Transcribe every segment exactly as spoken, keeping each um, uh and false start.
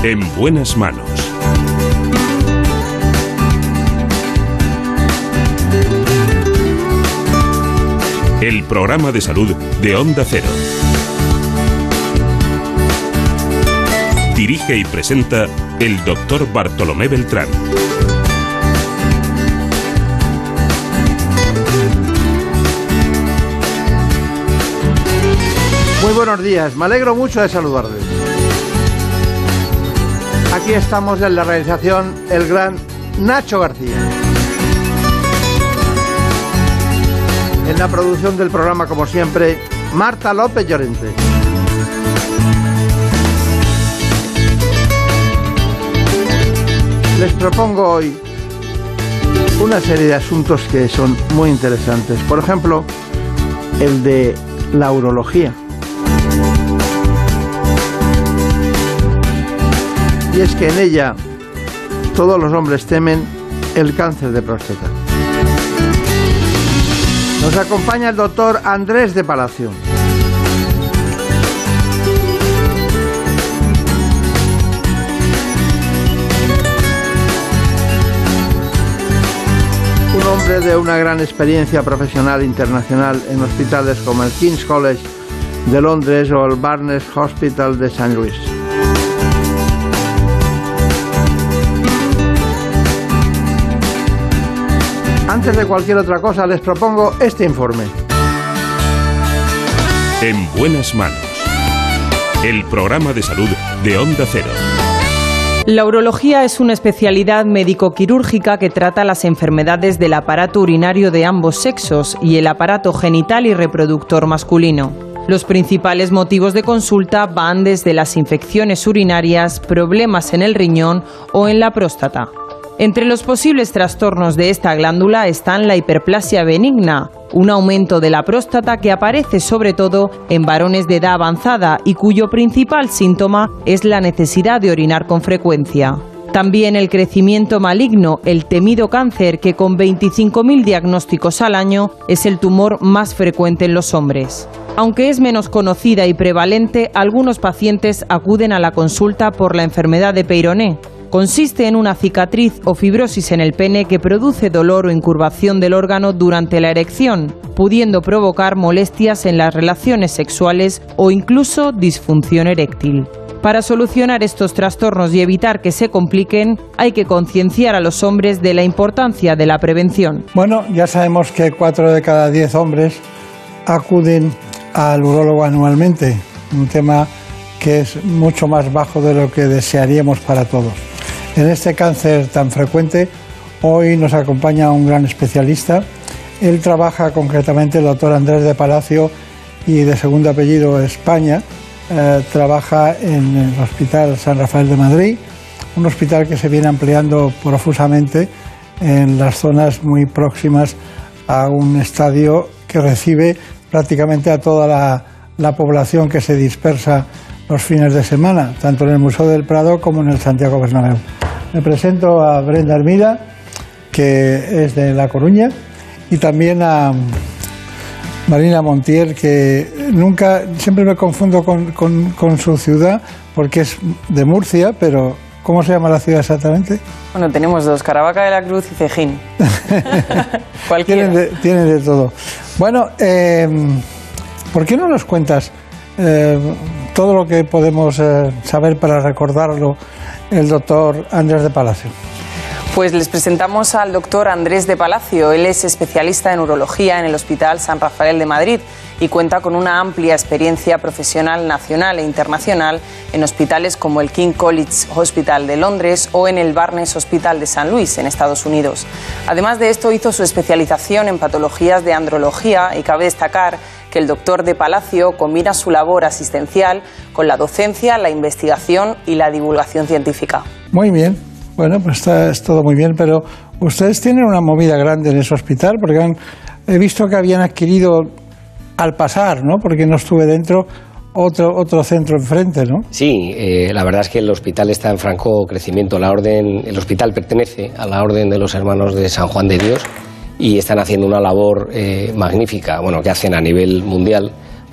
En buenas manos. El programa de salud de Onda Cero. Dirige y presenta el doctor Bartolomé Beltrán. Muy buenos días, me alegro mucho de saludarles. Aquí estamos en la realización el gran Nacho García. En la producción del programa, como siempre, Marta López Llorente. Les propongo hoy una serie de asuntos que son muy interesantes. Por ejemplo, el de la urología. Y es que en ella todos los hombres temen el cáncer de próstata. Nos acompaña el doctor Andrés de Palacio. Un hombre de una gran experiencia profesional internacional en hospitales como el King's College de Londres o el Barnes Hospital de Saint Louis. Antes de cualquier otra cosa, les propongo este informe. En buenas manos. El programa de salud de Onda Cero. La urología es una especialidad médico-quirúrgica que trata las enfermedades del aparato urinario de ambos sexos y el aparato genital y reproductor masculino. Los principales motivos de consulta van desde las infecciones urinarias, problemas en el riñón o en la próstata. Entre los posibles trastornos de esta glándula están la hiperplasia benigna, un aumento de la próstata que aparece sobre todo en varones de edad avanzada y cuyo principal síntoma es la necesidad de orinar con frecuencia. También el crecimiento maligno, el temido cáncer, que con veinticinco mil diagnósticos al año es el tumor más frecuente en los hombres. Aunque es menos conocida y prevalente, algunos pacientes acuden a la consulta por la enfermedad de Peyronie. Consiste en una cicatriz o fibrosis en el pene que produce dolor o incurvación del órgano durante la erección, pudiendo provocar molestias en las relaciones sexuales o incluso disfunción eréctil. Para solucionar estos trastornos y evitar que se compliquen, hay que concienciar a los hombres de la importancia de la prevención. Bueno, ya sabemos que cuatro de cada diez hombres acuden al urólogo anualmente, un tema que es mucho más bajo de lo que desearíamos para todos. En este cáncer tan frecuente, hoy nos acompaña un gran especialista. Él trabaja concretamente, el doctor Andrés de Palacio, y de segundo apellido España. Eh, trabaja en el Hospital San Rafael de Madrid, un hospital que se viene ampliando profusamente en las zonas muy próximas a un estadio que recibe prácticamente a toda la, la población que se dispersa los fines de semana, tanto en el Museo del Prado como en el Santiago Bernabéu. Me presento a Brenda Hermida, que es de La Coruña, y también a Marina Montiel, que nunca, siempre me confundo con, con, con su ciudad, porque es de Murcia, pero ¿cómo se llama la ciudad exactamente? Bueno, tenemos dos, Caravaca de la Cruz y Cejín. Cualquiera. Tienen de, tienen de todo. Bueno, eh, ¿por qué no nos cuentas eh, todo lo que podemos eh, saber para recordarlo el doctor Andrés de Palacio? Pues les presentamos al doctor Andrés de Palacio. Él es especialista en urología en el Hospital San Rafael de Madrid y cuenta con una amplia experiencia profesional nacional e internacional en hospitales como el King's College Hospital de Londres o en el Barnes Hospital de Saint Louis, en Estados Unidos. Además de esto, hizo su especialización en patologías de andrología y cabe destacar que el doctor de Palacio combina su labor asistencial con la docencia, la investigación y la divulgación científica. Muy bien. Bueno, pues está es todo muy bien, pero ustedes tienen una movida grande en ese hospital, porque han, he visto que habían adquirido al pasar, ¿no? Porque no estuve dentro, otro otro centro enfrente, ¿no? Sí, eh, la verdad es que el hospital está en franco crecimiento. La orden, el hospital pertenece a la Orden de los Hermanos de San Juan de Dios y están haciendo una labor eh, magnífica, bueno, que hacen a nivel mundial,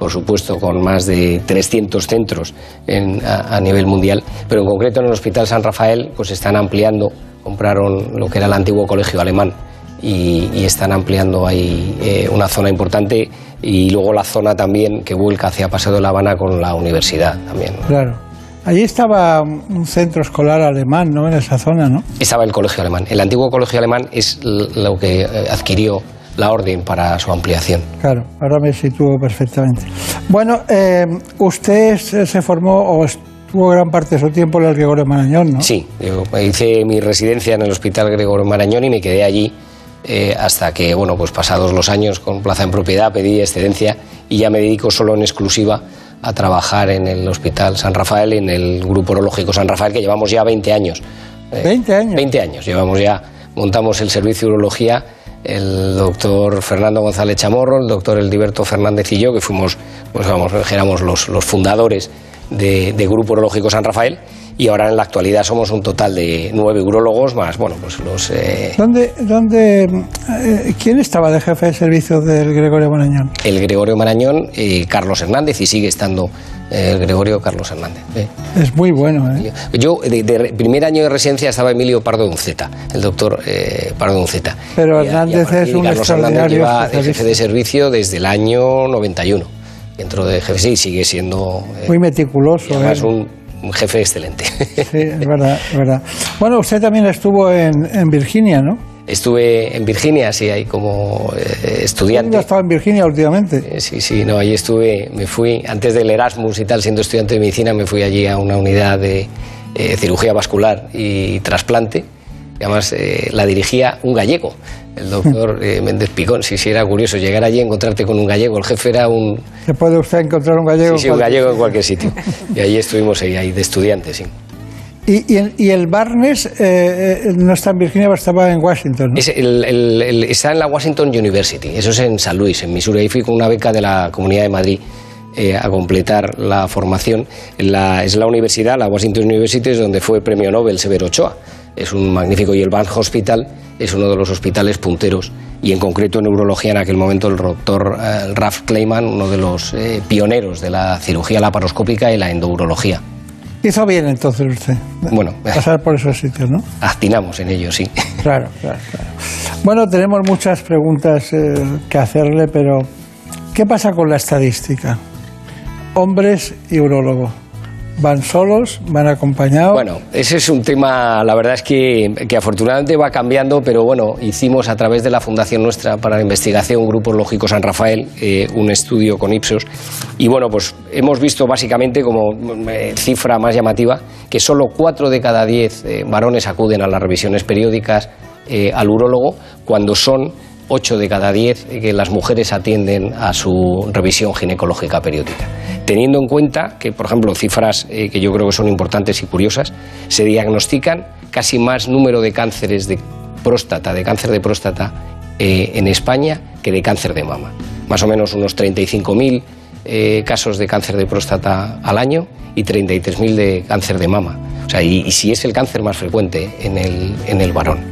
por supuesto con más de trescientos centros en, a, a nivel mundial, pero en concreto en el Hospital San Rafael pues están ampliando, compraron lo que era el antiguo colegio alemán y, y están ampliando ahí eh, una zona importante, y luego la zona también que vuelca hacia Paseo de la Habana con la universidad también, ¿no? Claro. Allí estaba un centro escolar alemán, ¿no?, en esa zona, ¿no? Estaba el colegio alemán. El antiguo colegio alemán es lo que adquirió la orden para su ampliación. Claro, ahora me sitúo perfectamente. Bueno, eh, usted se formó o estuvo gran parte de su tiempo en el Gregorio Marañón, ¿no? Sí, yo hice mi residencia en el Hospital Gregorio Marañón y me quedé allí eh, hasta que, bueno, pues pasados los años con plaza en propiedad pedí excedencia y ya me dedico solo en exclusiva a trabajar en el Hospital San Rafael, en el Grupo Urológico San Rafael, que llevamos ya veinte años. ¿veinte años? veinte años, llevamos ya, montamos el servicio de urología, el doctor Fernando González Chamorro, el doctor Eldiberto Fernández y yo, que fuimos, pues vamos, éramos los, los fundadores de, de Grupo Urológico San Rafael, y ahora en la actualidad somos un total de nueve urólogos más, bueno, pues los... Eh... ¿Dónde, dónde, eh, ¿Quién estaba de jefe de servicio del Gregorio Marañón? El Gregorio Marañón, eh, Carlos Hernández, y sigue estando eh, el Gregorio Carlos Hernández. Eh. Es muy bueno, ¿eh? Yo, de, de primer año de residencia estaba Emilio Pardo de Unceta, el doctor eh, Pardo de Unceta. Pero y, Hernández y es un Carlos Hernández lleva de jefe de servicio desde el año noventa y uno. Dentro de jefe, sí, sigue siendo... Eh, muy meticuloso. Además, ¿eh? un, un jefe excelente. Sí, es verdad, es verdad. Bueno, usted también estuvo en, en Virginia, ¿no? Estuve en Virginia, sí, ahí como eh, estudiante. ¿Yo he estado en Virginia últimamente? Eh, sí, sí, no, allí estuve, me fui, antes del Erasmus y tal, siendo estudiante de medicina, me fui allí a una unidad de eh, cirugía vascular y trasplante, y además eh, la dirigía un gallego, el doctor eh, Méndez Picón. Sí, sí, era curioso llegar allí y encontrarte con un gallego, el jefe era un... ¿Se puede usted encontrar un gallego? Sí, sí, un gallego en cualquier sitio, y allí estuvimos ahí, ahí de estudiantes, sí. Y, y, el, y el Barnes eh, no está en Virginia, pero estaba en Washington, ¿no? Es el, el, el, está en la Washington University, eso es en San Luis, en Missouri. Ahí fui con una beca de la Comunidad de Madrid eh, a completar la formación. La, es la universidad, la Washington University, es donde fue premio Nobel Severo Ochoa. Es un magnífico, y el Barnes Hospital es uno de los hospitales punteros, y en concreto en neurología en aquel momento el doctor eh, Ralph Kleiman, uno de los eh, pioneros de la cirugía laparoscópica y la endourología. Hizo bien entonces usted, bueno, pasar por esos sitios, ¿no? Actinamos en ello, sí. Claro, claro, claro. Bueno, tenemos muchas preguntas eh, que hacerle, pero ¿qué pasa con la estadística? Hombres y urólogos, ¿van solos? ¿Van acompañados? Bueno, ese es un tema, la verdad es que, que afortunadamente va cambiando, pero bueno, hicimos a través de la Fundación nuestra para la Investigación, Grupo Urológico San Rafael, eh, un estudio con Ipsos, y bueno, pues hemos visto básicamente como eh, cifra más llamativa que solo cuatro de cada diez eh, varones acuden a las revisiones periódicas eh, al urólogo, cuando son ocho de cada diez que las mujeres atienden a su revisión ginecológica periódica. Teniendo en cuenta que, por ejemplo, cifras eh, que yo creo que son importantes y curiosas, se diagnostican casi más número de cánceres de próstata, de cáncer de próstata eh, en España que de cáncer de mama. Más o menos unos treinta y cinco mil eh, casos de cáncer de próstata al año y treinta y tres mil de cáncer de mama. O sea, y, y si es el cáncer más frecuente en el, en el varón.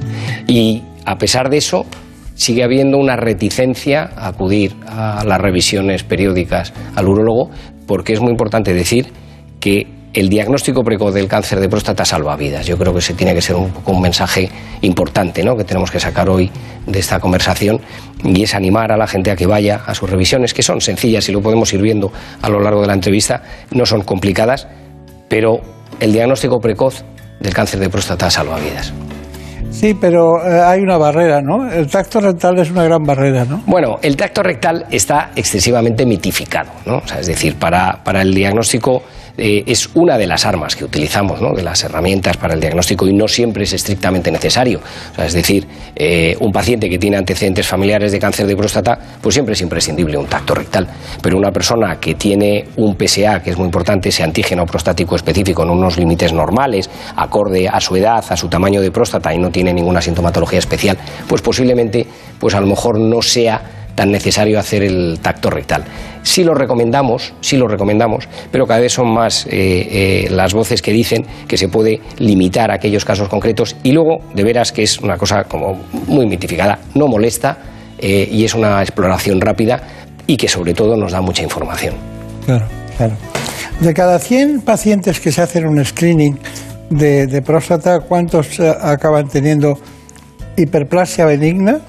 Y a pesar de eso, sigue habiendo una reticencia a acudir a las revisiones periódicas al urólogo, porque es muy importante decir que el diagnóstico precoz del cáncer de próstata salva vidas. Yo creo que ese tiene que ser un poco un mensaje importante, ¿no?, que tenemos que sacar hoy de esta conversación, y es animar a la gente a que vaya a sus revisiones, que son sencillas y lo podemos ir viendo a lo largo de la entrevista, no son complicadas, pero el diagnóstico precoz del cáncer de próstata salva vidas. Sí, pero eh, hay una barrera, ¿no? El tracto rectal es una gran barrera, ¿no? Bueno, el tracto rectal está excesivamente mitificado, ¿no? O sea, es decir, para, para el diagnóstico eh, es una de las armas que utilizamos, ¿no?, de las herramientas para el diagnóstico, y no siempre es estrictamente necesario. O sea, es decir, eh, un paciente que tiene antecedentes familiares de cáncer de próstata, pues siempre es imprescindible un tacto rectal. Pero una persona que tiene un P S A, que es muy importante, ese antígeno prostático específico en unos límites normales, acorde a su edad, a su tamaño de próstata, y no tiene ninguna sintomatología especial, pues posiblemente, pues a lo mejor no sea tan necesario hacer el tacto rectal. Sí lo recomendamos, sí lo recomendamos, pero cada vez son más eh, eh, las voces que dicen que se puede limitar a aquellos casos concretos, y luego, de veras que es una cosa como muy mitificada, no molesta eh, y es una exploración rápida. y que sobre todo nos da mucha información. Claro, claro. De cada cien pacientes que se hacen un screening de, de próstata, ¿cuántos acaban teniendo hiperplasia benigna,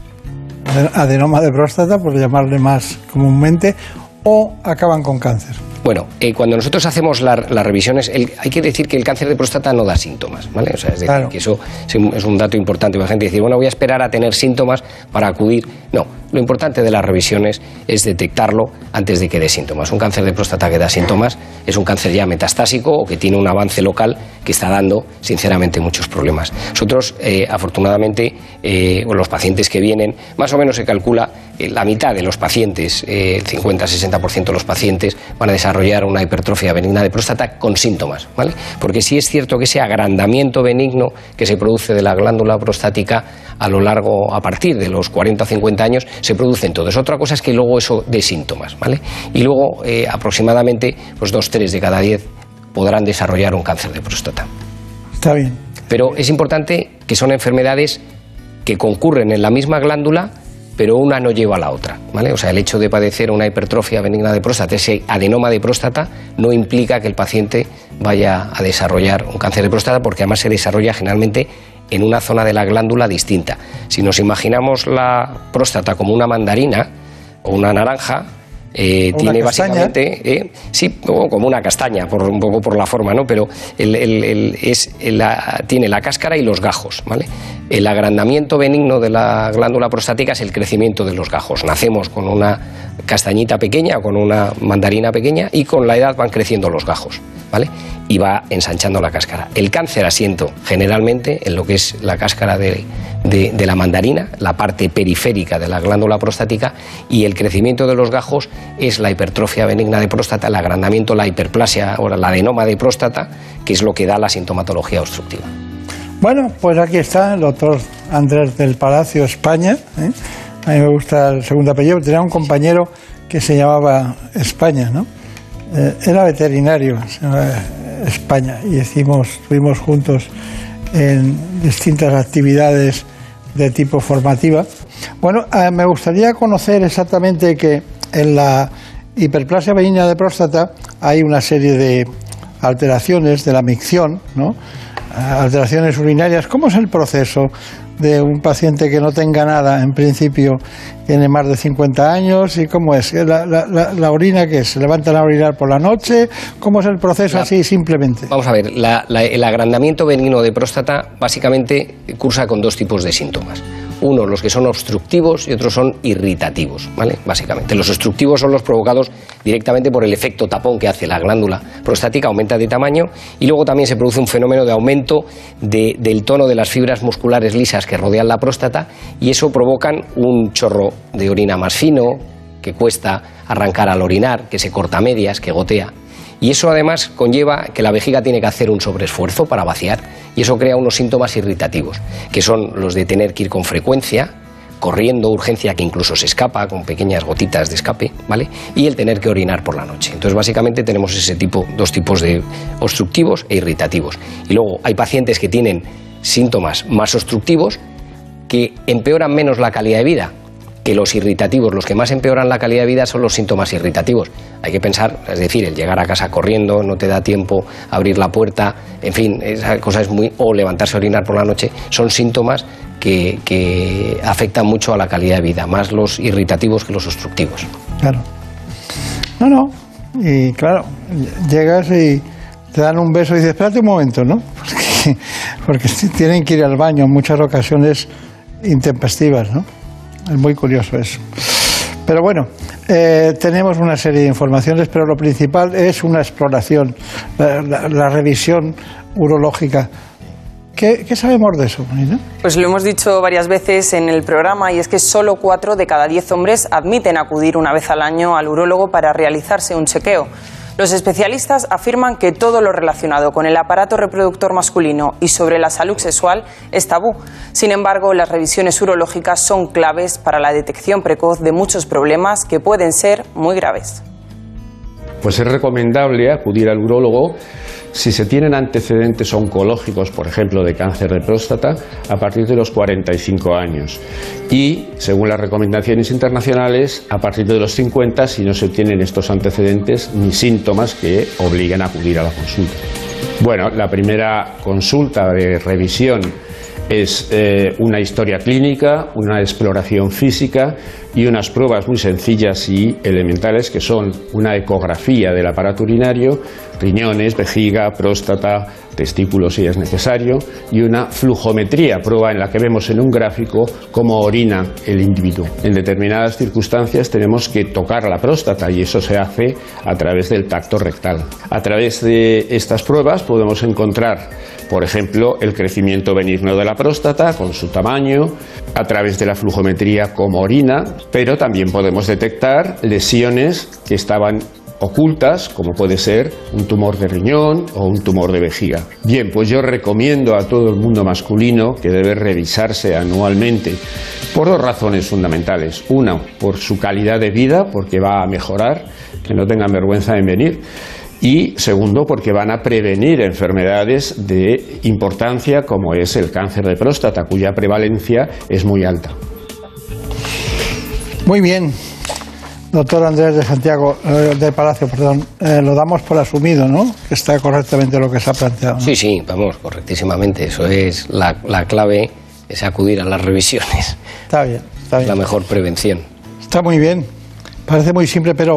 adenoma de próstata, por llamarle más comúnmente, o acaban con cáncer? Bueno, eh, cuando nosotros hacemos la, las revisiones, el, hay que decir que el cáncer de próstata no da síntomas, ¿vale? O sea, es decir, claro, que eso es un, es un dato importante para la gente. Decir, bueno, voy a esperar a tener síntomas para acudir. No, lo importante de las revisiones es detectarlo antes de que dé síntomas. Un cáncer de próstata que da síntomas es un cáncer ya metastásico o que tiene un avance local que está dando, sinceramente, muchos problemas. Nosotros, eh, afortunadamente, eh, los pacientes que vienen, más o menos se calcula eh, la mitad de los pacientes, eh, el cincuenta a sesenta por ciento de los pacientes van a desarrollar una hipertrofia benigna de próstata con síntomas, ¿vale? Porque sí es cierto que ese agrandamiento benigno que se produce de la glándula prostática a lo largo, a partir de los cuarenta o cincuenta años, se produce en todos. Otra cosa es que luego eso dé síntomas, ¿vale? Y luego eh, aproximadamente pues dos, tres de cada diez podrán desarrollar un cáncer de próstata. Está bien. Pero es importante que son enfermedades que concurren en la misma glándula, pero una no lleva a la otra, ¿vale? O sea, el hecho de padecer una hipertrofia benigna de próstata, ese adenoma de próstata, no implica que el paciente vaya a desarrollar un cáncer de próstata, porque además se desarrolla generalmente en una zona de la glándula distinta. Si nos imaginamos la próstata como una mandarina o una naranja, Eh, tiene castaña. Básicamente, eh, sí, como una castaña, por, un poco por la forma, ¿no? Pero el, el, el, es, la, tiene la cáscara y los gajos, ¿vale? El agrandamiento benigno de la glándula prostática es el crecimiento de los gajos. Nacemos con una castañita pequeña o con una mandarina pequeña y con la edad van creciendo los gajos, ¿vale? Y va ensanchando la cáscara. El cáncer asiento generalmente en lo que es la cáscara de, de, de la mandarina, la parte periférica de la glándula prostática, y el crecimiento de los gajos es la hipertrofia benigna de próstata, el agrandamiento, la hiperplasia o la adenoma de próstata, que es lo que da la sintomatología obstructiva. Bueno, pues aquí está el doctor Andrés del Palacio, España, ¿eh? A mí me gusta el segundo apellido. Tenía un compañero que se llamaba España, ¿no? Eh, era veterinario, se llamaba España, y hicimos, estuvimos juntos en distintas actividades de tipo formativa. Bueno, eh, me gustaría conocer exactamente que en la hiperplasia benigna de próstata hay una serie de alteraciones de la micción, ¿no? Alteraciones urinarias. ¿Cómo es el proceso de un paciente que no tenga nada, en principio tiene más de cincuenta años, y cómo es? ¿La, la, la, la orina qué es? ¿Se levantan a orinar por la noche? ¿Cómo es el proceso la, así simplemente? Vamos a ver, la, la, el agrandamiento benigno de próstata básicamente cursa con dos tipos de síntomas. Uno, los que son obstructivos, y otros son irritativos, ¿vale? Básicamente. Los obstructivos son los provocados directamente por el efecto tapón que hace la glándula prostática, aumenta de tamaño, y luego también se produce un fenómeno de aumento de, del tono de las fibras musculares lisas que rodean la próstata, y eso provocan un chorro de orina más fino, que cuesta arrancar al orinar, que se corta a medias, que gotea. Y eso además conlleva que la vejiga tiene que hacer un sobreesfuerzo para vaciar, y eso crea unos síntomas irritativos, que son los de tener que ir con frecuencia, corriendo, urgencia que incluso se escapa, con pequeñas gotitas de escape, ¿vale? Y el tener que orinar por la noche. Entonces, básicamente tenemos ese tipo, dos tipos de obstructivos e irritativos. Y luego hay pacientes que tienen síntomas más obstructivos que empeoran menos la calidad de vida que los irritativos. Los que más empeoran la calidad de vida son los síntomas irritativos. Hay que pensar, es decir, el llegar a casa corriendo, no te da tiempo a abrir la puerta, en fin, esa cosa es muy... o levantarse a orinar por la noche, son síntomas que, que afectan mucho a la calidad de vida, más los irritativos que los obstructivos. Claro. No, no, y claro, llegas y te dan un beso y dices, espérate un momento, ¿no? Porque, porque tienen que ir al baño en muchas ocasiones intempestivas, ¿no? Es muy curioso eso. Pero bueno, eh, tenemos una serie de informaciones, pero lo principal es una exploración, la, la, la revisión urológica. ¿Qué, ¿Qué sabemos de eso, Marina? Pues lo hemos dicho varias veces en el programa, y es que solo cuatro de cada diez hombres admiten acudir una vez al año al urólogo para realizarse un chequeo. Los especialistas afirman que todo lo relacionado con el aparato reproductor masculino y sobre la salud sexual es tabú. Sin embargo, las revisiones urológicas son claves para la detección precoz de muchos problemas que pueden ser muy graves. Pues es recomendable acudir al urólogo si se tienen antecedentes oncológicos, por ejemplo, de cáncer de próstata, a partir de los cuarenta y cinco años. Y, según las recomendaciones internacionales, a partir de los cincuenta, si no se tienen estos antecedentes ni síntomas que obliguen a acudir a la consulta. Bueno, la primera consulta de revisión es eh, una historia clínica, una exploración física y unas pruebas muy sencillas y elementales que son una ecografía del aparato urinario, riñones, vejiga, próstata, testículos si es necesario, y una flujometría, prueba en la que vemos en un gráfico cómo orina el individuo. En determinadas circunstancias tenemos que tocar la próstata y eso se hace a través del tacto rectal. A través de estas pruebas podemos encontrar, por ejemplo, el crecimiento benigno de la próstata con su tamaño, a través de la flujometría cómo orina, pero también podemos detectar lesiones que estaban ocultas, como puede ser un tumor de riñón o un tumor de vejiga. Bien, pues yo recomiendo a todo el mundo masculino que debe revisarse anualmente por dos razones fundamentales. Una, por su calidad de vida, porque va a mejorar, que no tengan vergüenza en venir. Y segundo, porque van a prevenir enfermedades de importancia como es el cáncer de próstata, cuya prevalencia es muy alta. Muy bien, doctor Andrés de Santiago, eh, de Palacio, perdón, eh, lo damos por asumido, ¿no? Que está correctamente lo que se ha planteado, ¿no? Sí, sí, vamos, correctísimamente. Eso es la, la clave, es acudir a las revisiones. Está bien, está bien. La mejor prevención. Está muy bien, parece muy simple, pero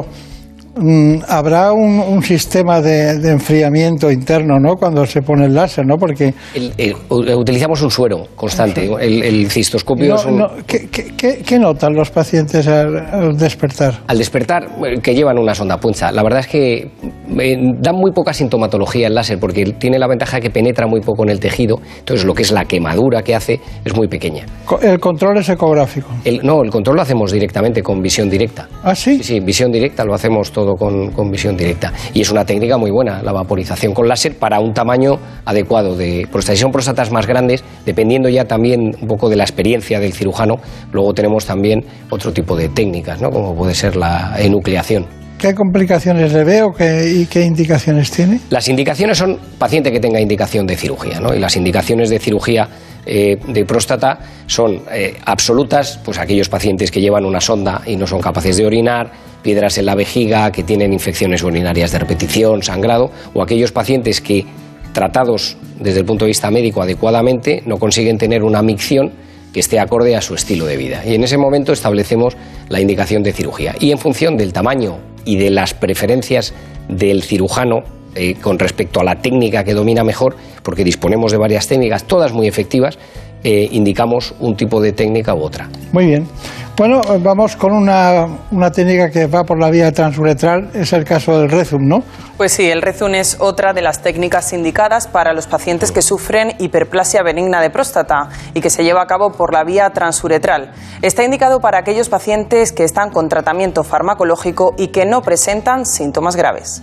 mm, habrá un, un sistema de, de enfriamiento interno, ¿no? Cuando se pone el láser, ¿no? Porque El, el, utilizamos un suero constante. El, el cistoscopio no, es un... no, ¿qué, qué, qué, qué notan los pacientes al, al despertar? Al despertar, que llevan una sonda puncha. La verdad es que eh, dan muy poca sintomatología el láser porque tiene la ventaja que penetra muy poco en el tejido. Entonces, lo que es la quemadura que hace es muy pequeña. El control es ecográfico. El, no, el control lo hacemos directamente con visión directa. ¿Ah, sí? Sí, sí, visión directa, lo hacemos todo con, con visión directa. Y es una técnica muy buena, la vaporización con láser para un tamaño adecuado de próstata. Si son próstatas más grandes, dependiendo ya también un poco de la experiencia del cirujano, luego tenemos también otro tipo de técnicas, ¿no? Como puede ser la enucleación. ¿Qué complicaciones le veo qué, y qué indicaciones tiene? Las indicaciones son paciente que tenga indicación de cirugía, ¿no? Y las indicaciones de cirugía eh, de próstata son eh, absolutas, pues aquellos pacientes que llevan una sonda y no son capaces de orinar, piedras en la vejiga, que tienen infecciones urinarias de repetición, sangrado, o aquellos pacientes que, tratados desde el punto de vista médico adecuadamente, no consiguen tener una micción que esté acorde a su estilo de vida. Y en ese momento establecemos la indicación de cirugía. Y en función del tamaño y de las preferencias del cirujano eh, con respecto a la técnica que domina mejor, porque disponemos de varias técnicas, todas muy efectivas, eh, indicamos un tipo de técnica u otra. Muy bien. Bueno, vamos con una, una técnica que va por la vía transuretral, es el caso del Rezum, ¿no? Pues sí, el Rezum es otra de las técnicas indicadas para los pacientes que sufren hiperplasia benigna de próstata y que se lleva a cabo por la vía transuretral. Está indicado para aquellos pacientes que están con tratamiento farmacológico y que no presentan síntomas graves.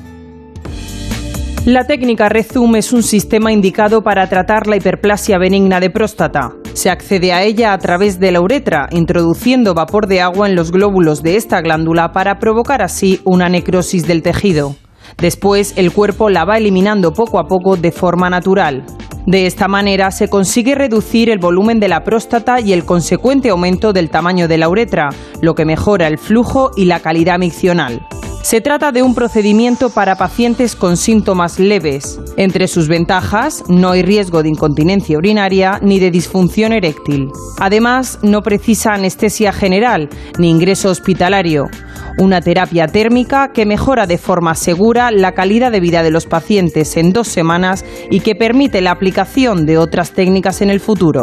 La técnica Rezum es un sistema indicado para tratar la hiperplasia benigna de próstata. Se accede a ella a través de la uretra, introduciendo vapor de agua en los glóbulos de esta glándula para provocar así una necrosis del tejido. Después, el cuerpo la va eliminando poco a poco de forma natural. De esta manera se consigue reducir el volumen de la próstata y el consecuente aumento del tamaño de la uretra, lo que mejora el flujo y la calidad miccional. Se trata de un procedimiento para pacientes con síntomas leves. Entre sus ventajas, no hay riesgo de incontinencia urinaria ni de disfunción eréctil. Además, no precisa anestesia general ni ingreso hospitalario. Una terapia térmica que mejora de forma segura la calidad de vida de los pacientes en dos semanas y que permite la aplicación de otras técnicas en el futuro.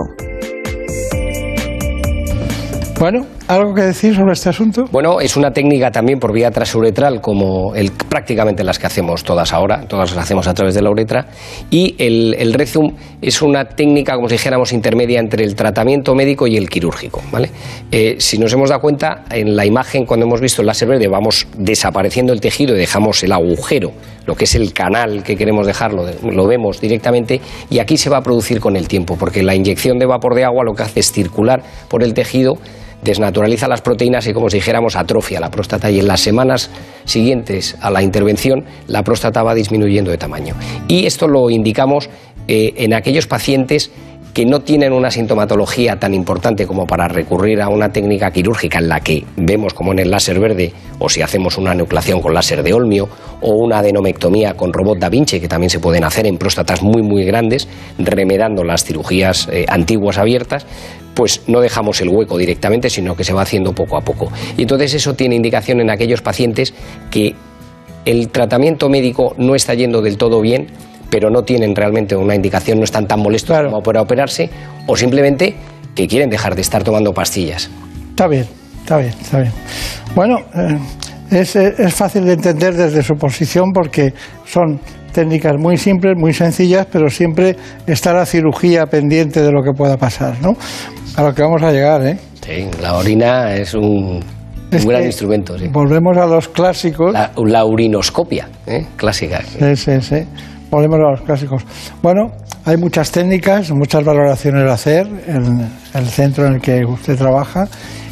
Bueno, ¿algo que decir sobre este asunto? Bueno, es una técnica también por vía transuretral, como el, prácticamente las que hacemos todas ahora, todas las hacemos a través de la uretra, y el, el Rezum es una técnica, como si dijéramos, intermedia entre el tratamiento médico y el quirúrgico, ¿vale? Eh, si nos hemos dado cuenta, en la imagen, cuando hemos visto el láser verde, vamos desapareciendo el tejido y dejamos el agujero, lo que es el canal que queremos dejarlo, lo vemos directamente, y aquí se va a producir con el tiempo, porque la inyección de vapor de agua lo que hace es circular por el tejido, desnaturaliza las proteínas y, como si dijéramos, atrofia la próstata, y en las semanas siguientes a la intervención la próstata va disminuyendo de tamaño. Y esto lo indicamos eh, en aquellos pacientes que no tienen una sintomatología tan importante como para recurrir a una técnica quirúrgica en la que vemos, como en el láser verde, o si hacemos una enucleación con láser de Olmio, o una adenomectomía con robot Da Vinci, que también se pueden hacer en próstatas muy muy grandes, remedando las cirugías eh, antiguas abiertas, pues no dejamos el hueco directamente, sino que se va haciendo poco a poco. Y entonces eso tiene indicación en aquellos pacientes que el tratamiento médico no está yendo del todo bien, pero no tienen realmente una indicación, no están tan molestos claro. como para operarse, o simplemente que quieren dejar de estar tomando pastillas. Está bien, está bien, está bien. Bueno, eh, es, es fácil de entender desde su posición porque son técnicas muy simples, muy sencillas, pero siempre está la cirugía pendiente de lo que pueda pasar, ¿no? A lo que vamos a llegar, ¿eh? Sí, la orina es un... Es un gran instrumento, sí. Volvemos a los clásicos. La, la urinoscopia, ¿eh? Clásica. Sí, sí, sí. Volvemos a los clásicos. Bueno, hay muchas técnicas, muchas valoraciones a hacer en el centro en el que usted trabaja.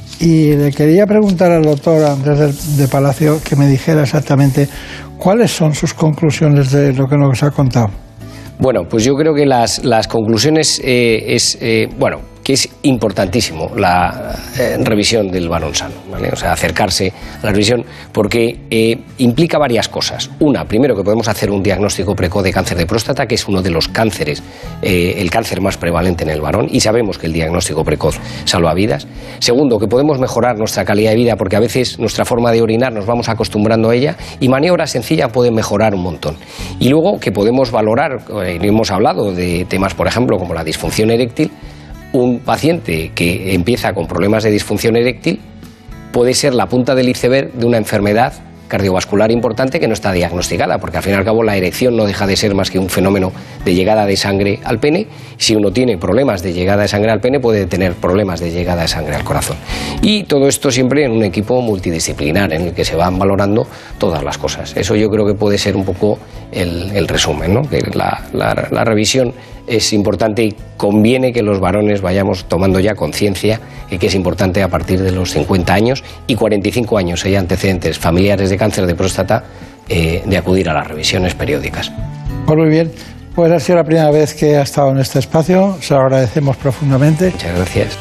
Y le quería preguntar al doctor Andrés de, de Palacio que me dijera exactamente cuáles son sus conclusiones de lo que nos ha contado. Bueno, pues yo creo que las, las conclusiones eh, es, eh, bueno, que es importantísimo la eh, revisión del varón sano, ¿vale? O sea, acercarse a la revisión, porque eh, implica varias cosas. Una, primero, que podemos hacer un diagnóstico precoz de cáncer de próstata, que es uno de los cánceres, eh, el cáncer más prevalente en el varón, y sabemos que el diagnóstico precoz salva vidas. Segundo, que podemos mejorar nuestra calidad de vida, porque a veces nuestra forma de orinar nos vamos acostumbrando a ella, y maniobras sencillas pueden mejorar un montón. Y luego, que podemos valorar, eh, hemos hablado de temas, por ejemplo, como la disfunción eréctil. Un paciente que empieza con problemas de disfunción eréctil puede ser la punta del iceberg de una enfermedad cardiovascular importante que no está diagnosticada, porque al fin y al cabo la erección no deja de ser más que un fenómeno de llegada de sangre al pene. Si uno tiene problemas de llegada de sangre al pene, puede tener problemas de llegada de sangre al corazón. Y todo esto siempre en un equipo multidisciplinar en el que se van valorando todas las cosas. Eso yo creo que puede ser un poco el, el resumen, ¿no? Que la, la, la revisión es importante y conviene que los varones vayamos tomando ya conciencia de que es importante a partir de los cincuenta años y cuarenta y cinco años, si hay antecedentes familiares de cáncer de próstata, eh, de acudir a las revisiones periódicas. Pues muy bien, pues ha sido la primera vez que ha estado en este espacio, se lo agradecemos profundamente. Muchas gracias.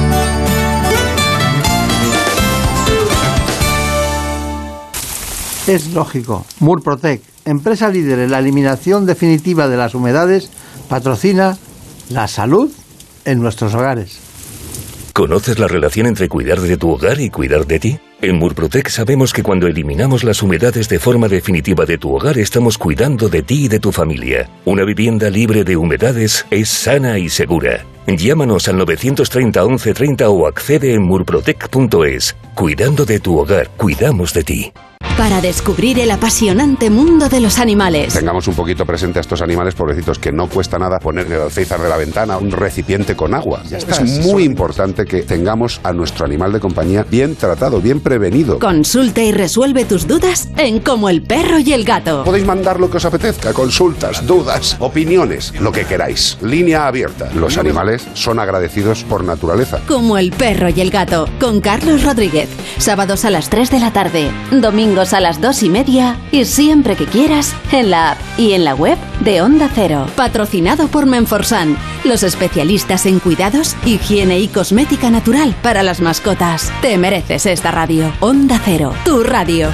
Es lógico, Murprotec, empresa líder en la eliminación definitiva de las humedades, patrocina la salud en nuestros hogares. ¿Conoces la relación entre cuidar de tu hogar y cuidar de ti? En Murprotec sabemos que cuando eliminamos las humedades de forma definitiva de tu hogar, estamos cuidando de ti y de tu familia. Una vivienda libre de humedades es sana y segura. Llámanos al novecientos treinta once treinta o accede en murprotec punto es. Cuidando de tu hogar, cuidamos de ti. Para descubrir el apasionante mundo de los animales. Tengamos un poquito presente a estos animales pobrecitos, que no cuesta nada poner el alféizar de la ventana, un recipiente con agua. Ya está, es muy importante que tengamos a nuestro animal de compañía bien tratado, bien prevenido. Consulta y resuelve tus dudas en Como el Perro y el Gato. Podéis mandar lo que os apetezca, consultas, dudas, opiniones, lo que queráis. Línea abierta. Los animales son agradecidos por naturaleza. Como el Perro y el Gato, con Carlos Rodríguez. Sábados a las tres de la tarde, domingos a las dos y media y siempre que quieras en la app y en la web de Onda Cero. Patrocinado por Menforsan, los especialistas en cuidados, higiene y cosmética natural para las mascotas. Te mereces esta radio. Onda Cero, tu radio.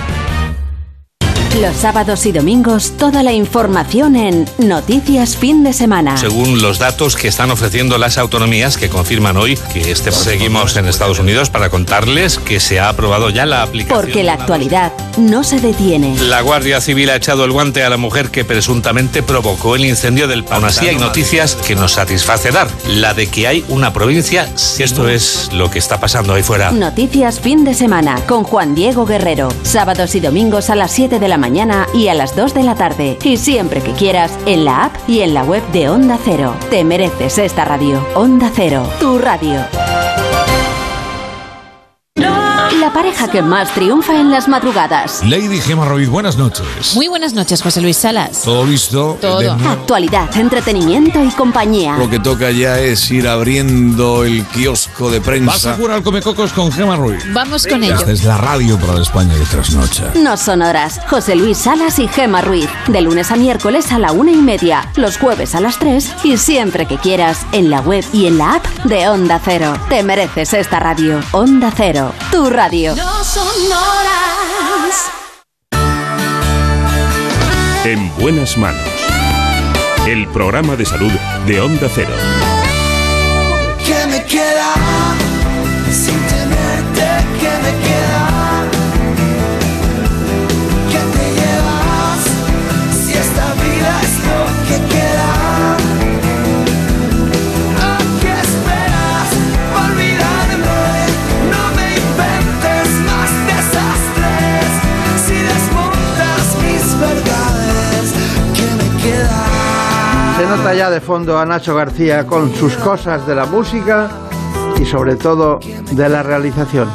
Los sábados y domingos, toda la información en Noticias Fin de Semana. Según los datos que están ofreciendo las autonomías, que confirman hoy que este seguimos en Estados Unidos para contarles que se ha aprobado ya la aplicación. Porque la actualidad no se detiene. La Guardia Civil ha echado el guante a la mujer que presuntamente provocó el incendio del Pantano. Aún así hay noticias que nos satisface dar. La de que hay una provincia, si esto es lo que está pasando ahí fuera. Noticias Fin de Semana con Juan Diego Guerrero. Sábados y domingos a las siete de la mañana y a las dos de la tarde. Y siempre que quieras, en la app y en la web de Onda Cero. Te mereces esta radio. Onda Cero, tu radio. La pareja pareja que más triunfa en las madrugadas. Lady Gemma Ruiz, buenas noches. Muy buenas noches, José Luis Salas. ¿Todo listo? Todo. De... Actualidad, entretenimiento y compañía. Lo que toca ya es ir abriendo el kiosco de prensa. ¿Vas a jugar al Comecocos con Gemma Ruiz? Vamos con ello. Esta es la radio para la España de trasnocha. No son horas. José Luis Salas y Gemma Ruiz. De lunes a miércoles a la una y media. Los jueves a las tres y siempre que quieras en la web y en la app de Onda Cero. Te mereces esta radio. Onda Cero, tu radio. No son horas. En buenas manos. El programa de salud de Onda Cero. ¿Qué me queda? Sin tenerte, ¿qué me queda? ¿Qué te llevas? Si esta vida es lo que queda. ¿A qué esperas? Olvídame. No me inventes más desastres. Si desmontas mis verdades, ¿qué me queda? Se nota ya de fondo a Nacho García con sus cosas de la música y sobre todo de la realización.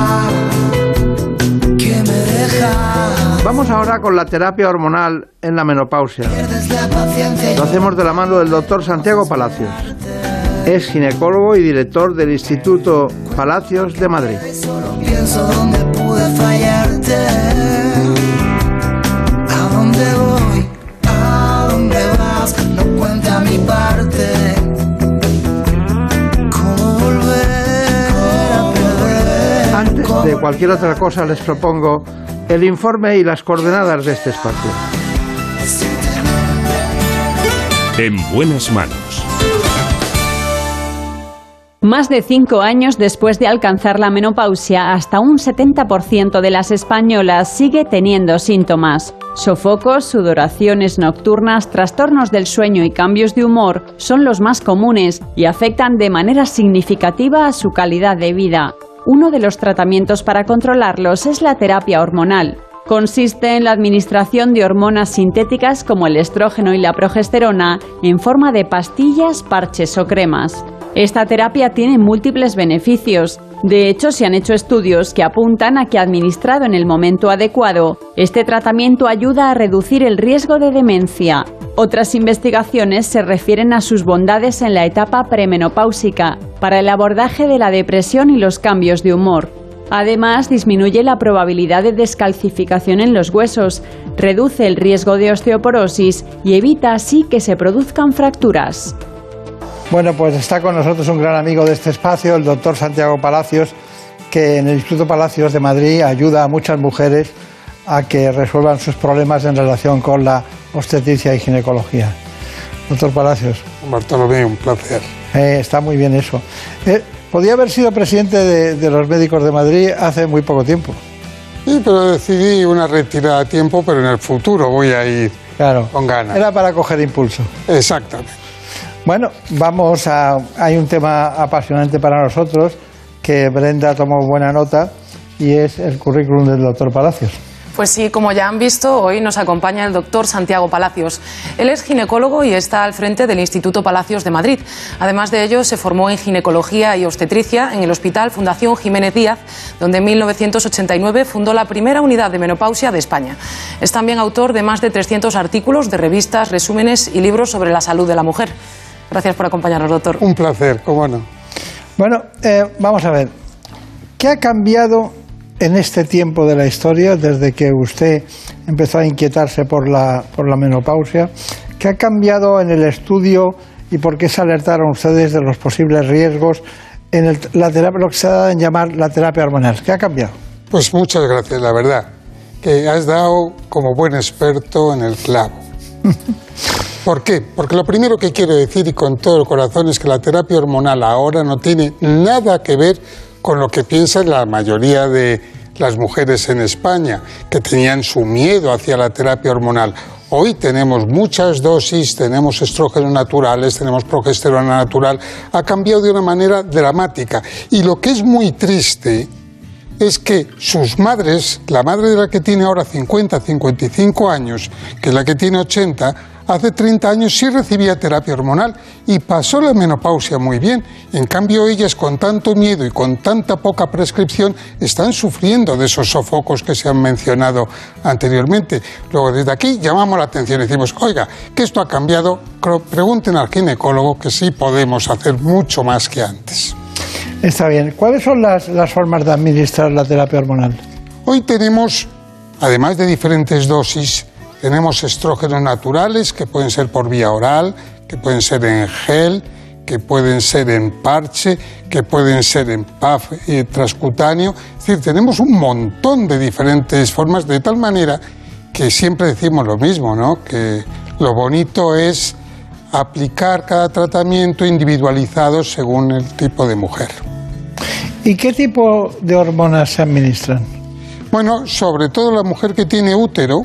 Vamos ahora con la terapia hormonal en la menopausia. Lo hacemos de la mano del doctor Santiago Palacios. Es ginecólogo y director del Instituto Palacios de Madrid. Pienso dónde pude fallarte. ¿A dónde voy? ¿A dónde vas? No cuenta mi parte. ¿Cómo volver a perder? Antes de cualquier otra cosa les propongo el informe y las coordenadas de este espacio. En buenas manos. Más de cinco años después de alcanzar la menopausia, hasta un setenta por ciento de las españolas sigue teniendo síntomas. Sofocos, sudoraciones nocturnas, trastornos del sueño y cambios de humor son los más comunes y afectan de manera significativa a su calidad de vida. Uno de los tratamientos para controlarlos es la terapia hormonal. Consiste en la administración de hormonas sintéticas como el estrógeno y la progesterona en forma de pastillas, parches o cremas. Esta terapia tiene múltiples beneficios. De hecho, se han hecho estudios que apuntan a que administrado en el momento adecuado, este tratamiento ayuda a reducir el riesgo de demencia. Otras investigaciones se refieren a sus bondades en la etapa premenopáusica, para el abordaje de la depresión y los cambios de humor. Además, disminuye la probabilidad de descalcificación en los huesos, reduce el riesgo de osteoporosis y evita así que se produzcan fracturas. Bueno, pues está con nosotros un gran amigo de este espacio, el doctor Santiago Palacios, que en el Instituto Palacios de Madrid ayuda a muchas mujeres a que resuelvan sus problemas en relación con la obstetricia y ginecología. Doctor Palacios. Bartolomé, un placer. Eh, está muy bien eso. Eh, podía haber sido presidente de, de los médicos de Madrid hace muy poco tiempo. Sí, pero decidí una retirada a tiempo, pero en el futuro voy a ir claro, con ganas. Era para coger impulso. Exactamente. Bueno, vamos a... Hay un tema apasionante para nosotros que Brenda tomó buena nota y es el currículum del doctor Palacios. Pues sí, como ya han visto, hoy nos acompaña el doctor Santiago Palacios. Él es ginecólogo y está al frente del Instituto Palacios de Madrid. Además de ello, se formó en ginecología y obstetricia en el Hospital Fundación Jiménez Díaz, donde en mil novecientos ochenta y nueve fundó la primera unidad de menopausia de España. Es también autor de más de trescientos artículos de revistas, resúmenes y libros sobre la salud de la mujer. Gracias por acompañarnos, doctor. Un placer, cómo no. Bueno, eh, vamos a ver. ¿Qué ha cambiado en este tiempo de la historia, desde que usted empezó a inquietarse por la, por la menopausia? ¿Qué ha cambiado en el estudio y por qué se alertaron ustedes de los posibles riesgos en el, la terapia, lo que se da en llamar la terapia hormonal? ¿Qué ha cambiado? Pues muchas gracias, la verdad, que has dado como buen experto en el clavo. ¿Por qué? Porque lo primero que quiero decir y con todo el corazón es que la terapia hormonal ahora no tiene nada que ver con lo que piensan la mayoría de las mujeres en España, que tenían su miedo hacia la terapia hormonal. Hoy tenemos muchas dosis, tenemos estrógenos naturales, tenemos progesterona natural. Ha cambiado de una manera dramática. Y lo que es muy triste es que sus madres, la madre de la que tiene ahora cincuenta, cincuenta y cinco años, que es la que tiene ochenta, hace treinta años sí recibía terapia hormonal y pasó la menopausia muy bien. En cambio, ellas con tanto miedo y con tanta poca prescripción están sufriendo de esos sofocos que se han mencionado anteriormente. Luego, desde aquí llamamos la atención y decimos, oiga, que esto ha cambiado, pregunten al ginecólogo que sí podemos hacer mucho más que antes. Está bien. ¿Cuáles son las, las formas de administrar la terapia hormonal? Hoy tenemos, además de diferentes dosis, tenemos estrógenos naturales que pueden ser por vía oral, que pueden ser en gel, que pueden ser en parche, que pueden ser en P A F eh, transcutáneo. Es decir, tenemos un montón de diferentes formas, de tal manera que siempre decimos lo mismo, ¿no? Que lo bonito es aplicar cada tratamiento individualizado según el tipo de mujer. ¿Y qué tipo de hormonas se administran? Bueno, sobre todo la mujer que tiene útero,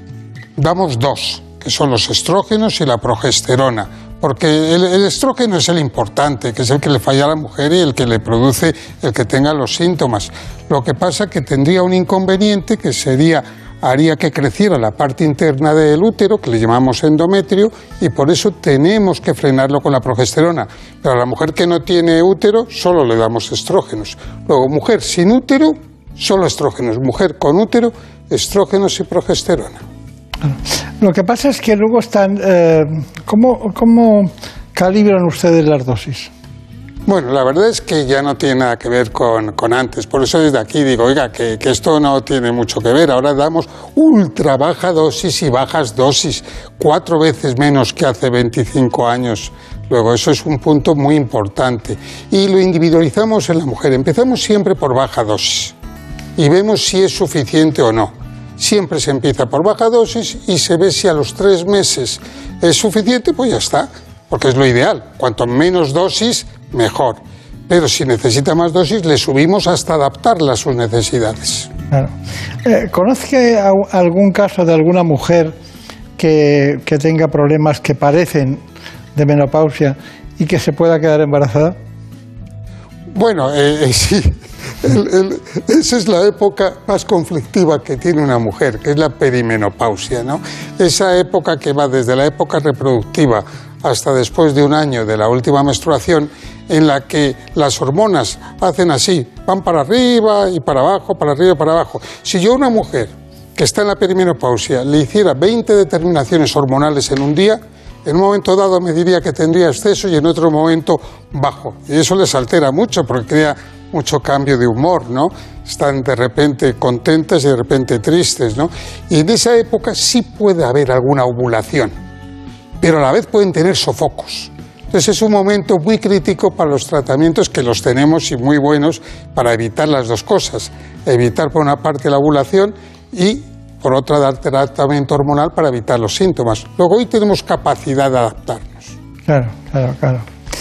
damos dos, que son los estrógenos y la progesterona, porque el, el estrógeno es el importante, que es el que le falla a la mujer y el que le produce el que tenga los síntomas. Lo que pasa es que tendría un inconveniente que sería, haría que creciera la parte interna del útero, que le llamamos endometrio, y por eso tenemos que frenarlo con la progesterona. Pero a la mujer que no tiene útero, solo le damos estrógenos. Luego, mujer sin útero, solo estrógenos. Mujer con útero, estrógenos y progesterona. Lo que pasa es que luego están... Eh, ¿cómo, ¿Cómo calibran ustedes las dosis? Bueno, la verdad es que ya no tiene nada que ver con, con antes. Por eso desde aquí digo, oiga, que, que esto no tiene mucho que ver. Ahora damos ultra baja dosis y bajas dosis, cuatro veces menos que hace veinticinco años. Luego, eso es un punto muy importante. Y lo individualizamos en la mujer. Empezamos siempre por baja dosis y vemos si es suficiente o no. Siempre se empieza por baja dosis y se ve si a los tres meses es suficiente, pues ya está, porque es lo ideal. Cuanto menos dosis, mejor. Pero si necesita más dosis, le subimos hasta adaptarla a sus necesidades. Claro. Eh, ¿Conoce algún caso de alguna mujer que, que tenga problemas que parecen de menopausia y que se pueda quedar embarazada? Bueno, eh, eh, sí. El, el, esa es la época más conflictiva que tiene una mujer, que es la perimenopausia, ¿no? Esa época que va desde la época reproductiva hasta después de un año de la última menstruación, en la que las hormonas hacen así, van para arriba y para abajo, para arriba y para abajo. Si yo a una mujer que está en la perimenopausia le hiciera veinte determinaciones hormonales en un día, en un momento dado me diría que tendría exceso y en otro momento bajo. Y eso les altera mucho porque crea mucho cambio de humor, ¿no? Están de repente contentas y de repente tristes, ¿no? Y en esa época sí puede haber alguna ovulación, pero a la vez pueden tener sofocos. Entonces es un momento muy crítico para los tratamientos, que los tenemos y muy buenos para evitar las dos cosas. Evitar por una parte la ovulación y por otra dar tratamiento hormonal para evitar los síntomas. Luego hoy tenemos capacidad de adaptarnos. Claro, claro, claro.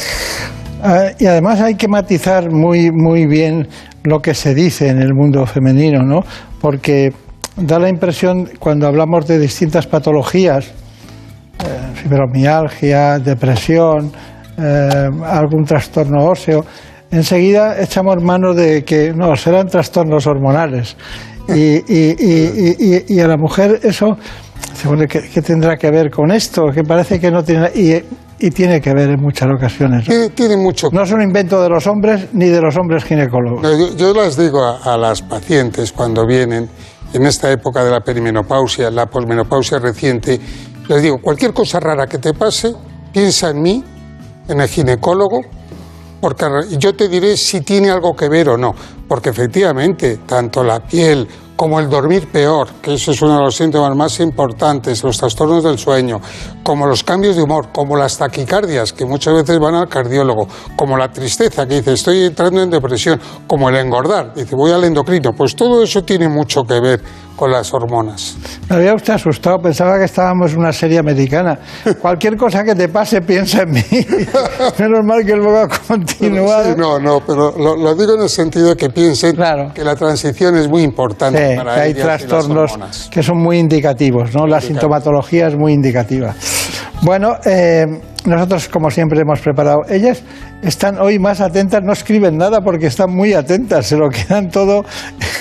Uh, y además hay que matizar muy, muy bien lo que se dice en el mundo femenino, ¿no? Porque da la impresión, cuando hablamos de distintas patologías, eh, fibromialgia, depresión, eh, algún trastorno óseo, enseguida echamos mano de que no, serán trastornos hormonales. Y, y, y, y, y a la mujer eso, ¿qué, qué tendrá que ver con esto? Que parece que no tiene... Y, Y tiene que ver en muchas ocasiones, ¿no? Tiene, tiene mucho. No es un invento de los hombres ni de los hombres ginecólogos. No, yo, yo les digo a, a las pacientes cuando vienen en esta época de la perimenopausia, la posmenopausia reciente, les digo, cualquier cosa rara que te pase, piensa en mí, en el ginecólogo, porque yo te diré si tiene algo que ver o no. Porque efectivamente, tanto la piel como el dormir peor, que eso es uno de los síntomas más importantes, los trastornos del sueño, como los cambios de humor, como las taquicardias, que muchas veces van al cardiólogo, como la tristeza, que dice, estoy entrando en depresión, como el engordar, dice, voy al endocrino, pues todo eso tiene mucho que ver con las hormonas. Me había usted asustado, pensaba que estábamos en una serie americana. Cualquier cosa que te pase, piensa en mí. Menos mal que luego ha continuado. Sí, no, no, pero lo, lo digo en el sentido de que piensen claro. que la transición es muy importante sí, para que hay ellas trastornos y las hormonas. Que son muy indicativos, ¿no? La sintomatología es muy indicativa. Bueno, eh, nosotros como siempre hemos preparado. Ellas están hoy más atentas, no escriben nada porque están muy atentas, se lo quedan todo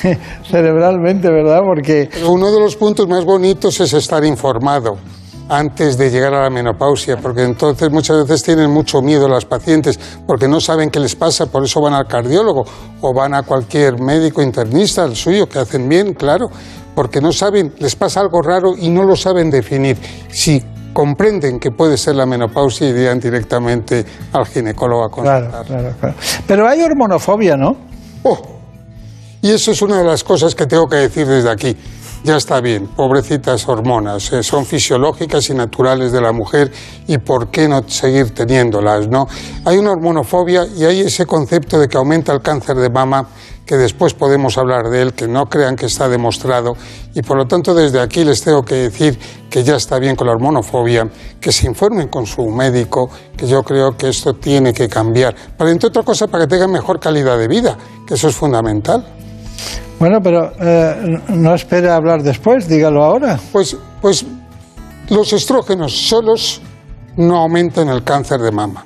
cerebralmente, ¿verdad? Porque uno de los puntos más bonitos es estar informado antes de llegar a la menopausia, porque entonces muchas veces tienen mucho miedo las pacientes porque no saben qué les pasa, por eso van al cardiólogo o van a cualquier médico internista, al suyo, que hacen bien, claro, porque no saben, les pasa algo raro y no lo saben definir. Si comprenden que puede ser la menopausia, irían directamente al ginecólogo a consultar. Claro, claro, claro. Pero hay hormonofobia, ¿no? Oh, y eso es una de las cosas que tengo que decir desde aquí. Ya está bien, pobrecitas hormonas, eh, son fisiológicas y naturales de la mujer y por qué no seguir teniéndolas, ¿no? Hay una hormonofobia y hay ese concepto de que aumenta el cáncer de mama, que después podemos hablar de él, que no crean que está demostrado, y por lo tanto desde aquí les tengo que decir que ya está bien con la hormonofobia, que se informen con su médico, que yo creo que esto tiene que cambiar, para entre otra cosa para que tengan mejor calidad de vida, que eso es fundamental. Bueno, pero eh, no espere a hablar después, dígalo ahora. Pues, pues los estrógenos solos no aumentan el cáncer de mama.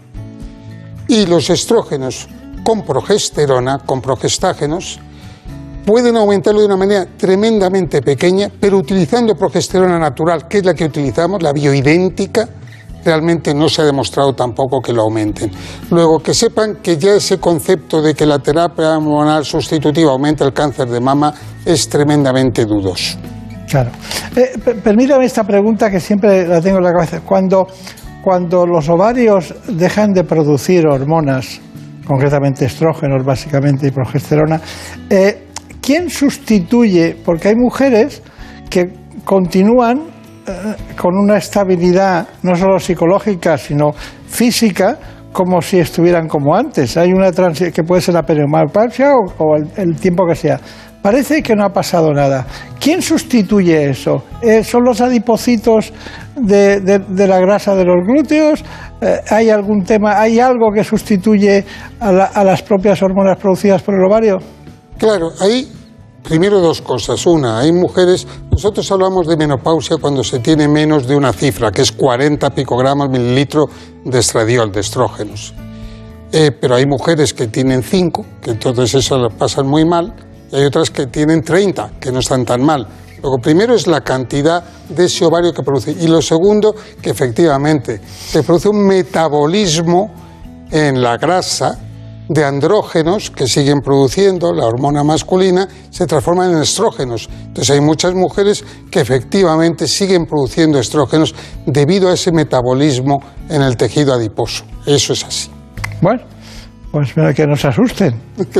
Y los estrógenos con progesterona, con progestágenos, pueden aumentarlo de una manera tremendamente pequeña, pero utilizando progesterona natural, que es la que utilizamos, la bioidéntica, realmente no se ha demostrado tampoco que lo aumenten. Luego, que sepan que ya ese concepto de que la terapia hormonal sustitutiva aumenta el cáncer de mama es tremendamente dudoso. Claro. Eh, permítame esta pregunta que siempre la tengo en la cabeza. Cuando, cuando los ovarios dejan de producir hormonas, concretamente estrógenos básicamente y progesterona, eh, ¿quién sustituye? Porque hay mujeres que continúan con una estabilidad no solo psicológica, sino física, como si estuvieran como antes. Hay una transición que puede ser la perimenopausia o, o el, el tiempo que sea. Parece que no ha pasado nada. ¿Quién sustituye eso? Eh, ¿Son los adipocitos de, de, de la grasa de los glúteos? Eh, ¿Hay algún tema, hay algo que sustituye a, la, a las propias hormonas producidas por el ovario? Claro, ahí primero dos cosas. Una, hay mujeres, nosotros hablamos de menopausia cuando se tiene menos de una cifra, que es cuarenta picogramos mililitro de estradiol, de estrógenos. Eh, pero hay mujeres que tienen cinco, que entonces eso lo pasan muy mal, y hay otras que tienen treinta, que no están tan mal. Luego, primero es la cantidad de ese ovario que produce. Y lo segundo, que efectivamente se produce un metabolismo en la grasa de andrógenos que siguen produciendo, la hormona masculina, se transforman en estrógenos. Entonces hay muchas mujeres que efectivamente siguen produciendo estrógenos debido a ese metabolismo en el tejido adiposo. Eso es así. Bueno, pues que nos asusten.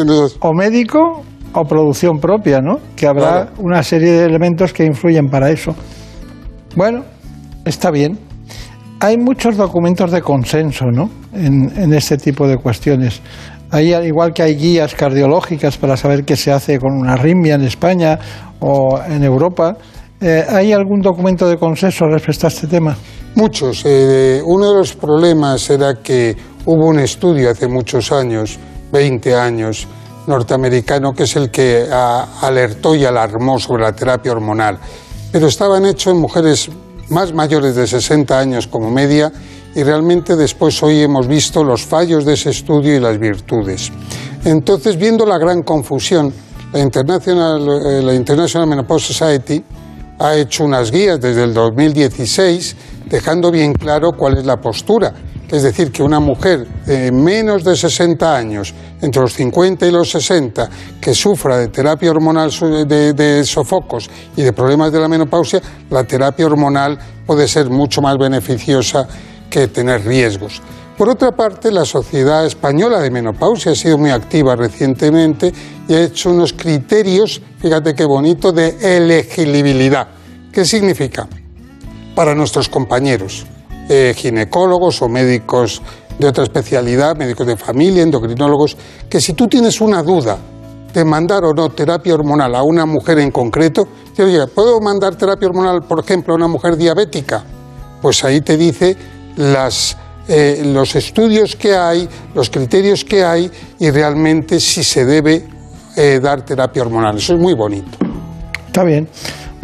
O médico o producción propia, ¿no? Que habrá claro. una serie de elementos que influyen para eso. Bueno, está bien. Hay muchos documentos de consenso, ¿no? En, en este tipo de cuestiones. Hay, igual que hay guías cardiológicas para saber qué se hace con una arritmia en España o en Europa, eh, ¿hay algún documento de consenso respecto a este tema? Muchos. Eh, uno de los problemas era que hubo un estudio hace muchos años, veinte años, norteamericano, que es el que a, alertó y alarmó sobre la terapia hormonal. Pero estaban hechos en mujeres más mayores de sesenta años como media, y realmente después hoy hemos visto los fallos de ese estudio y las virtudes. Entonces, viendo la gran confusión, la International, la International Menopause Society ha hecho unas guías desde el dos mil dieciséis, dejando bien claro cuál es la postura. Es decir, que una mujer de menos de sesenta años, entre los cincuenta y los sesenta, que sufra de terapia hormonal, de, de sofocos y de problemas de la menopausia, la terapia hormonal puede ser mucho más beneficiosa que tener riesgos. Por otra parte, la Sociedad Española de Menopausia ha sido muy activa recientemente y ha hecho unos criterios, fíjate qué bonito, de elegibilidad. ¿Qué significa? Para nuestros compañeros, eh, ginecólogos o médicos de otra especialidad, médicos de familia, endocrinólogos, que si tú tienes una duda de mandar o no terapia hormonal a una mujer en concreto, te oye, ¿puedo mandar terapia hormonal, por ejemplo, a una mujer diabética? Pues ahí te dice las, eh, los estudios que hay, los criterios que hay y realmente si se debe eh, dar terapia hormonal. Eso es muy bonito. Está bien.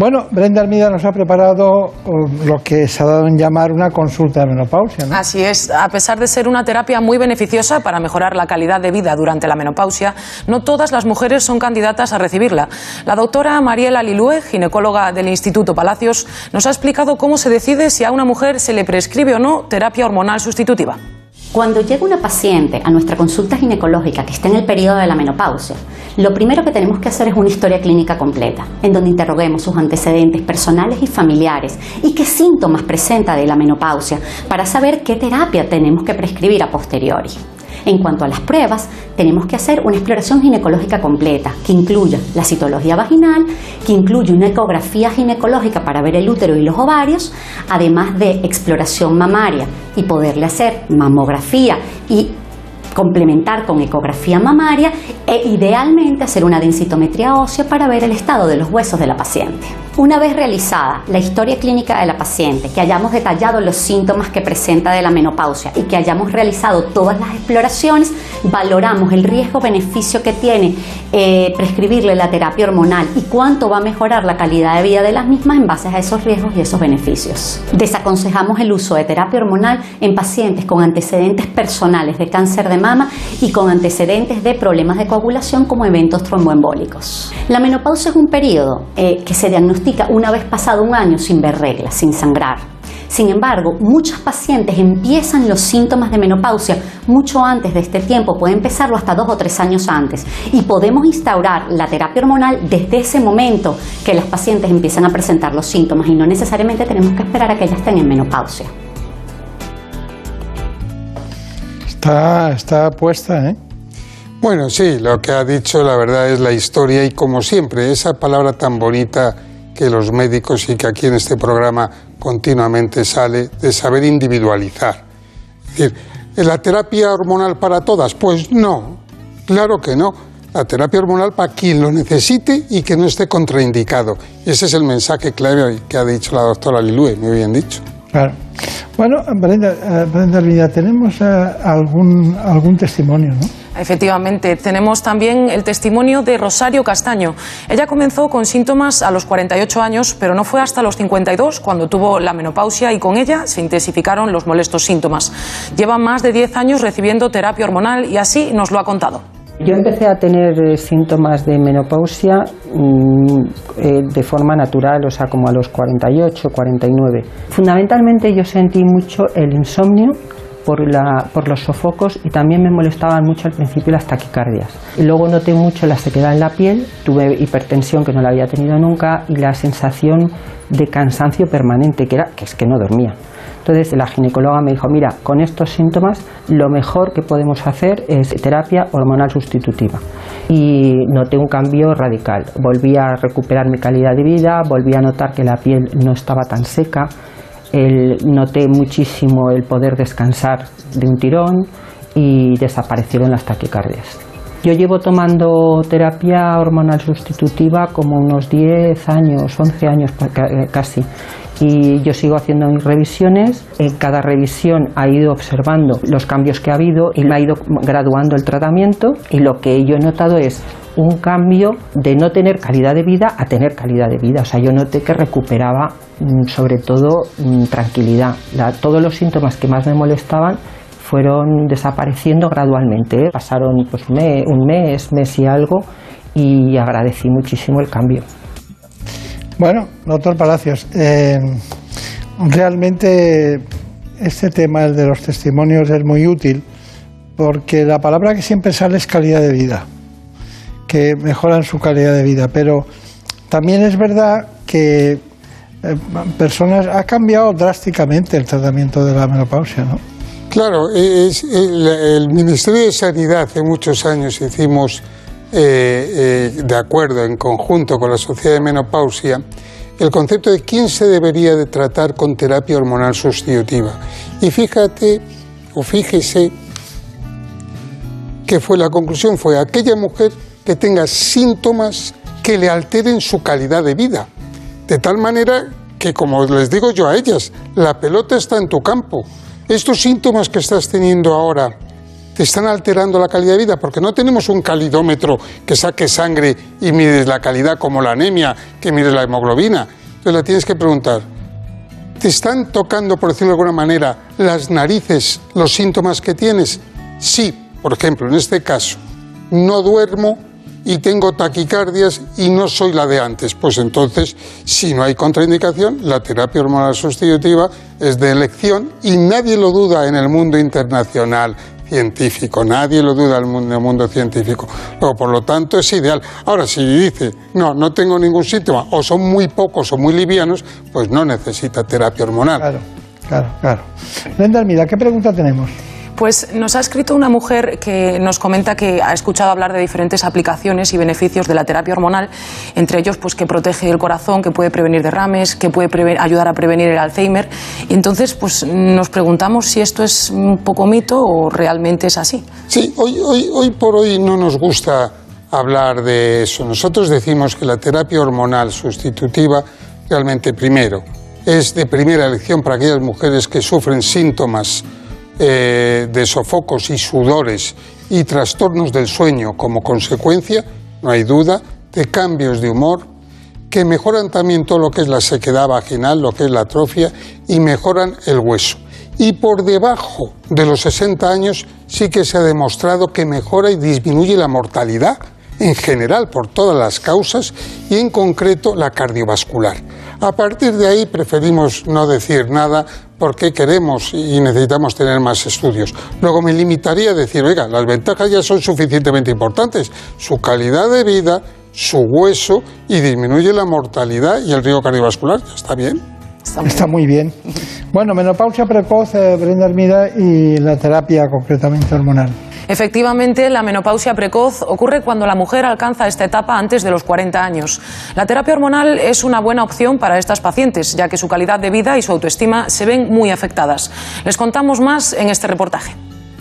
Bueno, Brenda Armida nos ha preparado lo que se ha dado en llamar una consulta de menopausia, ¿no? Así es, a pesar de ser una terapia muy beneficiosa para mejorar la calidad de vida durante la menopausia, no todas las mujeres son candidatas a recibirla. La doctora Mariela Lilue, ginecóloga del Instituto Palacios, nos ha explicado cómo se decide si a una mujer se le prescribe o no terapia hormonal sustitutiva. Cuando llega una paciente a nuestra consulta ginecológica que está en el periodo de la menopausia, lo primero que tenemos que hacer es una historia clínica completa, en donde interroguemos sus antecedentes personales y familiares y qué síntomas presenta de la menopausia para saber qué terapia tenemos que prescribir a posteriori. En cuanto a las pruebas, tenemos que hacer una exploración ginecológica completa, que incluya la citología vaginal, que incluye una ecografía ginecológica para ver el útero y los ovarios, además de exploración mamaria y poderle hacer mamografía y complementar con ecografía mamaria e idealmente hacer una densitometría ósea para ver el estado de los huesos de la paciente. Una vez realizada la historia clínica de la paciente, que hayamos detallado los síntomas que presenta de la menopausia y que hayamos realizado todas las exploraciones, valoramos el riesgo-beneficio que tiene eh, prescribirle la terapia hormonal y cuánto va a mejorar la calidad de vida de las mismas en base a esos riesgos y esos beneficios. Desaconsejamos el uso de terapia hormonal en pacientes con antecedentes personales de cáncer de mama y con antecedentes de problemas de coagulación como eventos tromboembólicos. La menopausia es un periodo eh, que se diagnostica una vez pasado un año sin ver reglas, sin sangrar. Sin embargo, muchas pacientes empiezan los síntomas de menopausia mucho antes de este tiempo, puede empezarlo hasta dos o tres años antes, y podemos instaurar la terapia hormonal desde ese momento que las pacientes empiezan a presentar los síntomas y no necesariamente tenemos que esperar a que ellas estén en menopausia. Está, está puesta, ¿eh? Bueno, sí, lo que ha dicho la verdad es la historia y como siempre, esa palabra tan bonita que los médicos y que aquí en este programa continuamente sale, de saber individualizar. Es decir, ¿la terapia hormonal para todas? Pues no, claro que no. La terapia hormonal para quien lo necesite y que no esté contraindicado. Y ese es el mensaje clave que ha dicho la doctora Lilue, muy bien dicho. Claro. Bueno, Brenda, Brenda Armida, tenemos uh, algún, algún testimonio, ¿no? Efectivamente, tenemos también el testimonio de Rosario Castaño. Ella comenzó con síntomas a los cuarenta y ocho años, pero no fue hasta los cincuenta y dos cuando tuvo la menopausia y con ella se intensificaron los molestos síntomas. Lleva más de diez años recibiendo terapia hormonal y así nos lo ha contado. Yo empecé a tener eh, síntomas de menopausia mmm, eh, de forma natural, o sea, como a los cuarenta y ocho, cuarenta y nueve. Fundamentalmente yo sentí mucho el insomnio por, la, por los sofocos y también me molestaban mucho al principio las taquicardias. Y luego noté mucho la sequedad en la piel, tuve hipertensión que no la había tenido nunca y la sensación de cansancio permanente, que era que es que no dormía. Entonces la ginecóloga me dijo, mira, con estos síntomas lo mejor que podemos hacer es terapia hormonal sustitutiva. Y noté un cambio radical. Volví a recuperar mi calidad de vida, volví a notar que la piel no estaba tan seca, el, noté muchísimo el poder descansar de un tirón y desaparecieron las taquicardias. Yo llevo tomando terapia hormonal sustitutiva como unos diez años, once años casi. Y yo sigo haciendo mis revisiones, en cada revisión ha ido observando los cambios que ha habido y me ha ido graduando el tratamiento y lo que yo he notado es un cambio de no tener calidad de vida a tener calidad de vida. O sea, yo noté que recuperaba sobre todo tranquilidad. La, todos los síntomas que más me molestaban fueron desapareciendo gradualmente. Pasaron pues, un mes, un mes, mes y algo y agradecí muchísimo el cambio. Bueno, doctor Palacios, eh, realmente este tema, el de los testimonios, es muy útil porque la palabra que siempre sale es calidad de vida, que mejoran su calidad de vida, pero también es verdad que eh, personas ha cambiado drásticamente el tratamiento de la menopausia, ¿no? Claro, es, el, el Ministerio de Sanidad hace muchos años hicimos Eh, eh, de acuerdo, en conjunto con la Sociedad de Menopausia, el concepto de quién se debería de tratar con terapia hormonal sustitutiva. Y fíjate, o fíjese, que fue la conclusión, fue aquella mujer que tenga síntomas que le alteren su calidad de vida. De tal manera que, como les digo yo a ellas, la pelota está en tu campo. Estos síntomas que estás teniendo ahora, te están alterando la calidad de vida, porque no tenemos un calidómetro que saque sangre y mides la calidad como la anemia, que mides la hemoglobina. Entonces le tienes que preguntar, ¿te están tocando, por decirlo de alguna manera, las narices los síntomas que tienes? Sí, por ejemplo, en este caso, no duermo y tengo taquicardias y no soy la de antes. Pues entonces, si no hay contraindicación, la terapia hormonal sustitutiva es de elección y nadie lo duda en el mundo internacional científico, nadie lo duda en el mundo, en el mundo científico. Luego, por lo tanto, es ideal. Ahora, si dice, no, no tengo ningún síntoma, o son muy pocos o muy livianos, pues no necesita terapia hormonal. Claro, claro, claro. Brenda Hermida, ¿qué pregunta tenemos? Pues nos ha escrito una mujer que nos comenta que ha escuchado hablar de diferentes aplicaciones y beneficios de la terapia hormonal, entre ellos pues que protege el corazón, que puede prevenir derrames, que puede preven- ayudar a prevenir el Alzheimer. Y entonces pues nos preguntamos si esto es un poco mito o realmente es así. Sí, hoy, hoy, hoy por hoy no nos gusta hablar de eso. Nosotros decimos que la terapia hormonal sustitutiva realmente, primero, es de primera elección para aquellas mujeres que sufren síntomas Eh, de sofocos y sudores y trastornos del sueño como consecuencia, no hay duda, de cambios de humor, que mejoran también todo lo que es la sequedad vaginal, lo que es la atrofia, y mejoran el hueso. Y por debajo de los sesenta años sí que se ha demostrado que mejora y disminuye la mortalidad en general por todas las causas y en concreto la cardiovascular. A partir de ahí preferimos no decir nada porque queremos y necesitamos tener más estudios. Luego me limitaría a decir, oiga, las ventajas ya son suficientemente importantes, su calidad de vida, su hueso y disminuye la mortalidad y el riesgo cardiovascular, ya está bien. Está muy, está muy bien. Bueno, menopausia precoz, eh, Brenda Hermida, y la terapia concretamente hormonal. Efectivamente, la menopausia precoz ocurre cuando la mujer alcanza esta etapa antes de los cuarenta años. La terapia hormonal es una buena opción para estas pacientes, ya que su calidad de vida y su autoestima se ven muy afectadas. Les contamos más en este reportaje.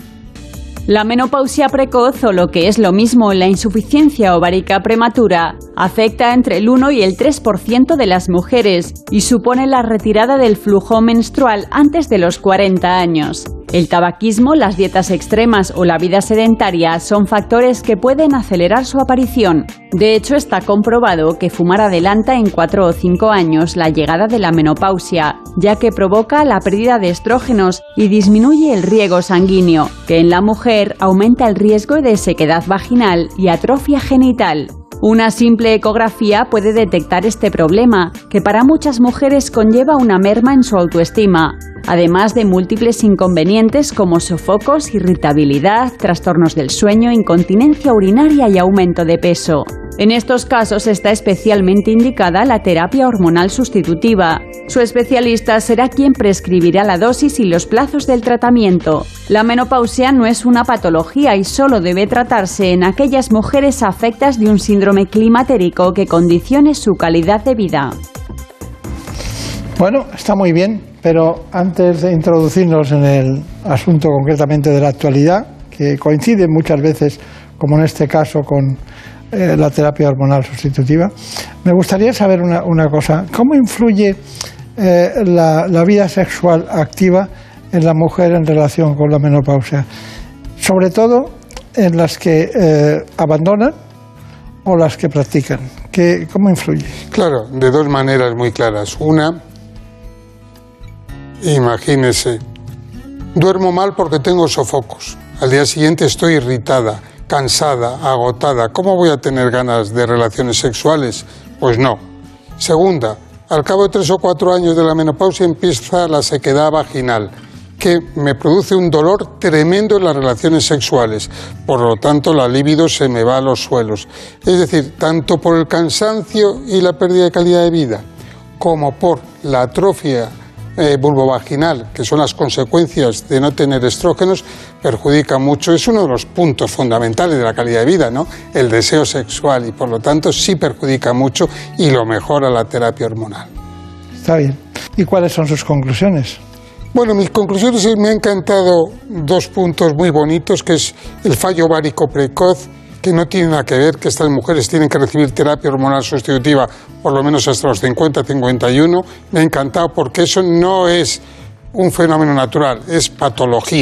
La menopausia precoz, o lo que es lo mismo, la insuficiencia ovárica prematura, afecta entre el uno y el tres por ciento de las mujeres y supone la retirada del flujo menstrual antes de los cuarenta años. El tabaquismo, las dietas extremas o la vida sedentaria son factores que pueden acelerar su aparición. De hecho, está comprobado que fumar adelanta en cuatro o cinco años la llegada de la menopausia, ya que provoca la pérdida de estrógenos y disminuye el riego sanguíneo, que en la mujer aumenta el riesgo de sequedad vaginal y atrofia genital. Una simple ecografía puede detectar este problema, que para muchas mujeres conlleva una merma en su autoestima, además de múltiples inconvenientes como sofocos, irritabilidad, trastornos del sueño, incontinencia urinaria y aumento de peso. En estos casos está especialmente indicada la terapia hormonal sustitutiva. Su especialista será quien prescribirá la dosis y los plazos del tratamiento. La menopausia no es una patología y solo debe tratarse en aquellas mujeres afectas de un síndrome climatérico que condicione su calidad de vida. Bueno, está muy bien, pero antes de introducirnos en el asunto concretamente de la actualidad, que coincide muchas veces, como en este caso, con eh, la terapia hormonal sustitutiva, me gustaría saber una, una cosa. ¿Cómo influye eh, la, la vida sexual activa en la mujer en relación con la menopausia? Sobre todo en las que eh, abandonan o las que practican. ¿Qué, ¿Cómo influye? Claro, de dos maneras muy claras. Una, imagínese, duermo mal porque tengo sofocos. Al día siguiente estoy irritada, cansada, agotada. ¿Cómo voy a tener ganas de relaciones sexuales? Pues no. Segunda, al cabo de tres o cuatro años de la menopausia empieza la sequedad vaginal, que me produce un dolor tremendo en las relaciones sexuales. Por lo tanto, la libido se me va a los suelos. Es decir, tanto por el cansancio y la pérdida de calidad de vida, como por la atrofia eh, vulvovaginal, que son las consecuencias de no tener estrógenos, perjudica mucho. Es uno de los puntos fundamentales de la calidad de vida, ¿no? El deseo sexual, y por lo tanto sí perjudica mucho y lo mejora la terapia hormonal. Está bien. ¿Y cuáles son sus conclusiones? Bueno, mis conclusiones, me han encantado dos puntos muy bonitos, que es el fallo ovárico precoz, que no tiene nada que ver, que estas mujeres tienen que recibir terapia hormonal sustitutiva por lo menos hasta los cincuenta, cincuenta y uno. Me ha encantado porque eso no es un fenómeno natural, es patología.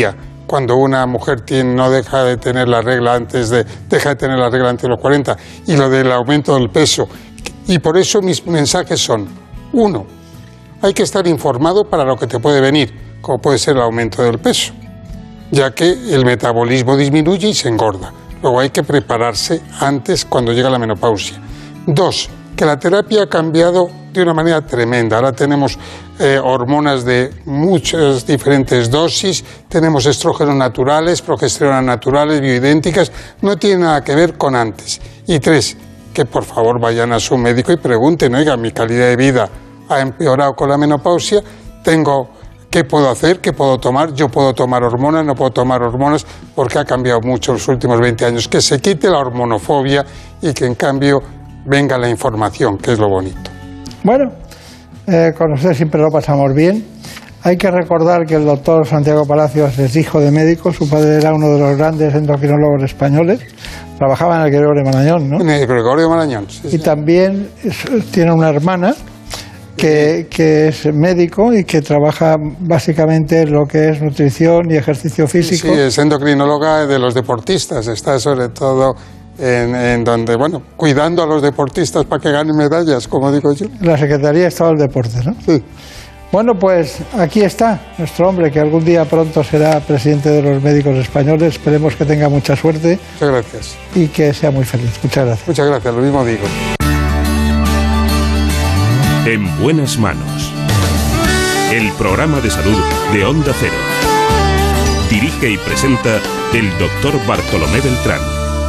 cuando una mujer tiene, no deja de tener la regla antes de, deja de tener la regla antes de los cuarenta, y lo del aumento del peso. Y por eso mis mensajes son, uno, hay que estar informado para lo que te puede venir, como puede ser el aumento del peso, ya que el metabolismo disminuye y se engorda. Luego hay que prepararse antes cuando llega la menopausia. Dos, que la terapia ha cambiado de una manera tremenda. Ahora tenemos eh, hormonas de muchas diferentes dosis, tenemos estrógenos naturales, progesteronas naturales, bioidénticas, no tiene nada que ver con antes. Y tres, que por favor vayan a su médico y pregunten, oiga, mi calidad de vida ha empeorado con la menopausia, tengo, ¿qué puedo hacer? ¿Qué puedo tomar? Yo puedo tomar hormonas, no puedo tomar hormonas, porque ha cambiado mucho en los últimos veinte años. Que se quite la hormonofobia y que en cambio venga la información, que es lo bonito. Bueno, eh, con ustedes siempre lo pasamos bien. Hay que recordar que el doctor Santiago Palacios es hijo de médico, su padre era uno de los grandes endocrinólogos españoles, trabajaba en el Gregorio Marañón, ¿no? En el Gregorio Marañón, sí, Y sí. también es, tiene una hermana que, que es médico y que trabaja básicamente en lo que es nutrición y ejercicio físico. Sí, es endocrinóloga de los deportistas, está sobre todo en, en donde, bueno, cuidando a los deportistas para que ganen medallas, como digo yo. La Secretaría de Estado del Deporte, ¿no? Sí. Bueno, pues aquí está nuestro hombre, que algún día pronto será presidente de los médicos españoles. Esperemos que tenga mucha suerte. Muchas gracias. Y que sea muy feliz. Muchas gracias. Muchas gracias, lo mismo digo. En buenas manos. El programa de salud de Onda Cero. Dirige y presenta el doctor Bartolomé Beltrán.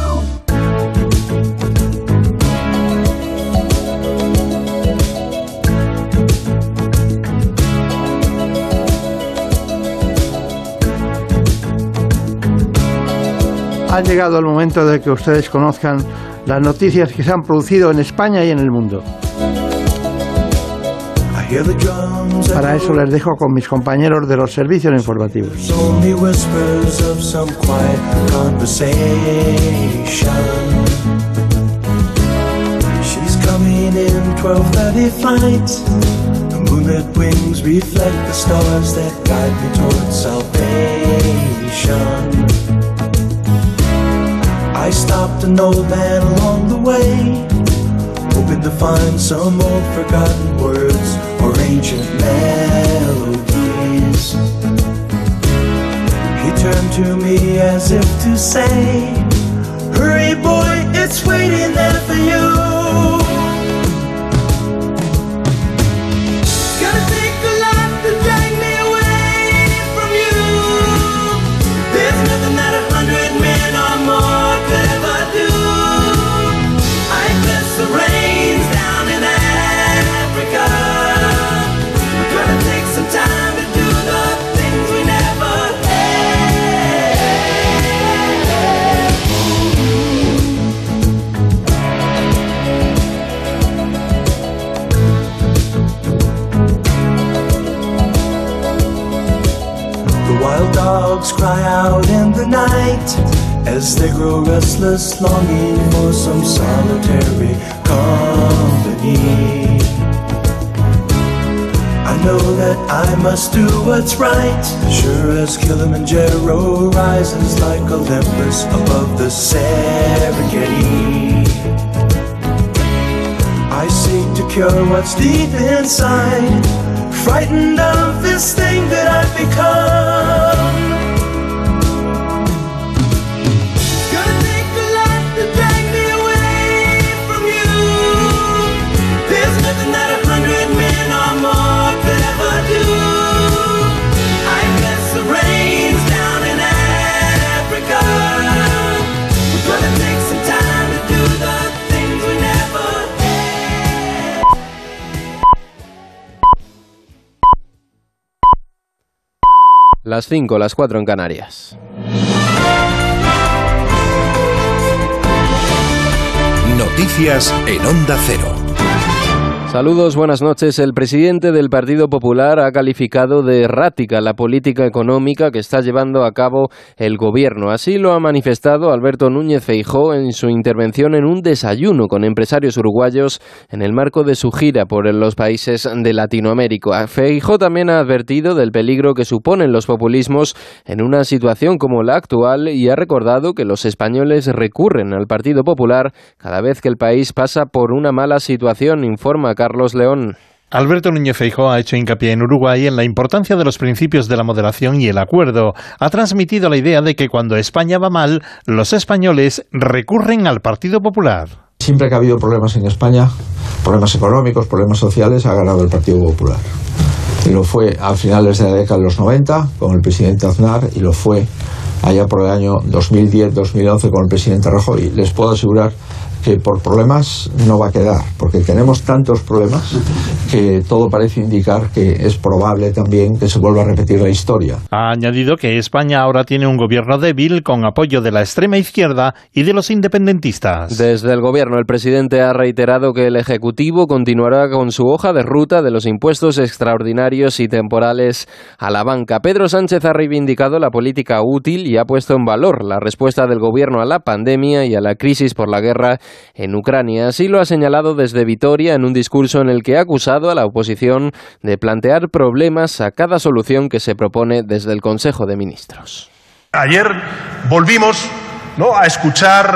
Ha llegado el momento de que ustedes conozcan las noticias que se han producido en España y en el mundo. Para eso les dejo con mis compañeros de los servicios informativos. I stopped an old man along the way, hoping to find some old forgotten words or ancient melodies. He turned to me as if to say, hurry boy, it's waiting there for you. Gotta take a lot to drag me away from you. There's nothing that a hundred men or more could ever do. I guess the rain's down in Africa. We're gonna take some time to do the things we never had. The wild dogs cry out in the night as they grow restless, longing for some solitary company. I know that I must do what's right, sure as Kilimanjaro rises like Olympus above the Serengeti. I seek to cure what's deep inside, frightened of this thing that I've become. Las cinco, las cuatro en Canarias. Noticias en Onda Cero. Saludos, buenas noches. El presidente del Partido Popular ha calificado de errática la política económica que está llevando a cabo el gobierno. Así lo ha manifestado Alberto Núñez Feijóo en su intervención en un desayuno con empresarios uruguayos en el marco de su gira por los países de Latinoamérica. Feijóo también ha advertido del peligro que suponen los populismos en una situación como la actual y ha recordado que los españoles recurren al Partido Popular cada vez que el país pasa por una mala situación, informa Carlos León. Alberto Núñez Feijóo ha hecho hincapié en Uruguay en la importancia de los principios de la moderación y el acuerdo. Ha transmitido la idea de que cuando España va mal, los españoles recurren al Partido Popular. Siempre que ha habido problemas en España, problemas económicos, problemas sociales, ha ganado el Partido Popular. Y lo fue a finales de la década de los noventa con el presidente Aznar y lo fue allá por el año dos mil diez dos mil once con el presidente Rajoy. Les puedo asegurar que por problemas no va a quedar, porque tenemos tantos problemas que todo parece indicar que es probable también que se vuelva a repetir la historia. Ha añadido que España ahora tiene un gobierno débil con apoyo de la extrema izquierda y de los independentistas. Desde el gobierno, el presidente ha reiterado que el Ejecutivo continuará con su hoja de ruta de los impuestos extraordinarios y temporales a la banca. Pedro Sánchez ha reivindicado la política útil y ha puesto en valor la respuesta del gobierno a la pandemia y a la crisis por la guerra en Ucrania. Así lo ha señalado desde Vitoria en un discurso en el que ha acusado a la oposición de plantear problemas a cada solución que se propone desde el Consejo de Ministros. Ayer volvimos, ¿no?, a escuchar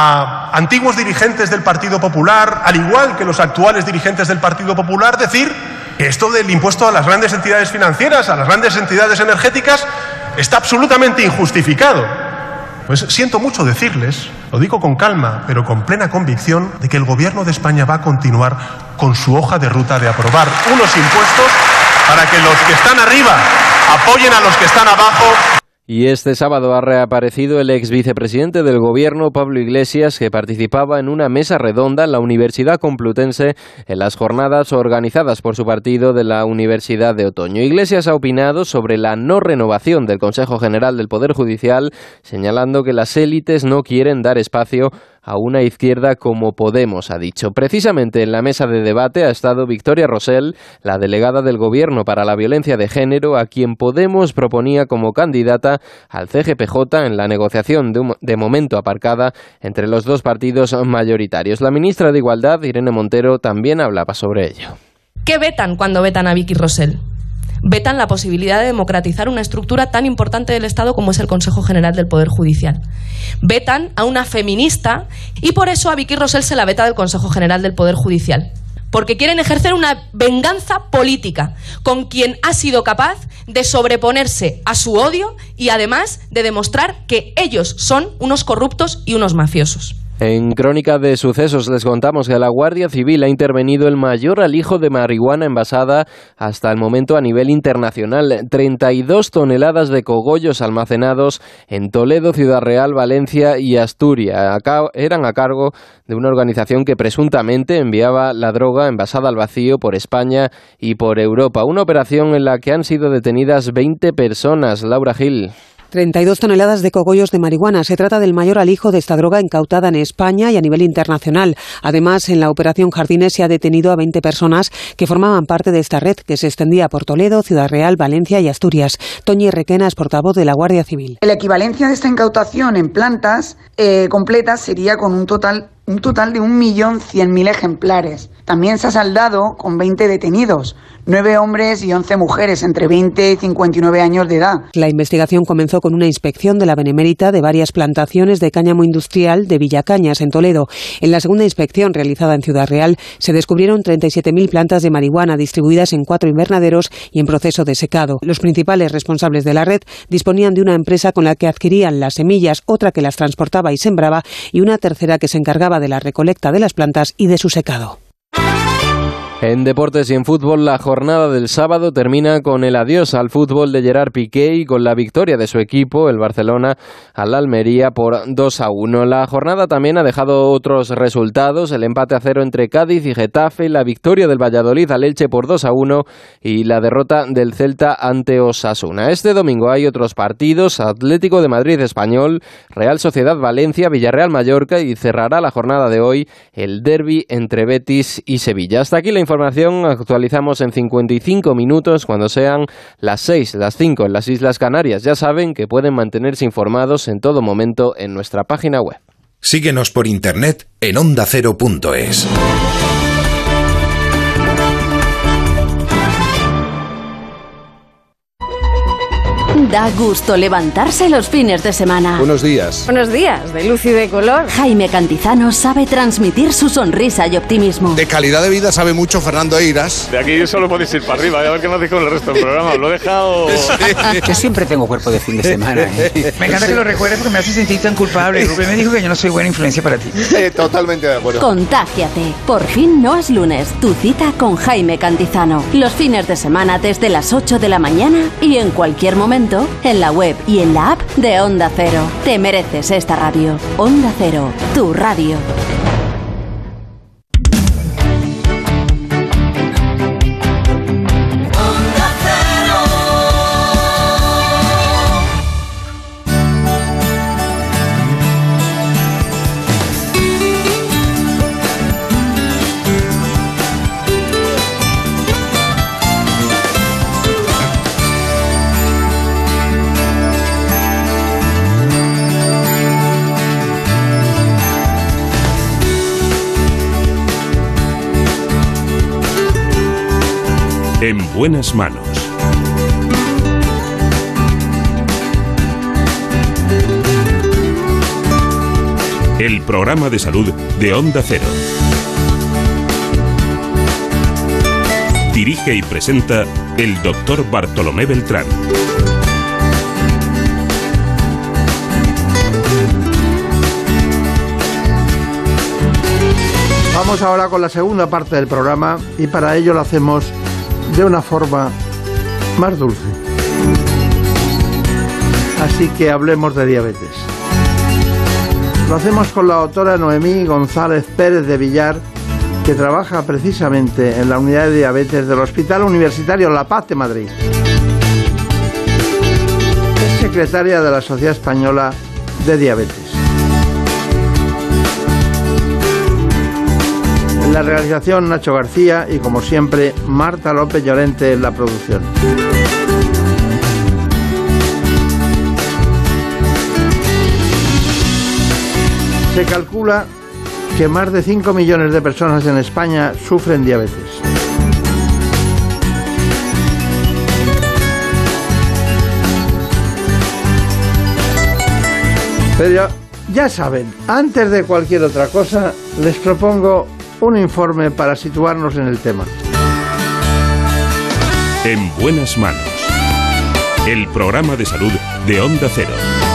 a antiguos dirigentes del Partido Popular, al igual que los actuales dirigentes del Partido Popular, decir que esto del impuesto a las grandes entidades financieras, a las grandes entidades energéticas, está absolutamente injustificado. Pues siento mucho decirles, lo digo con calma, pero con plena convicción, de que el Gobierno de España va a continuar con su hoja de ruta de aprobar unos impuestos para que los que están arriba apoyen a los que están abajo. Y este sábado ha reaparecido el ex vicepresidente del gobierno, Pablo Iglesias, que participaba en una mesa redonda en la Universidad Complutense en las jornadas organizadas por su partido de la Universidad de Otoño. Iglesias ha opinado sobre la no renovación del Consejo General del Poder Judicial, señalando que las élites no quieren dar espacio a una izquierda como Podemos, ha dicho. Precisamente en la mesa de debate ha estado Victoria Rosell, la delegada del Gobierno para la Violencia de Género, a quien Podemos proponía como candidata al C G P J en la negociación de, un, de momento aparcada entre los dos partidos mayoritarios. La ministra de Igualdad, Irene Montero, también hablaba sobre ello. ¿Qué vetan cuando vetan a Vicky Rosell? Vetan la posibilidad de democratizar una estructura tan importante del Estado como es el Consejo General del Poder Judicial. Vetan a una feminista y por eso a Vicky Rosell se la veta del Consejo General del Poder Judicial. Porque quieren ejercer una venganza política con quien ha sido capaz de sobreponerse a su odio y además de demostrar que ellos son unos corruptos y unos mafiosos. En Crónica de Sucesos les contamos que la Guardia Civil ha intervenido el mayor alijo de marihuana envasada hasta el momento a nivel internacional. treinta y dos toneladas de cogollos almacenados en Toledo, Ciudad Real, Valencia y Asturias. Acá eran a cargo de una organización que presuntamente enviaba la droga envasada al vacío por España y por Europa. Una operación en la que han sido detenidas veinte personas. Laura Gil. treinta y dos toneladas de cogollos de marihuana. Se trata del mayor alijo de esta droga incautada en España y a nivel internacional. Además, en la operación Jardines se ha detenido a veinte personas que formaban parte de esta red que se extendía por Toledo, Ciudad Real, Valencia y Asturias. Toñi Requena es portavoz de la Guardia Civil. La equivalencia de esta incautación en plantas eh, completas sería con un total un total de un millón cien mil ejemplares. También se ha saldado con veinte detenidos, nueve hombres y once mujeres entre veinte y cincuenta y nueve años de edad. La investigación comenzó con una inspección de la Benemérita de varias plantaciones de cáñamo industrial de Villacañas, en Toledo. En la segunda inspección, realizada en Ciudad Real, se descubrieron treinta y siete mil plantas de marihuana distribuidas en cuatro invernaderos y en proceso de secado. Los principales responsables de la red disponían de una empresa con la que adquirían las semillas, otra que las transportaba y sembraba y una tercera que se encargaba de la recolecta de las plantas y de su secado. En deportes y en fútbol, la jornada del sábado termina con el adiós al fútbol de Gerard Piqué y con la victoria de su equipo, el Barcelona, al Almería por dos a uno. La jornada también ha dejado otros resultados, el empate a cero entre Cádiz y Getafe, la victoria del Valladolid al Elche por dos a uno y la derrota del Celta ante Osasuna. Este domingo hay otros partidos, Atlético de Madrid Español, Real Sociedad Valencia, Villarreal Mallorca y cerrará la jornada de hoy el derbi entre Betis y Sevilla. Hasta aquí la información información actualizamos en cincuenta y cinco minutos cuando sean las seis, las cinco en las Islas Canarias. Ya saben que pueden mantenerse informados en todo momento en nuestra página web. Síguenos por internet en onda cero punto es. Da gusto levantarse los fines de semana. Buenos días. Buenos días, de luz y de color. Jaime Cantizano sabe transmitir su sonrisa y optimismo. De calidad de vida sabe mucho Fernando Eiras. De aquí solo podéis ir para arriba, a ver qué nos dice con el resto del programa. Lo he dejado... Yo siempre tengo cuerpo de fin de semana. ¿eh? Me encanta que lo recuerdes porque me hace sentir tan culpable. Rubén me dijo que yo no soy buena influencia para ti. Eh, totalmente de acuerdo. Contágiate. Por fin no es lunes. Tu cita con Jaime Cantizano. Los fines de semana desde las ocho de la mañana y en cualquier momento en la web y en la app de Onda Cero. Te mereces esta radio. Onda Cero, tu radio. En buenas manos. El programa de salud de Onda Cero. Dirige y presenta el doctor Bartolomé Beltrán. Vamos ahora con la segunda parte del programa y para ello lo hacemos de una forma más dulce. Así que hablemos de diabetes. Lo hacemos con la doctora Noemí González Pérez de Villar, que trabaja precisamente en la unidad de diabetes del Hospital Universitario La Paz de Madrid. Es secretaria de la Sociedad Española de Diabetes. En la realización Nacho García y, como siempre, Marta López Llorente en la producción. Se calcula que más de cinco millones de personas en España sufren diabetes. Pero ya saben, antes de cualquier otra cosa, les propongo un informe para situarnos en el tema. En buenas manos. El programa de salud de Onda Cero.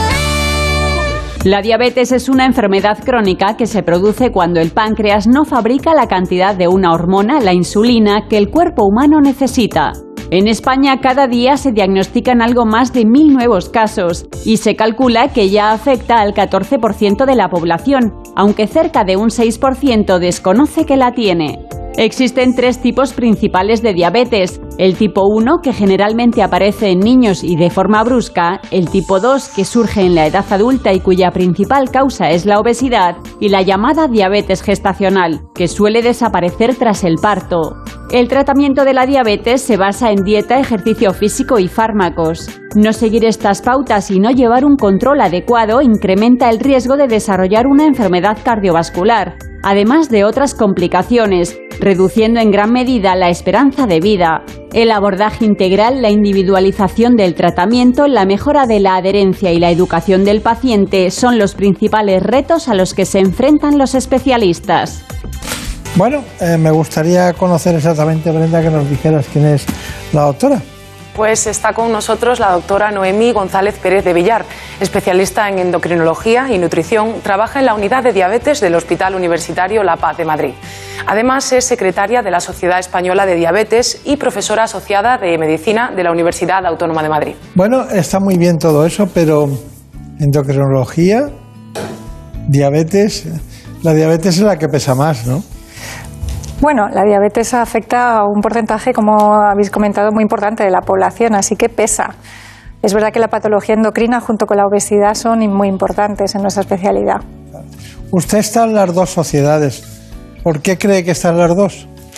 La diabetes es una enfermedad crónica que se produce cuando el páncreas no fabrica la cantidad de una hormona, la insulina, que el cuerpo humano necesita. En España cada día se diagnostican algo más de mil nuevos casos y se calcula que ya afecta al catorce por ciento de la población, aunque cerca de un seis por ciento desconoce que la tiene. Existen tres tipos principales de diabetes: el tipo uno, que generalmente aparece en niños y de forma brusca; el tipo dos, que surge en la edad adulta y cuya principal causa es la obesidad; y la llamada diabetes gestacional, que suele desaparecer tras el parto. El tratamiento de la diabetes se basa en dieta, ejercicio físico y fármacos. No seguir estas pautas y no llevar un control adecuado incrementa el riesgo de desarrollar una enfermedad cardiovascular, además de otras complicaciones, reduciendo en gran medida la esperanza de vida. El abordaje integral, la individualización del tratamiento, la mejora de la adherencia y la educación del paciente son los principales retos a los que se enfrentan los especialistas. Bueno, eh, me gustaría conocer exactamente, Brenda, que nos dijeras quién es la doctora. Pues está con nosotros la doctora Noemí González Pérez de Villar, especialista en endocrinología y nutrición, trabaja en la unidad de diabetes del Hospital Universitario La Paz de Madrid. Además es secretaria de la Sociedad Española de Diabetes y profesora asociada de Medicina de la Universidad Autónoma de Madrid. Bueno, está muy bien todo eso, pero endocrinología, diabetes, la diabetes es la que pesa más, ¿no? Bueno, la diabetes afecta a un porcentaje, como habéis comentado, muy importante de la población, así que pesa. Es verdad que la patología endocrina junto con la obesidad son muy importantes en nuestra especialidad. Usted está en las dos sociedades. ¿Por qué cree que están las dos?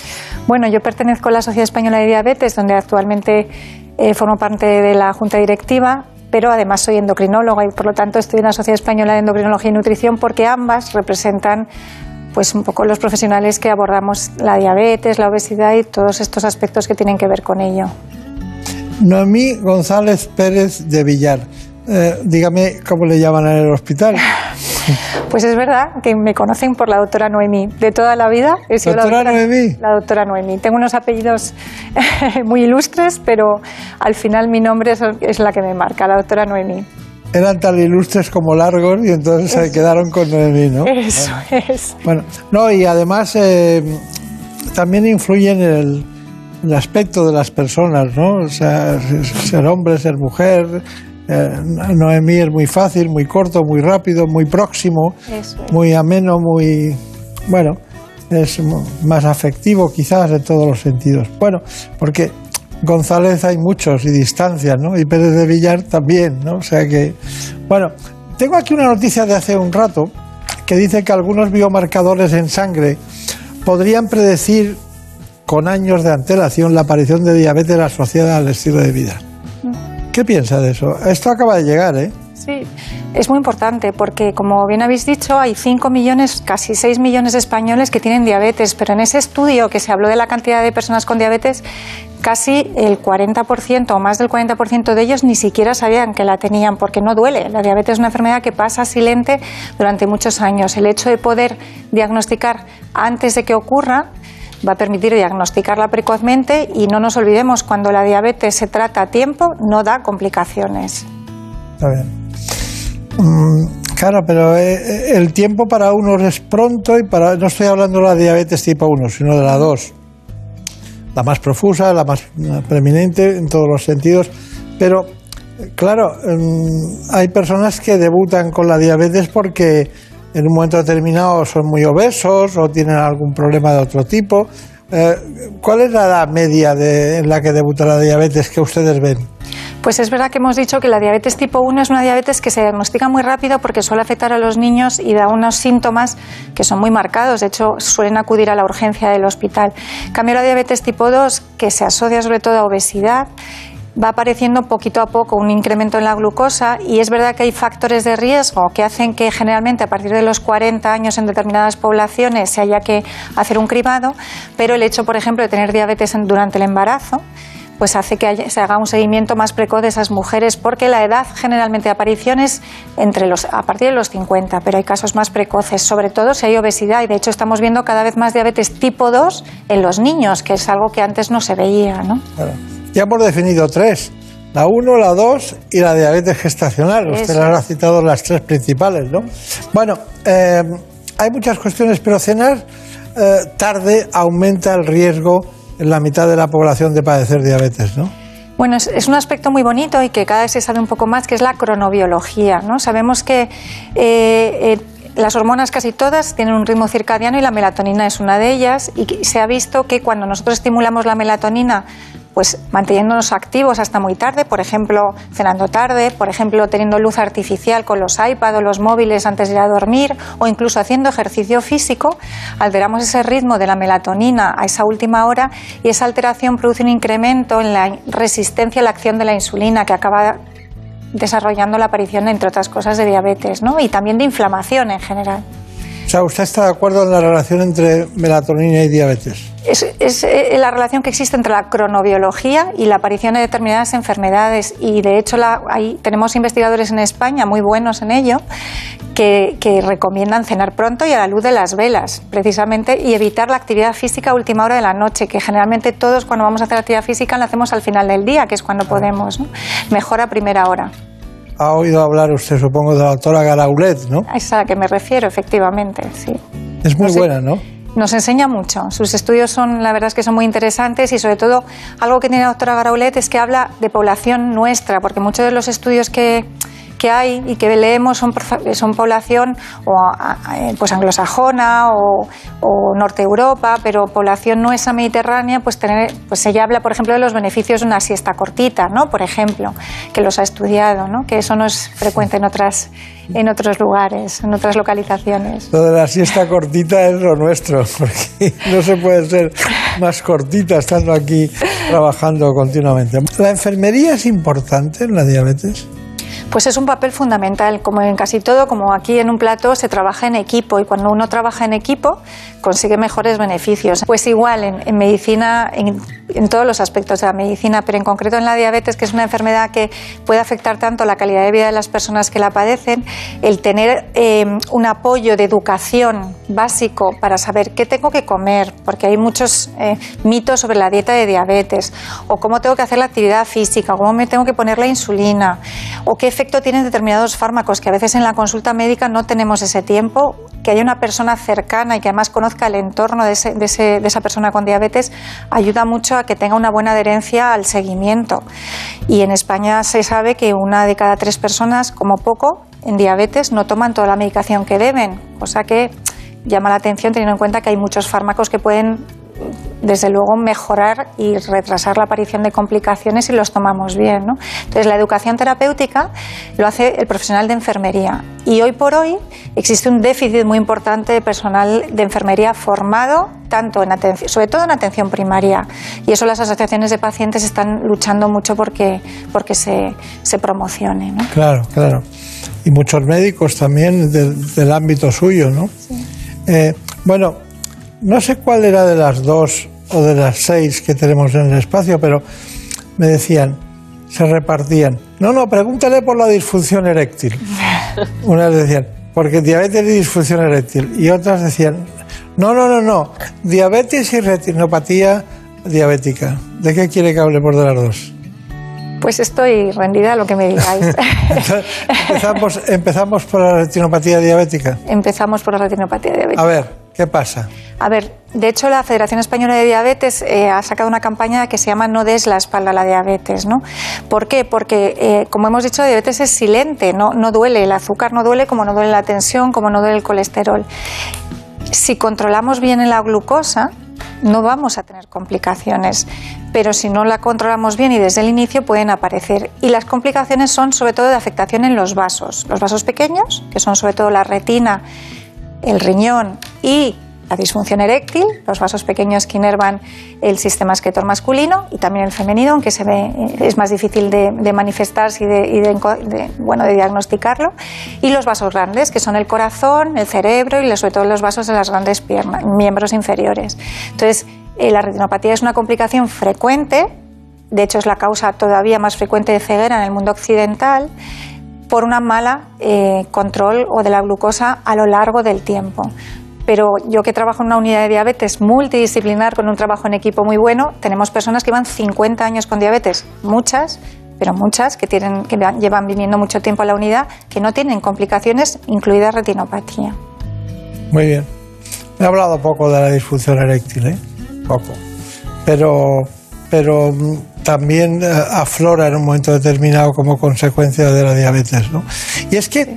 Bueno, yo pertenezco a la Sociedad Española de Diabetes, donde actualmente eh, formo parte de la Junta Directiva, pero además soy endocrinóloga y por lo tanto estoy en la Sociedad Española de Endocrinología y Nutrición porque ambas representan pues un poco los profesionales que abordamos la diabetes, la obesidad y todos estos aspectos que tienen que ver con ello. Noemí González Pérez de Villar. Eh, dígame cómo le llaman en el hospital. Pues es verdad que me conocen por la doctora Noemí. De toda la vida he sido ¿Doctora la doctora Noemí? La doctora Noemí. Tengo unos apellidos muy ilustres, pero al final mi nombre es, es la que me marca, la doctora Noemí. Eran tan ilustres como largos y entonces se quedaron con Noemí, ¿no? Eso bueno. es. Bueno, no, y además eh, también influye en el, el aspecto de las personas, ¿no? O sea, ser hombre, ser mujer. Eh, Noemí es muy fácil, muy corto, muy rápido, muy próximo, Eso es. muy ameno, muy... Bueno, es más afectivo quizás en todos los sentidos. Bueno, porque González hay muchos y distancias, ¿no? Y Pérez de Villar también, ¿no? O sea que... Bueno, tengo aquí una noticia de hace un rato que dice que algunos biomarcadores en sangre podrían predecir con años de antelación la aparición de diabetes asociada al estilo de vida. ¿Qué piensa de eso? Esto acaba de llegar, ¿eh? Sí, es muy importante porque, como bien habéis dicho, hay cinco millones, casi seis millones de españoles que tienen diabetes, pero en ese estudio que se habló de la cantidad de personas con diabetes, casi el cuarenta por ciento o más del cuarenta por ciento de ellos ni siquiera sabían que la tenían porque no duele. La diabetes es una enfermedad que pasa silente durante muchos años. El hecho de poder diagnosticar antes de que ocurra va a permitir diagnosticarla precozmente y no nos olvidemos, cuando la diabetes se trata a tiempo, no da complicaciones. Está bien. Mm, claro, pero eh, el tiempo para unos es pronto y para... No estoy hablando de la diabetes tipo uno, sino de la dos. La más profusa, la más preeminente en todos los sentidos. Pero, claro, mm, hay personas que debutan con la diabetes porque en un momento determinado son muy obesos o tienen algún problema de otro tipo. Eh, ¿Cuál es la edad media de, en la que debuta la diabetes que ustedes ven? Pues es verdad que hemos dicho que la diabetes tipo uno es una diabetes que se diagnostica muy rápido porque suele afectar a los niños y da unos síntomas que son muy marcados. De hecho, suelen acudir a la urgencia del hospital. En cambio, la diabetes tipo dos, que se asocia sobre todo a obesidad, va apareciendo poquito a poco un incremento en la glucosa y es verdad que hay factores de riesgo que hacen que generalmente a partir de los cuarenta años en determinadas poblaciones se haya que hacer un cribado, pero el hecho, por ejemplo, de tener diabetes durante el embarazo pues hace que haya, se haga un seguimiento más precoz de esas mujeres, porque la edad generalmente de aparición es entre los, a partir de los cincuenta, pero hay casos más precoces, sobre todo si hay obesidad, y de hecho estamos viendo cada vez más diabetes tipo dos en los niños, que es algo que antes no se veía, ¿no? Claro. Ya hemos definido tres, la uno, la dos y la diabetes gestacional. Eso. Usted las ha citado las tres principales, ¿no? Bueno, eh, hay muchas cuestiones, pero cenar eh, tarde aumenta el riesgo en la mitad de la población de padecer diabetes, ¿no? Bueno, es, es un aspecto muy bonito y que cada vez se sabe un poco más, que es la cronobiología, ¿no? Sabemos que eh, eh, las hormonas casi todas tienen un ritmo circadiano y la melatonina es una de ellas, y se ha visto que cuando nosotros estimulamos la melatonina, pues manteniéndonos activos hasta muy tarde, por ejemplo, cenando tarde, por ejemplo, teniendo luz artificial con los iPad o los móviles antes de ir a dormir, o incluso haciendo ejercicio físico, alteramos ese ritmo de la melatonina a esa última hora, y esa alteración produce un incremento en la resistencia a la acción de la insulina, que acaba desarrollando la aparición, entre otras cosas, de diabetes, ¿no? Y también de inflamación en general. O sea, ¿usted está de acuerdo en la relación entre melatonina y diabetes? Es, es eh, la relación que existe entre la cronobiología y la aparición de determinadas enfermedades, y de hecho la, hay, tenemos investigadores en España muy buenos en ello que, que recomiendan cenar pronto y a la luz de las velas, precisamente, y evitar la actividad física a última hora de la noche, que generalmente todos cuando vamos a hacer actividad física la hacemos al final del día, que es cuando podemos, ¿no? Mejor a primera hora. Ha oído hablar usted, supongo, de la doctora Garaulet, ¿no? Es a la que me refiero, efectivamente, sí. Es muy Nos, buena, ¿no? Nos enseña mucho. Sus estudios son, la verdad es que son muy interesantes, y sobre todo algo que tiene la doctora Garaulet es que habla de población nuestra, porque muchos de los estudios que, que hay y que leemos son, son población o, pues anglosajona o, o norte Europa, pero población nuestra mediterránea, pues, tener, pues ella habla, por ejemplo, de los beneficios de una siesta cortita, ¿no? Por ejemplo, que los ha estudiado, ¿no? Que eso no es frecuente en otras en otros lugares, en otras localizaciones. Lo de la siesta cortita es lo nuestro, porque no se puede ser más cortita estando aquí trabajando continuamente. ¿La enfermería es importante en la diabetes? Pues es un papel fundamental, como en casi todo, como aquí en un plató se trabaja en equipo y cuando uno trabaja en equipo consigue mejores beneficios. Pues igual en, en medicina, en, en todos los aspectos de la medicina, pero en concreto en la diabetes, que es una enfermedad que puede afectar tanto la calidad de vida de las personas que la padecen, el tener eh, un apoyo de educación básico para saber qué tengo que comer, porque hay muchos eh, mitos sobre la dieta de diabetes, o cómo tengo que hacer la actividad física, o cómo me tengo que poner la insulina, o qué efecto tienen determinados fármacos, que a veces en la consulta médica no tenemos ese tiempo, que haya una persona cercana y que además conozca el entorno de, ese, de, ese, de esa persona con diabetes, ayuda mucho a que tenga una buena adherencia al seguimiento. Y en España se sabe que una de cada tres personas, como poco, en diabetes no toman toda la medicación que deben, cosa que llama la atención teniendo en cuenta que hay muchos fármacos que pueden, desde luego, mejorar y retrasar la aparición de complicaciones si los tomamos bien, ¿no? Entonces, la educación terapéutica lo hace el profesional de enfermería y hoy por hoy existe un déficit muy importante de personal de enfermería formado, tanto en atención, sobre todo en atención primaria, y eso las asociaciones de pacientes están luchando mucho porque, porque se, se promocione, ¿no? Claro, claro. Y muchos médicos también de, del ámbito suyo, ¿no? Sí. Eh, bueno, no sé cuál era de las dos o de las seis que tenemos en el espacio, pero me decían, se repartían. No, no, pregúntale por la disfunción eréctil. Unas decían, porque diabetes y disfunción eréctil. Y otras decían, no, no, no, no, diabetes y retinopatía diabética. ¿De qué quiere que hable por de las dos? Pues estoy rendida a lo que me digáis. empezamos, empezamos por la retinopatía diabética. Empezamos por la retinopatía diabética. A ver, ¿qué pasa? A ver, de hecho la Federación Española de Diabetes eh, ha sacado una campaña que se llama No des la espalda a la diabetes, ¿no? ¿Por qué? Porque, eh, como hemos dicho, la diabetes es silente, no, no duele, el azúcar no duele como no duele la tensión, como no duele el colesterol. Si controlamos bien la glucosa, no vamos a tener complicaciones, pero si no la controlamos bien y desde el inicio pueden aparecer. Y las complicaciones son sobre todo de afectación en los vasos, los vasos pequeños, que son sobre todo la retina, el riñón y la disfunción eréctil, los vasos pequeños que inervan el sistema excretor masculino y también el femenino, aunque se ve, es más difícil de, de manifestarse y, de, y de, de, bueno, de diagnosticarlo, y los vasos grandes, que son el corazón, el cerebro y sobre todo los vasos de las grandes piernas, miembros inferiores. Entonces, eh, la retinopatía es una complicación frecuente, de hecho es la causa todavía más frecuente de ceguera en el mundo occidental, por una mala eh, control o de la glucosa a lo largo del tiempo. Pero yo que trabajo en una unidad de diabetes multidisciplinar con un trabajo en equipo muy bueno, tenemos personas que llevan cincuenta años con diabetes, muchas, pero muchas que, tienen, que llevan viviendo mucho tiempo en la unidad, que no tienen complicaciones, incluida retinopatía. Muy bien. He hablado poco de la disfunción eréctil, ¿eh? Poco. Pero, pero también aflora en un momento determinado como consecuencia de la diabetes, ¿no? Y es que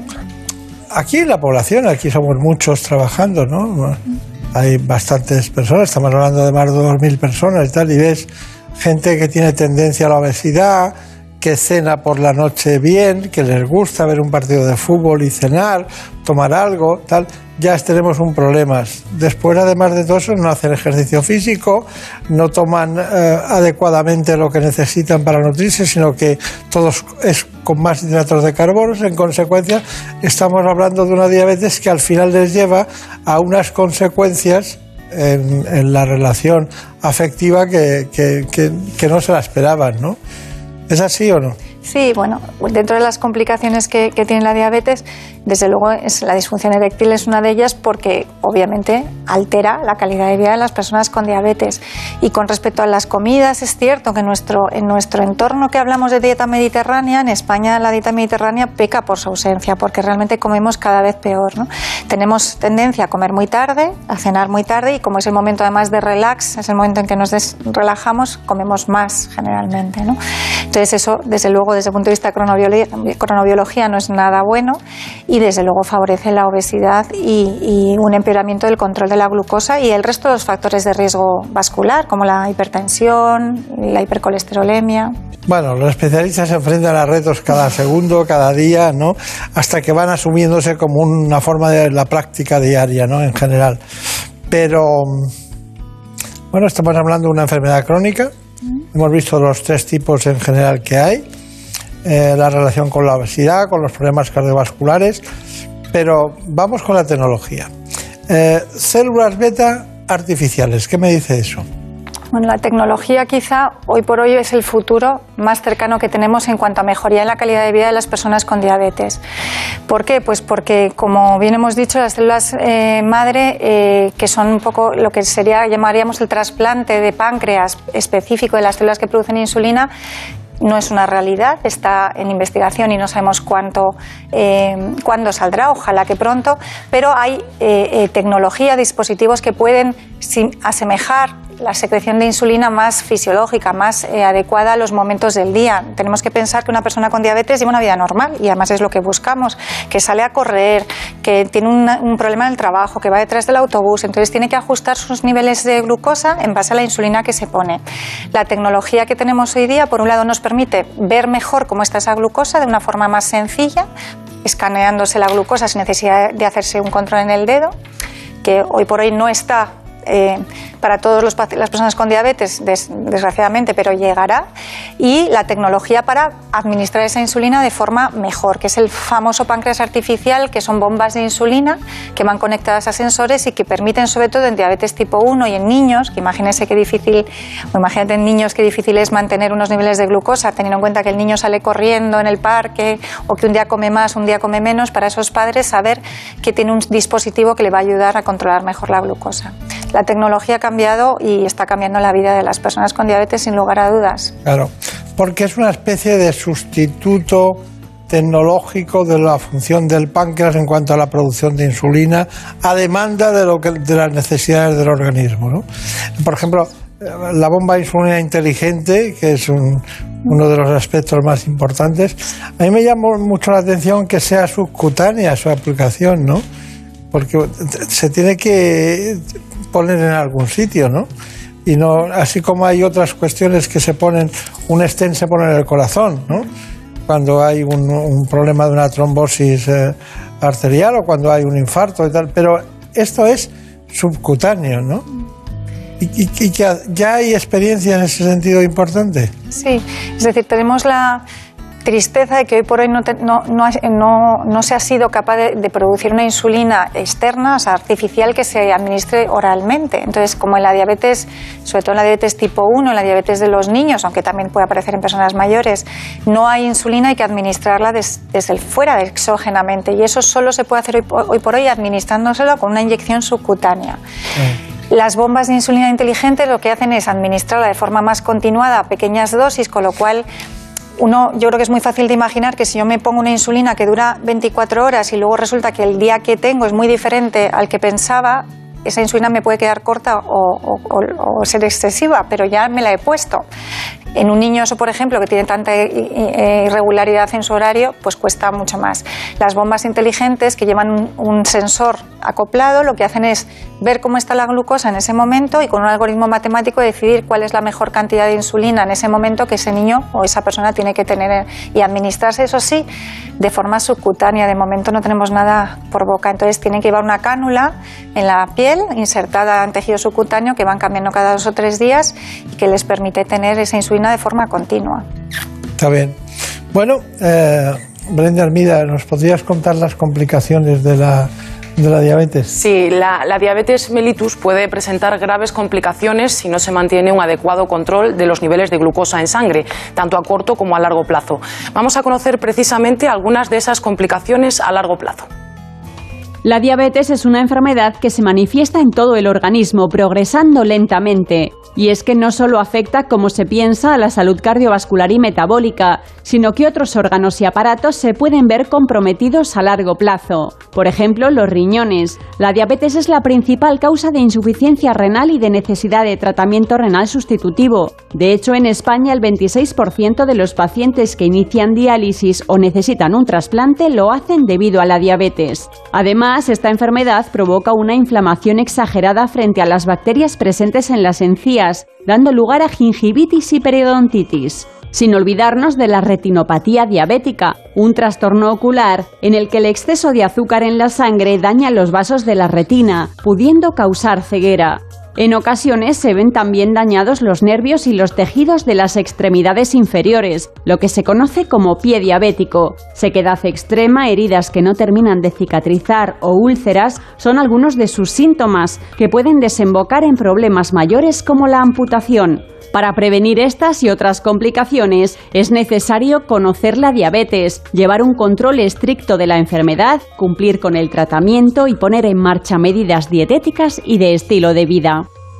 aquí en la población, aquí somos muchos trabajando, ¿no? Hay bastantes personas, estamos hablando de más de dos mil personas y tal, y ves gente que tiene tendencia a la obesidad, que cena por la noche bien, que les gusta ver un partido de fútbol y cenar, tomar algo, tal. Ya tenemos un problema. Después, además de todo eso, no hacen ejercicio físico, no toman eh, adecuadamente lo que necesitan para nutrirse, sino que todo es con más hidratos de carbono. En consecuencia, estamos hablando de una diabetes que al final les lleva a unas consecuencias en, en la relación afectiva que, que, que, que no se la esperaban, ¿no? ¿Es así o no? Sí, bueno, dentro de las complicaciones que, que tiene la diabetes, desde luego es, la disfunción eréctil es una de ellas porque obviamente altera la calidad de vida de las personas con diabetes. Y con respecto a las comidas, es cierto que nuestro, en nuestro entorno que hablamos de dieta mediterránea, en España la dieta mediterránea peca por su ausencia, porque realmente comemos cada vez peor, ¿no? Tenemos tendencia a comer muy tarde, a cenar muy tarde, y como es el momento además de relax, es el momento en que nos des, relajamos, comemos más generalmente, ¿no? Entonces eso, desde luego, desde el punto de vista de cronobiología, cronobiología no es nada bueno y desde luego favorece la obesidad y, y un empeoramiento del control de la glucosa y el resto de los factores de riesgo vascular, como la hipertensión, la hipercolesterolemia. Bueno, los especialistas se enfrentan a retos cada segundo, cada día, ¿no? Hasta que van asumiéndose como una forma de la práctica diaria, ¿no? En general. Pero, bueno, estamos hablando de una enfermedad crónica. Hemos visto los tres tipos en general que hay. Eh, la relación con la obesidad, con los problemas cardiovasculares. Pero vamos con la tecnología. Eh, células beta artificiales, ¿qué me dice eso? Bueno, la tecnología quizá hoy por hoy es el futuro más cercano que tenemos en cuanto a mejoría en la calidad de vida de las personas con diabetes. ¿Por qué? Pues porque, como bien hemos dicho, las células eh, madre, eh, que son un poco lo que sería, llamaríamos el trasplante de páncreas específico de las células que producen insulina, no es una realidad, está en investigación y no sabemos cuánto, eh, cuándo saldrá, ojalá que pronto, pero hay eh, eh, tecnología, dispositivos que pueden sin, asemejar la secreción de insulina más fisiológica, más eh, adecuada a los momentos del día. Tenemos que pensar que una persona con diabetes lleva una vida normal y además es lo que buscamos, que sale a correr, que tiene una, un problema en el trabajo, que va detrás del autobús, entonces tiene que ajustar sus niveles de glucosa en base a la insulina que se pone. La tecnología que tenemos hoy día, por un lado, nos permite ver mejor cómo está esa glucosa de una forma más sencilla, escaneándose la glucosa sin necesidad de hacerse un control en el dedo, que hoy por hoy no está Eh, para todas las personas con diabetes, des, desgraciadamente, pero llegará, y la tecnología para administrar esa insulina de forma mejor, que es el famoso páncreas artificial, que son bombas de insulina que van conectadas a sensores y que permiten, sobre todo en diabetes tipo uno y en niños, que imagínense qué difícil, o imagínate en niños qué difícil es mantener unos niveles de glucosa, teniendo en cuenta que el niño sale corriendo en el parque o que un día come más, un día come menos, para esos padres saber que tiene un dispositivo que le va a ayudar a controlar mejor la glucosa. La tecnología ha cambiado y está cambiando la vida de las personas con diabetes sin lugar a dudas. Claro, porque es una especie de sustituto tecnológico de la función del páncreas en cuanto a la producción de insulina a demanda de, lo que, de las necesidades del organismo, ¿no? Por ejemplo, la bomba de insulina inteligente, que es un, uno de los aspectos más importantes, a mí me llamó mucho la atención que sea subcutánea su aplicación, ¿no? Porque se tiene que poner en algún sitio, ¿no? Y no, así como hay otras cuestiones que se ponen, un stent se pone en el corazón, ¿no? Cuando hay un, un problema de una trombosis eh, arterial o cuando hay un infarto y tal, pero esto es subcutáneo, ¿no? Y, y, y ya, ya hay experiencia en ese sentido importante. Sí, es decir, tenemos la tristeza de que hoy por hoy no, te, no, no, no, no se ha sido capaz de, de producir una insulina externa, o sea, artificial, que se administre oralmente. Entonces, como en la diabetes, sobre todo en la diabetes tipo uno, en la diabetes de los niños, aunque también puede aparecer en personas mayores, no hay insulina, hay que administrarla des, desde el fuera, exógenamente, y eso solo se puede hacer hoy, hoy por hoy administrándoselo con una inyección subcutánea. Sí. Las bombas de insulina inteligente lo que hacen es administrarla de forma más continuada a pequeñas dosis, con lo cual uno, yo creo que es muy fácil de imaginar que si yo me pongo una insulina que dura veinticuatro horas y luego resulta que el día que tengo es muy diferente al que pensaba, esa insulina me puede quedar corta o, o, o ser excesiva, pero ya me la he puesto. En un niño, eso por ejemplo, que tiene tanta irregularidad en su horario, pues cuesta mucho más. Las bombas inteligentes, que llevan un, un sensor acoplado, lo que hacen es ver cómo está la glucosa en ese momento y con un algoritmo matemático decidir cuál es la mejor cantidad de insulina en ese momento que ese niño o esa persona tiene que tener y administrarse, eso sí, de forma subcutánea. De momento no tenemos nada por boca, entonces tienen que llevar una cánula en la piel insertada en tejido subcutáneo que van cambiando cada dos o tres días y que les permite tener esa insulina de forma continua. Está bien. Bueno, eh, Brenda Armida, ¿nos podrías contar las complicaciones de la, de la diabetes? Sí, la, la diabetes mellitus puede presentar graves complicaciones si no se mantiene un adecuado control de los niveles de glucosa en sangre, tanto a corto como a largo plazo. Vamos a conocer precisamente algunas de esas complicaciones a largo plazo. La diabetes es una enfermedad que se manifiesta en todo el organismo, progresando lentamente. Y es que no solo afecta, como se piensa, a la salud cardiovascular y metabólica, sino que otros órganos y aparatos se pueden ver comprometidos a largo plazo. Por ejemplo, los riñones. La diabetes es la principal causa de insuficiencia renal y de necesidad de tratamiento renal sustitutivo. De hecho, en España el veintiséis por ciento de los pacientes que inician diálisis o necesitan un trasplante lo hacen debido a la diabetes. Además, esta enfermedad provoca una inflamación exagerada frente a las bacterias presentes en las encías, dando lugar a gingivitis y periodontitis. Sin olvidarnos de la retinopatía diabética, un trastorno ocular en el que el exceso de azúcar en la sangre daña los vasos de la retina, pudiendo causar ceguera. En ocasiones se ven también dañados los nervios y los tejidos de las extremidades inferiores, lo que se conoce como pie diabético. Sequedad extrema, heridas que no terminan de cicatrizar o úlceras son algunos de sus síntomas, que pueden desembocar en problemas mayores como la amputación. Para prevenir estas y otras complicaciones es necesario conocer la diabetes, llevar un control estricto de la enfermedad, cumplir con el tratamiento y poner en marcha medidas dietéticas y de estilo de vida.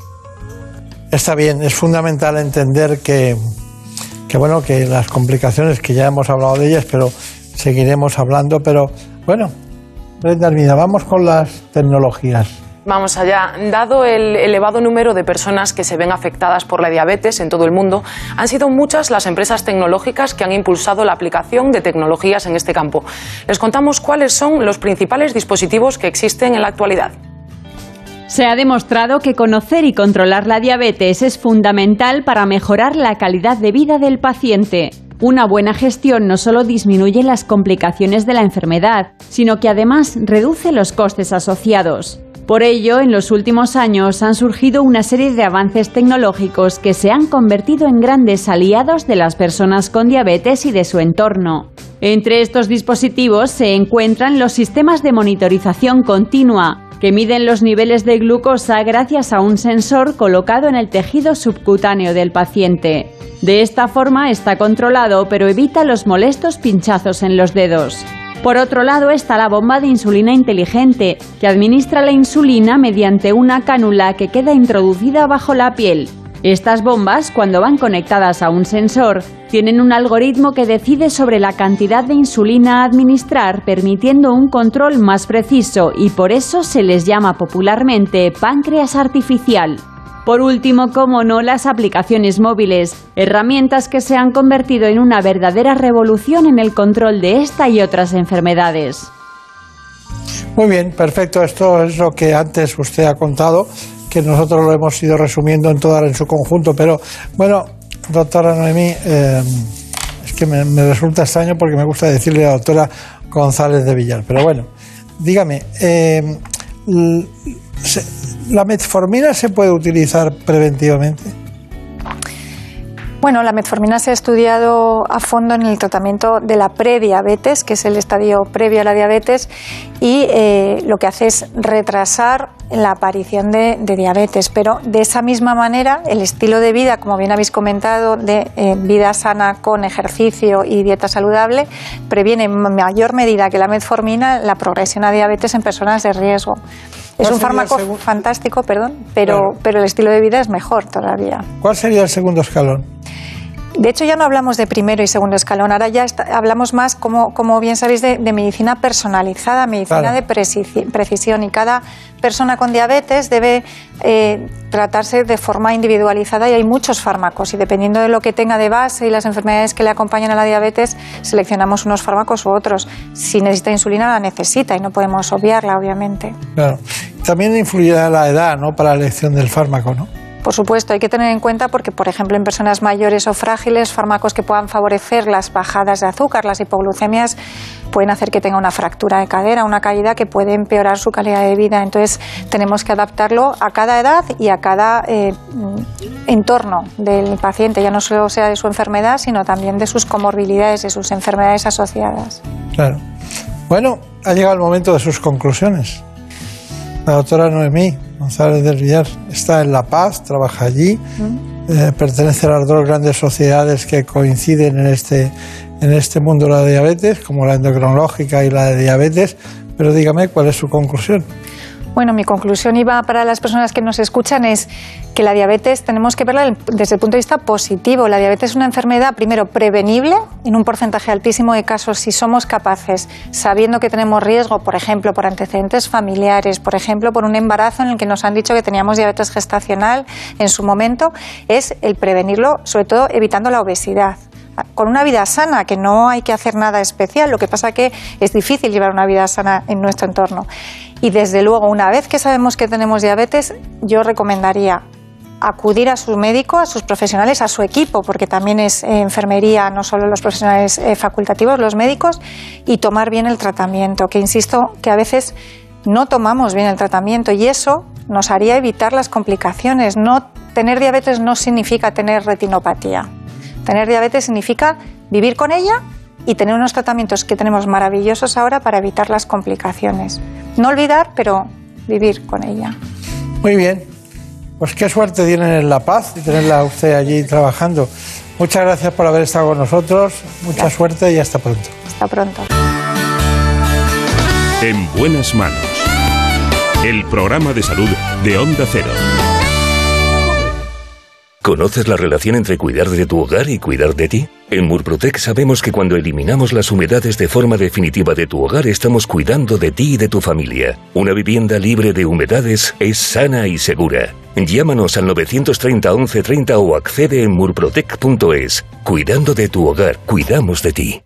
Está bien, es fundamental entender que, que, bueno, que las complicaciones, que ya hemos hablado de ellas, pero seguiremos hablando, pero bueno, Brenda Hermida, vamos con las tecnologías. Vamos allá. Dado el elevado número de personas que se ven afectadas por la diabetes en todo el mundo, han sido muchas las empresas tecnológicas que han impulsado la aplicación de tecnologías en este campo. Les contamos cuáles son los principales dispositivos que existen en la actualidad. Se ha demostrado que conocer y controlar la diabetes es fundamental para mejorar la calidad de vida del paciente. Una buena gestión no solo disminuye las complicaciones de la enfermedad, sino que además reduce los costes asociados. Por ello, en los últimos años han surgido una serie de avances tecnológicos que se han convertido en grandes aliados de las personas con diabetes y de su entorno. Entre estos dispositivos se encuentran los sistemas de monitorización continua, que miden los niveles de glucosa gracias a un sensor colocado en el tejido subcutáneo del paciente. De esta forma está controlado, pero evita los molestos pinchazos en los dedos. Por otro lado está la bomba de insulina inteligente, que administra la insulina mediante una cánula que queda introducida bajo la piel. Estas bombas, cuando van conectadas a un sensor, tienen un algoritmo que decide sobre la cantidad de insulina a administrar, permitiendo un control más preciso, y por eso se les llama popularmente páncreas artificial. Por último, como no, las aplicaciones móviles, herramientas que se han convertido en una verdadera revolución en el control de esta y otras enfermedades. Muy bien, perfecto. Esto es lo que antes usted ha contado, que nosotros lo hemos ido resumiendo en todo en su conjunto. Pero bueno, doctora Noemí, eh, es que me, me resulta extraño porque me gusta decirle a la doctora González de Villar. Pero bueno, dígame, eh, se, ¿la metformina se puede utilizar preventivamente? Bueno, la metformina se ha estudiado a fondo en el tratamiento de la prediabetes, que es el estadio previo a la diabetes, y eh, lo que hace es retrasar la aparición de, de diabetes. Pero de esa misma manera, el estilo de vida, como bien habéis comentado, de eh, vida sana con ejercicio y dieta saludable, previene en mayor medida que la metformina la progresión a diabetes en personas de riesgo. Es un fármaco fantástico, perdón, pero, claro. pero el estilo de vida es mejor todavía. ¿Cuál sería el segundo escalón? De hecho, ya no hablamos de primero y segundo escalón, ahora ya está, hablamos más, como, como bien sabéis, de, de medicina personalizada, medicina claro. de preci- precisión, y cada persona con diabetes debe eh, tratarse de forma individualizada, y hay muchos fármacos, y dependiendo de lo que tenga de base y las enfermedades que le acompañan a la diabetes, seleccionamos unos fármacos u otros. Si necesita insulina, la necesita y no podemos obviarla, obviamente. Claro. También influirá la edad, ¿no?, para la elección del fármaco, ¿no? Por supuesto, hay que tener en cuenta porque, por ejemplo, en personas mayores o frágiles, fármacos que puedan favorecer las bajadas de azúcar, las hipoglucemias, pueden hacer que tenga una fractura de cadera, una caída que puede empeorar su calidad de vida. Entonces, tenemos que adaptarlo a cada edad y a cada eh, entorno del paciente, ya no solo sea de su enfermedad, sino también de sus comorbilidades, de sus enfermedades asociadas. Claro. Bueno, ha llegado el momento de sus conclusiones. La doctora Noemí González del Villar está en La Paz, trabaja allí, mm. eh, pertenece a las dos grandes sociedades que coinciden en este, en este mundo de la diabetes, como la endocrinológica y la de diabetes. Pero dígame, ¿cuál es su conclusión? Bueno, mi conclusión iba para las personas que nos escuchan es que la diabetes tenemos que verla desde el punto de vista positivo. La diabetes es una enfermedad, primero, prevenible en un porcentaje altísimo de casos si somos capaces, sabiendo que tenemos riesgo, por ejemplo, por antecedentes familiares, por ejemplo, por un embarazo en el que nos han dicho que teníamos diabetes gestacional en su momento, es el prevenirlo, sobre todo evitando la obesidad. Con una vida sana, que no hay que hacer nada especial, lo que pasa que es difícil llevar una vida sana en nuestro entorno. Y desde luego, una vez que sabemos que tenemos diabetes, yo recomendaría acudir a su médico, a sus profesionales, a su equipo, porque también es eh, enfermería, no solo los profesionales eh, facultativos, los médicos, y tomar bien el tratamiento, que insisto que a veces no tomamos bien el tratamiento y eso nos haría evitar las complicaciones. No, tener diabetes no significa tener retinopatía. Tener diabetes significa vivir con ella y tener unos tratamientos que tenemos maravillosos ahora para evitar las complicaciones. No olvidar, pero vivir con ella. Muy bien. Pues qué suerte tienen en La Paz y tenerla usted allí trabajando. Muchas gracias por haber estado con nosotros. Mucha gracias. Suerte y hasta pronto. Hasta pronto. En buenas manos. El programa de salud de Onda Cero. ¿Conoces la relación entre cuidar de tu hogar y cuidar de ti? En Murprotec sabemos que cuando eliminamos las humedades de forma definitiva de tu hogar estamos cuidando de ti y de tu familia. Una vivienda libre de humedades es sana y segura. Llámanos al novecientos treinta, once treinta o accede en murprotec punto es. Cuidando de tu hogar, cuidamos de ti.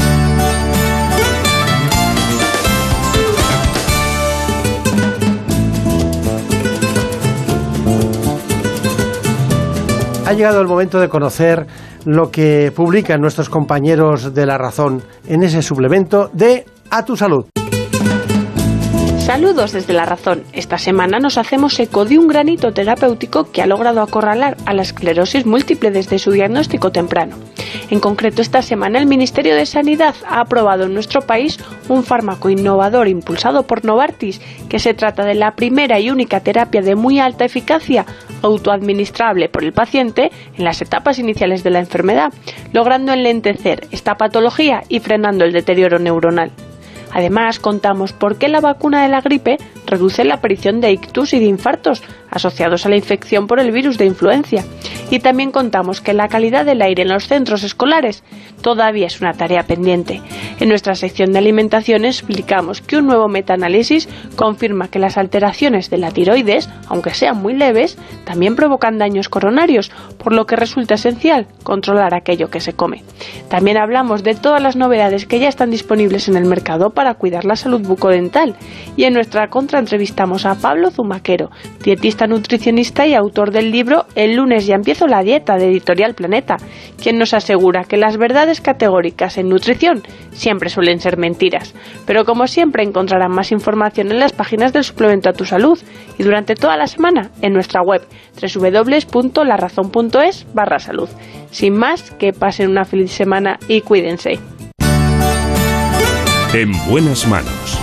Ha llegado el momento de conocer lo que publican nuestros compañeros de La Razón en ese suplemento de A Tu Salud. Saludos desde La Razón. Esta semana nos hacemos eco de un granito terapéutico que ha logrado acorralar a la esclerosis múltiple desde su diagnóstico temprano. En concreto, esta semana el Ministerio de Sanidad ha aprobado en nuestro país un fármaco innovador impulsado por Novartis, que se trata de la primera y única terapia de muy alta eficacia autoadministrable por el paciente en las etapas iniciales de la enfermedad, logrando enlentecer esta patología y frenando el deterioro neuronal. Además, contamos por qué la vacuna de la gripe reduce la aparición de ictus y de infartos asociados a la infección por el virus de influenza. Y también contamos que la calidad del aire en los centros escolares todavía es una tarea pendiente. En nuestra sección de alimentación explicamos que un nuevo metaanálisis confirma que las alteraciones de la tiroides, aunque sean muy leves, también provocan daños coronarios, por lo que resulta esencial controlar aquello que se come. También hablamos de todas las novedades que ya están disponibles en el mercado para cuidar la salud bucodental. Y en nuestra contra entrevistamos a Pablo Zumaquero, dietista nutricionista y autor del libro El lunes ya empiezo la dieta, de Editorial Planeta, quien nos asegura que las verdades categóricas en nutrición siempre suelen ser mentiras. Pero como siempre encontrarán más información en las páginas del suplemento A Tu Salud y durante toda la semana en nuestra web doble u doble u doble u punto la razón punto es barra salud. Sin más, que pasen una feliz semana y cuídense. En buenas manos.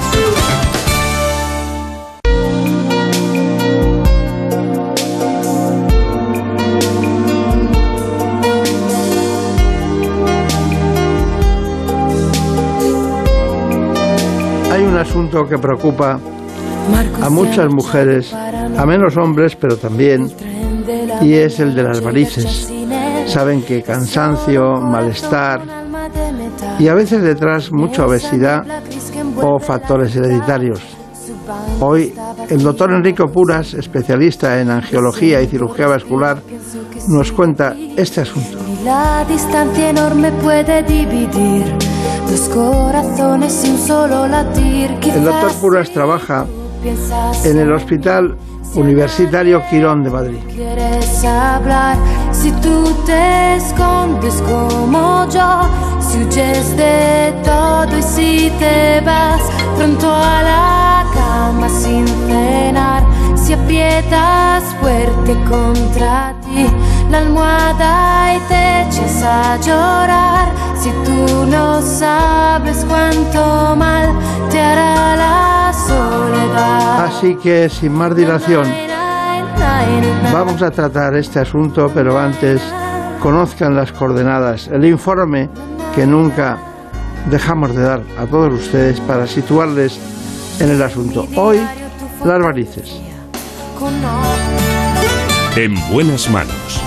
Hay un asunto que preocupa a muchas mujeres, a menos hombres, pero también, y es el de las varices. Saben que cansancio, malestar y a veces detrás mucha obesidad o factores hereditarios. Hoy el doctor Enrique Puras, especialista en angiología y cirugía vascular, nos cuenta este asunto. La distancia enorme puede dividir dos corazones sin solo latir. El doctor Puras trabaja en el Hospital Universitario Quirón de Madrid. ¿Quieres hablar? Si tú te escondes como yo, si huyes de todo y si te vas pronto a la cama sin cenar, si aprietas fuerte contra ti la almohada y te echas a llorar, si tú no sabes cuánto mal te hará la soledad. Así que sin más dilación vamos a tratar este asunto, pero antes conozcan las coordenadas, el informe que nunca dejamos de dar a todos ustedes para situarles en el asunto. Hoy, las varices. En buenas manos.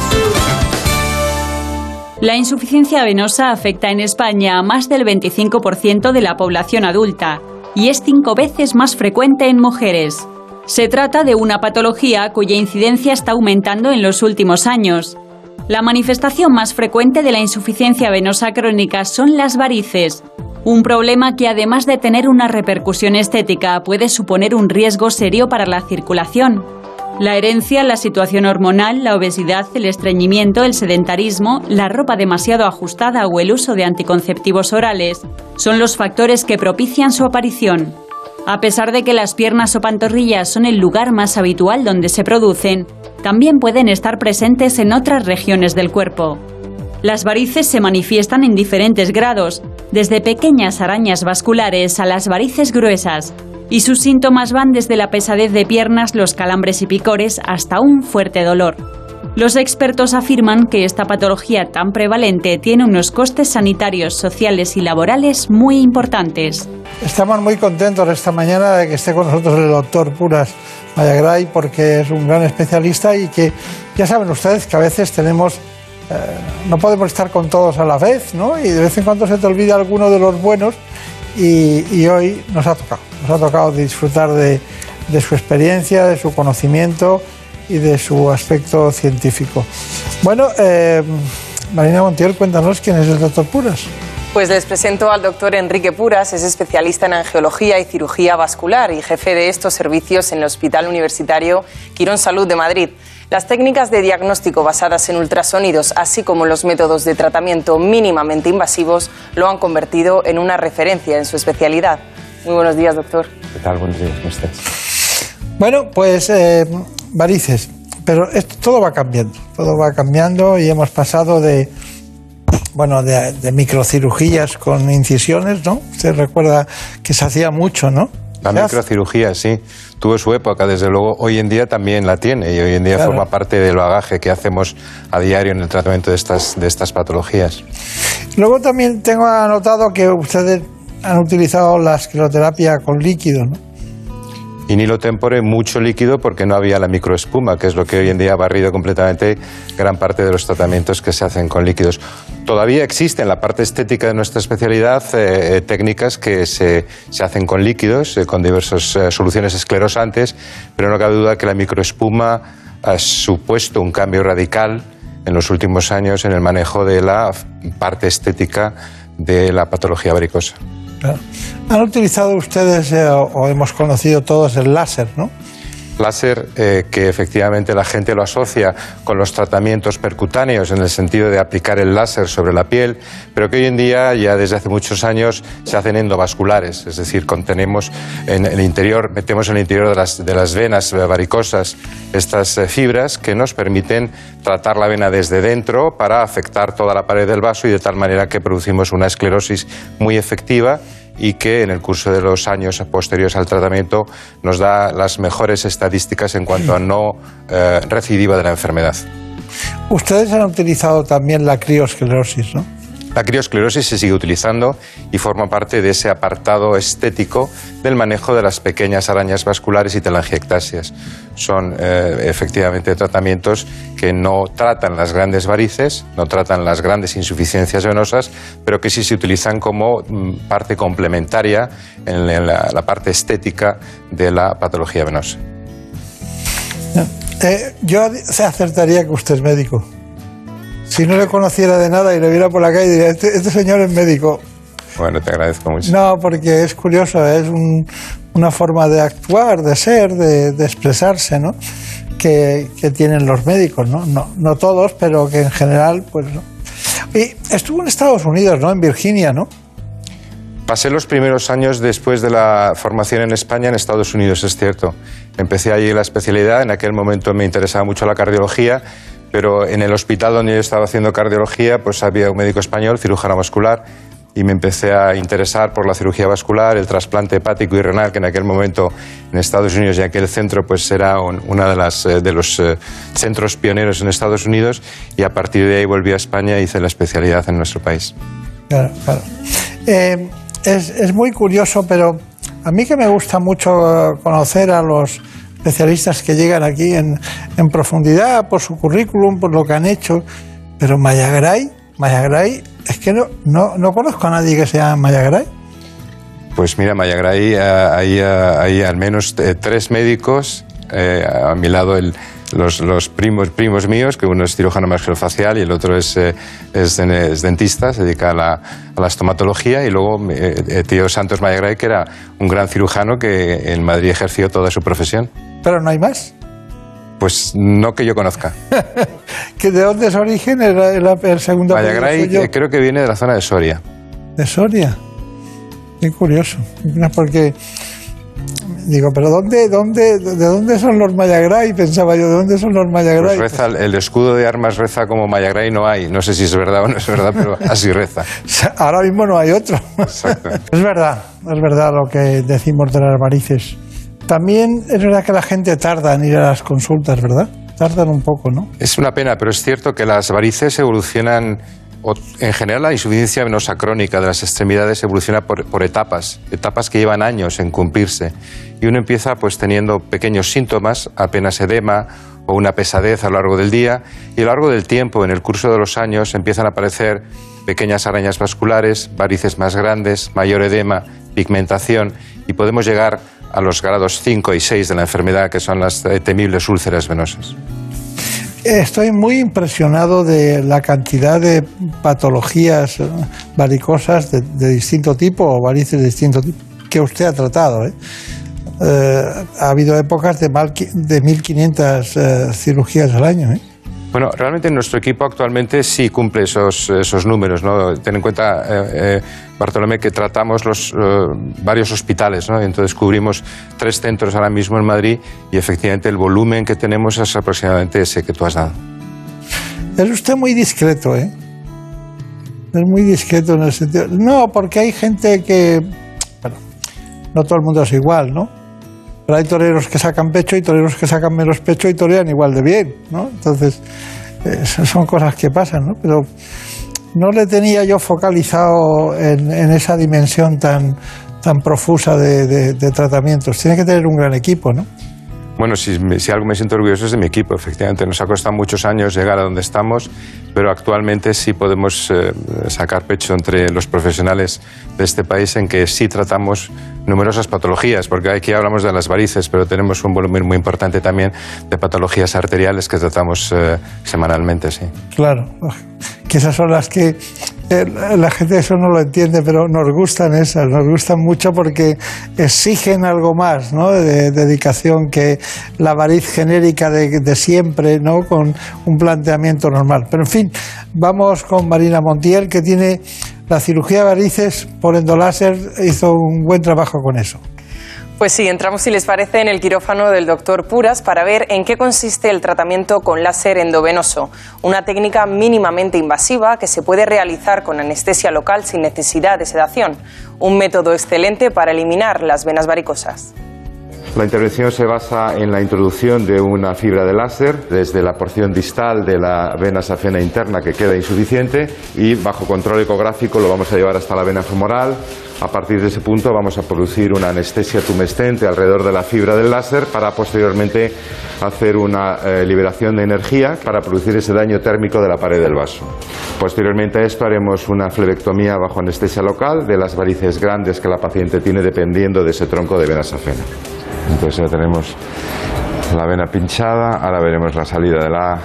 La insuficiencia venosa afecta en España a más del veinticinco por ciento de la población adulta y es cinco veces más frecuente en mujeres. Se trata de una patología cuya incidencia está aumentando en los últimos años. La manifestación más frecuente de la insuficiencia venosa crónica son las varices, un problema que además de tener una repercusión estética puede suponer un riesgo serio para la circulación. La herencia, la situación hormonal, la obesidad, el estreñimiento, el sedentarismo, la ropa demasiado ajustada o el uso de anticonceptivos orales son los factores que propician su aparición. A pesar de que las piernas o pantorrillas son el lugar más habitual donde se producen, también pueden estar presentes en otras regiones del cuerpo. Las varices se manifiestan en diferentes grados, desde pequeñas arañas vasculares a las varices gruesas, y sus síntomas van desde la pesadez de piernas, los calambres y picores hasta un fuerte dolor. Los expertos afirman que esta patología tan prevalente tiene unos costes sanitarios, sociales y laborales muy importantes. Estamos muy contentos esta mañana de que esté con nosotros el doctor Puras Mayagray, porque es un gran especialista y que ya saben ustedes que a veces tenemos, eh, no podemos estar con todos a la vez, ¿no? Y de vez en cuando se te olvida alguno de los buenos y, y hoy nos ha tocado, nos ha tocado disfrutar de, de su experiencia, de su conocimiento y de su aspecto científico. Bueno, eh, Marina Montiel, cuéntanos quién es el doctor Puras. Pues les presento al doctor Enrique Puras, es especialista en angiología y cirugía vascular y jefe de estos servicios en el Hospital Universitario Quirón Salud de Madrid. Las técnicas de diagnóstico basadas en ultrasonidos, así como los métodos de tratamiento mínimamente invasivos, lo han convertido en una referencia en su especialidad. Muy buenos días, doctor. ¿Qué tal? Buenos días, ¿cómo estás? Bueno, pues eh, varices, pero esto todo va cambiando, todo va cambiando y hemos pasado de... Bueno, de, de microcirugías con incisiones, ¿no? Usted recuerda que se hacía mucho, ¿no? La microcirugía, sí, tuvo su época, desde luego, hoy en día también la tiene y hoy en día claro. Forma parte del bagaje que hacemos a diario en el tratamiento de estas, de estas patologías. Luego también tengo anotado que ustedes han utilizado la escleroterapia con líquido, ¿no? In illo tempore, mucho líquido porque no había la microespuma, que es lo que hoy en día ha barrido completamente gran parte de los tratamientos que se hacen con líquidos. Todavía existen en la parte estética de nuestra especialidad eh, técnicas que se, se hacen con líquidos, eh, con diversas eh, soluciones esclerosantes, pero no cabe duda que la microespuma ha supuesto un cambio radical en los últimos años en el manejo de la parte estética de la patología varicosa. Claro. Han utilizado ustedes, eh, o hemos conocido todos, el láser, ¿no? Láser eh, que efectivamente la gente lo asocia con los tratamientos percutáneos en el sentido de aplicar el láser sobre la piel, pero que hoy en día, ya desde hace muchos años, se hacen endovasculares, es decir, contenemos en el interior, metemos en el interior de las, de las venas varicosas estas eh, fibras que nos permiten tratar la vena desde dentro para afectar toda la pared del vaso y de tal manera que producimos una esclerosis muy efectiva y que en el curso de los años posteriores al tratamiento nos da las mejores estadísticas en cuanto a no eh, recidiva de la enfermedad. Ustedes han utilizado también la criosclerosis, ¿no? La criosclerosis se sigue utilizando y forma parte de ese apartado estético del manejo de las pequeñas arañas vasculares y telangiectasias. Son eh, efectivamente tratamientos que no tratan las grandes varices, no tratan las grandes insuficiencias venosas, pero que sí se utilizan como mm, parte complementaria en la, la parte estética de la patología venosa. Eh, yo se acertaría que usted es médico. Si no le conociera de nada y le viera por la calle, diría, este, este señor es médico. Bueno, te agradezco mucho. No, porque es curioso, es un, una forma de actuar, de ser, de, de expresarse, ¿no? Que, que tienen los médicos, ¿no? ¿no? No todos, pero que en general, pues no. Y estuvo en Estados Unidos, ¿no? En Virginia, ¿no? Pasé los primeros años después de la formación en España en Estados Unidos, es cierto. Empecé allí la especialidad, en aquel momento me interesaba mucho la cardiología, pero en el hospital donde yo estaba haciendo cardiología, pues había un médico español, cirujano vascular, y me empecé a interesar por la cirugía vascular, el trasplante hepático y renal, que en aquel momento en Estados Unidos, ya que el centro pues era un, uno de, las, de los eh, centros pioneros en Estados Unidos, y a partir de ahí volví a España e hice la especialidad en nuestro país. Claro, claro. Eh, es, es muy curioso, pero A mí que me gusta mucho conocer a los especialistas que llegan aquí en, en profundidad por su currículum, por lo que han hecho, pero Mayagray, Mayagray, es que no, no, no conozco a nadie que sea Mayagray. Pues mira, Mayagray, hay, hay al menos tres médicos, eh, a mi lado el, los, los primos, primos míos, que uno es cirujano maxilofacial y el otro es, eh, es, es dentista, se dedica a la, a la estomatología, y luego eh, tío Santos Mayagray, que era un gran cirujano que en Madrid ejerció toda su profesión. ¿Pero no hay más? Pues no que yo conozca. ¿Que ¿De dónde es origen el, el, el segundo? Mayagray creo que viene de la zona de Soria. ¿De Soria? Qué curioso. Porque digo, ¿pero dónde, dónde, de dónde son los Mayagray? Pensaba yo, ¿de dónde son los Mayagray? Pues reza, el escudo de armas reza como Mayagray no hay. No sé si es verdad o no es verdad, pero así reza. Ahora mismo no hay otro. Exacto. Es verdad, es verdad lo que decimos de las varices. También es verdad que la gente tarda en ir a las consultas, ¿verdad? Tardan un poco, ¿no? Es una pena, pero es cierto que las varices evolucionan, en general la insuficiencia venosa crónica de las extremidades evoluciona por, por etapas, etapas que llevan años en cumplirse. Y uno empieza pues teniendo pequeños síntomas, apenas edema o una pesadez a lo largo del día, y a lo largo del tiempo, en el curso de los años, empiezan a aparecer pequeñas arañas vasculares, varices más grandes, mayor edema, pigmentación, y podemos llegar a los grados cinco y seis de la enfermedad, que son las temibles úlceras venosas. Estoy muy impresionado de la cantidad de patologías varicosas de, de distinto tipo, o varices de distinto tipo, que usted ha tratado, ¿eh? Eh, ha habido épocas de, mal, de mil quinientas eh, cirugías al año, ¿eh? Bueno, realmente nuestro equipo actualmente sí cumple esos, esos números, ¿no? Ten en cuenta, eh, eh, Bartolomé, que tratamos los eh, varios hospitales, ¿no? Entonces cubrimos tres centros ahora mismo en Madrid y efectivamente el volumen que tenemos es aproximadamente ese que tú has dado. Es usted muy discreto, ¿eh? Es muy discreto en el sentido... No, porque hay gente que... Bueno, no todo el mundo es igual, ¿no? Pero hay toreros que sacan pecho y toreros que sacan menos pecho y torean igual de bien, ¿no? Entonces, eh, son cosas que pasan, ¿no? Pero no le tenía yo focalizado en, en esa dimensión tan, tan profusa de, de, de tratamientos. Tiene que tener un gran equipo, ¿no? Bueno, si, si algo me siento orgulloso es de mi equipo, efectivamente. Nos ha costado muchos años llegar a donde estamos, pero actualmente sí podemos eh, sacar pecho entre los profesionales de este país en que sí tratamos numerosas patologías, porque aquí hablamos de las varices, pero tenemos un volumen muy importante también de patologías arteriales que tratamos eh, semanalmente, sí. Claro, que esas son las que eh, la gente eso no lo entiende, pero nos gustan esas, nos gustan mucho porque exigen algo más, ¿no? De, de dedicación que la variz genérica de, de siempre, ¿no? Con un planteamiento normal. Pero en fin, vamos con Marina Montiel, que tiene la cirugía de varices por endoláser, hizo un buen trabajo con eso. Pues sí, entramos, si les parece, en el quirófano del doctor Puras para ver en qué consiste el tratamiento con láser endovenoso, una técnica mínimamente invasiva que se puede realizar con anestesia local sin necesidad de sedación, un método excelente para eliminar las venas varicosas. La intervención se basa en la introducción de una fibra de láser desde la porción distal de la vena safena interna que queda insuficiente y bajo control ecográfico lo vamos a llevar hasta la vena femoral. A partir de ese punto vamos a producir una anestesia tumescente alrededor de la fibra del láser para posteriormente hacer una eh, liberación de energía para producir ese daño térmico de la pared del vaso. Posteriormente a esto haremos una flebectomía bajo anestesia local de las varices grandes que la paciente tiene dependiendo de ese tronco de vena safena. Entonces ya tenemos la vena pinchada, ahora veremos la salida de la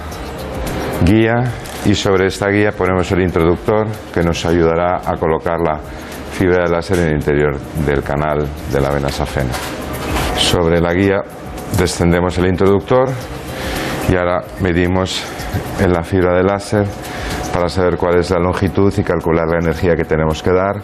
guía y sobre esta guía ponemos el introductor que nos ayudará a colocar la fibra de láser en el interior del canal de la vena safena. Sobre la guía descendemos el introductor y ahora medimos en la fibra de láser para saber cuál es la longitud y calcular la energía que tenemos que dar.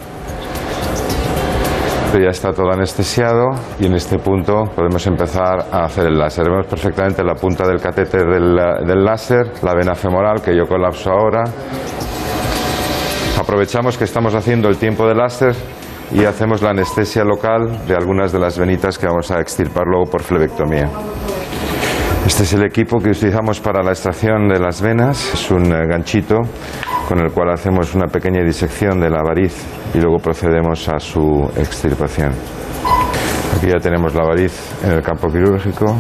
Ya está todo anestesiado y en este punto podemos empezar a hacer el láser. Vemos perfectamente la punta del catéter del, del láser, la vena femoral que yo colapso ahora. Aprovechamos que estamos haciendo el tiempo de láser y hacemos la anestesia local de algunas de las venitas que vamos a extirpar luego por flebectomía. Este es el equipo que utilizamos para la extracción de las venas. Es un ganchito con el cual hacemos una pequeña disección de la variz y luego procedemos a su extirpación. Aquí ya tenemos la variz en el campo quirúrgico.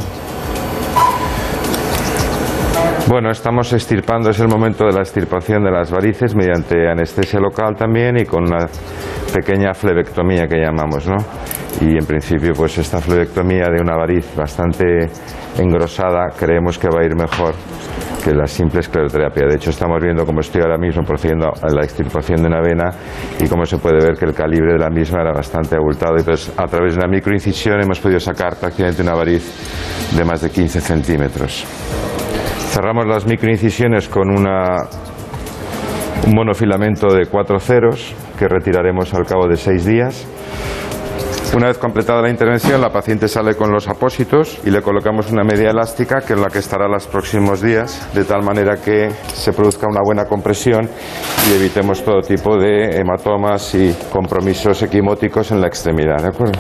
Bueno, estamos extirpando, es el momento de la extirpación de las varices mediante anestesia local también y con una pequeña flebectomía que llamamos, ¿no? Y en principio, pues esta flebectomía de una variz bastante engrosada creemos que va a ir mejor que la simple escleroterapia. De hecho, estamos viendo cómo estoy ahora mismo procediendo a la extirpación de una vena y cómo se puede ver que el calibre de la misma era bastante abultado. Entonces, a través de una microincisión hemos podido sacar prácticamente una variz de más de quince centímetros. Cerramos las microincisiones con una, un monofilamento de cuatro ceros que retiraremos al cabo de seis días. Una vez completada la intervención, la paciente sale con los apósitos y le colocamos una media elástica que es la que estará los próximos días, de tal manera que se produzca una buena compresión y evitemos todo tipo de hematomas y compromisos equimóticos en la extremidad, ¿de acuerdo?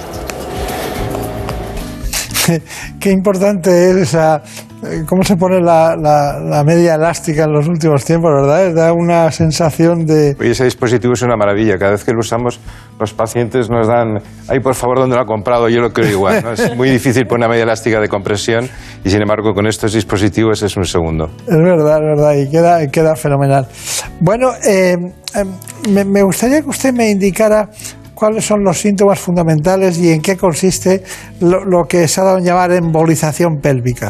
Qué importante es esa, cómo se pone la, la, la media elástica en los últimos tiempos, ¿verdad? Da una sensación de... Oye, ese dispositivo es una maravilla. Cada vez que lo usamos, los pacientes nos dan, ay, por favor, ¿dónde lo ha comprado? Yo lo creo igual, ¿no? Es muy difícil poner una media elástica de compresión y, sin embargo, con estos dispositivos es un segundo. Es verdad, es verdad, y queda, queda fenomenal. Bueno, eh, eh, me, me gustaría que usted me indicara cuáles son los síntomas fundamentales y en qué consiste lo, lo que se ha dado a llamar embolización pélvica.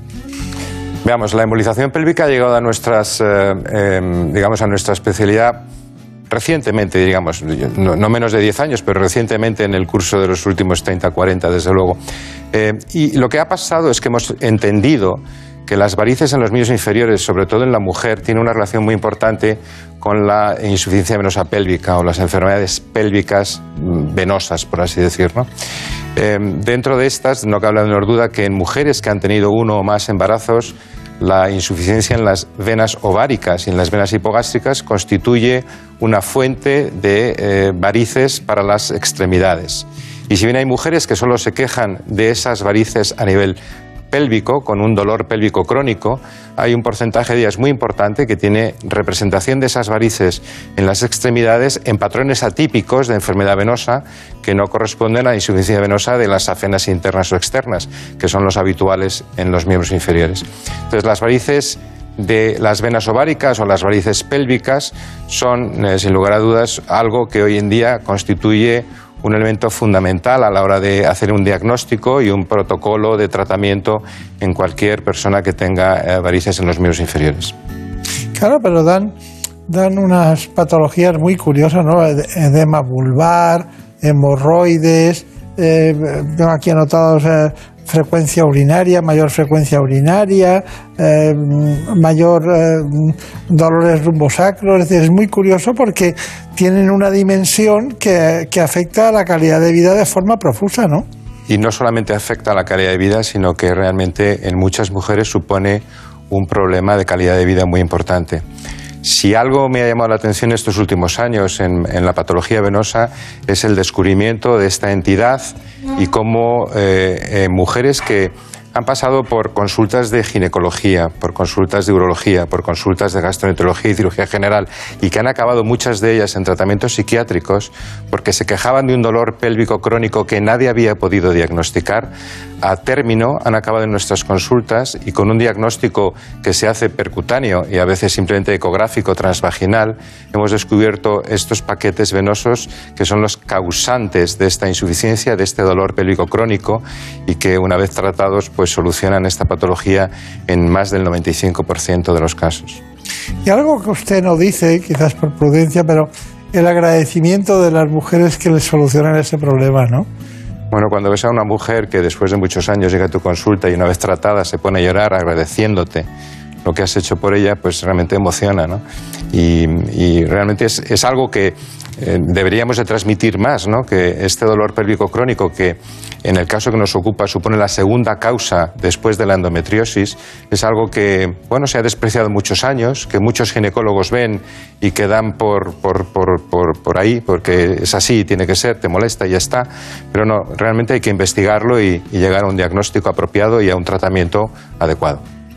Veamos, la embolización pélvica ha llegado a nuestras, eh, eh, digamos, a nuestra especialidad recientemente, digamos, no, no menos de diez años, pero recientemente en el curso de los últimos treinta, cuarenta, desde luego. Eh, y lo que ha pasado es que hemos entendido que las varices en los miembros inferiores, sobre todo en la mujer, tienen una relación muy importante con la insuficiencia venosa pélvica o las enfermedades pélvicas venosas, por así decirlo. Eh, dentro de estas, no cabe la menor duda que en mujeres que han tenido uno o más embarazos, la insuficiencia en las venas ováricas y en las venas hipogástricas constituye una fuente de eh, varices para las extremidades. Y si bien hay mujeres que solo se quejan de esas varices a nivel pélvico, con un dolor pélvico crónico, hay un porcentaje de ellas muy importante que tiene representación de esas varices en las extremidades en patrones atípicos de enfermedad venosa que no corresponden a la insuficiencia venosa de las venas internas o externas, que son los habituales en los miembros inferiores. Entonces, las varices de las venas ováricas o las varices pélvicas son, eh, sin lugar a dudas, algo que hoy en día constituye un elemento fundamental a la hora de hacer un diagnóstico y un protocolo de tratamiento en cualquier persona que tenga eh, varices en los miembros inferiores. Claro, pero dan, dan unas patologías muy curiosas, ¿no? Edema vulvar, hemorroides, eh, tengo aquí anotados eh, frecuencia urinaria, mayor frecuencia urinaria, eh, mayor eh, dolores lumbosacros. Es decir, es muy curioso porque tienen una dimensión que, que afecta a la calidad de vida de forma profusa, ¿no? Y no solamente afecta a la calidad de vida, sino que realmente en muchas mujeres supone un problema de calidad de vida muy importante. Si algo me ha llamado la atención estos últimos años en, en la patología venosa es el descubrimiento de esta entidad y cómo eh, eh, mujeres que han pasado por consultas de ginecología, por consultas de urología, por consultas de gastroenterología y cirugía general y que han acabado muchas de ellas en tratamientos psiquiátricos porque se quejaban de un dolor pélvico crónico que nadie había podido diagnosticar, a término han acabado en nuestras consultas y con un diagnóstico que se hace percutáneo y a veces simplemente ecográfico transvaginal, hemos descubierto estos paquetes venosos que son los causantes de esta insuficiencia, de este dolor pélvico crónico y que una vez tratados pues solucionan esta patología en más del noventa y cinco por ciento de los casos. Y algo que usted no dice, quizás por prudencia, pero el agradecimiento de las mujeres que les solucionan ese problema, ¿no? Bueno, cuando ves a una mujer que después de muchos años llega a tu consulta y una vez tratada se pone a llorar agradeciéndote lo que has hecho por ella, pues realmente emociona, ¿no? Y, y realmente es, es algo que eh, deberíamos de transmitir más, ¿no? Que este dolor pélvico crónico, que en el caso que nos ocupa supone la segunda causa después de la endometriosis, es algo que, bueno, se ha despreciado muchos años, que muchos ginecólogos ven y que dan por, por, por, por, por ahí, porque es así, tiene que ser, te molesta y ya está, pero no, realmente hay que investigarlo y, y llegar a un diagnóstico apropiado y a un tratamiento adecuado.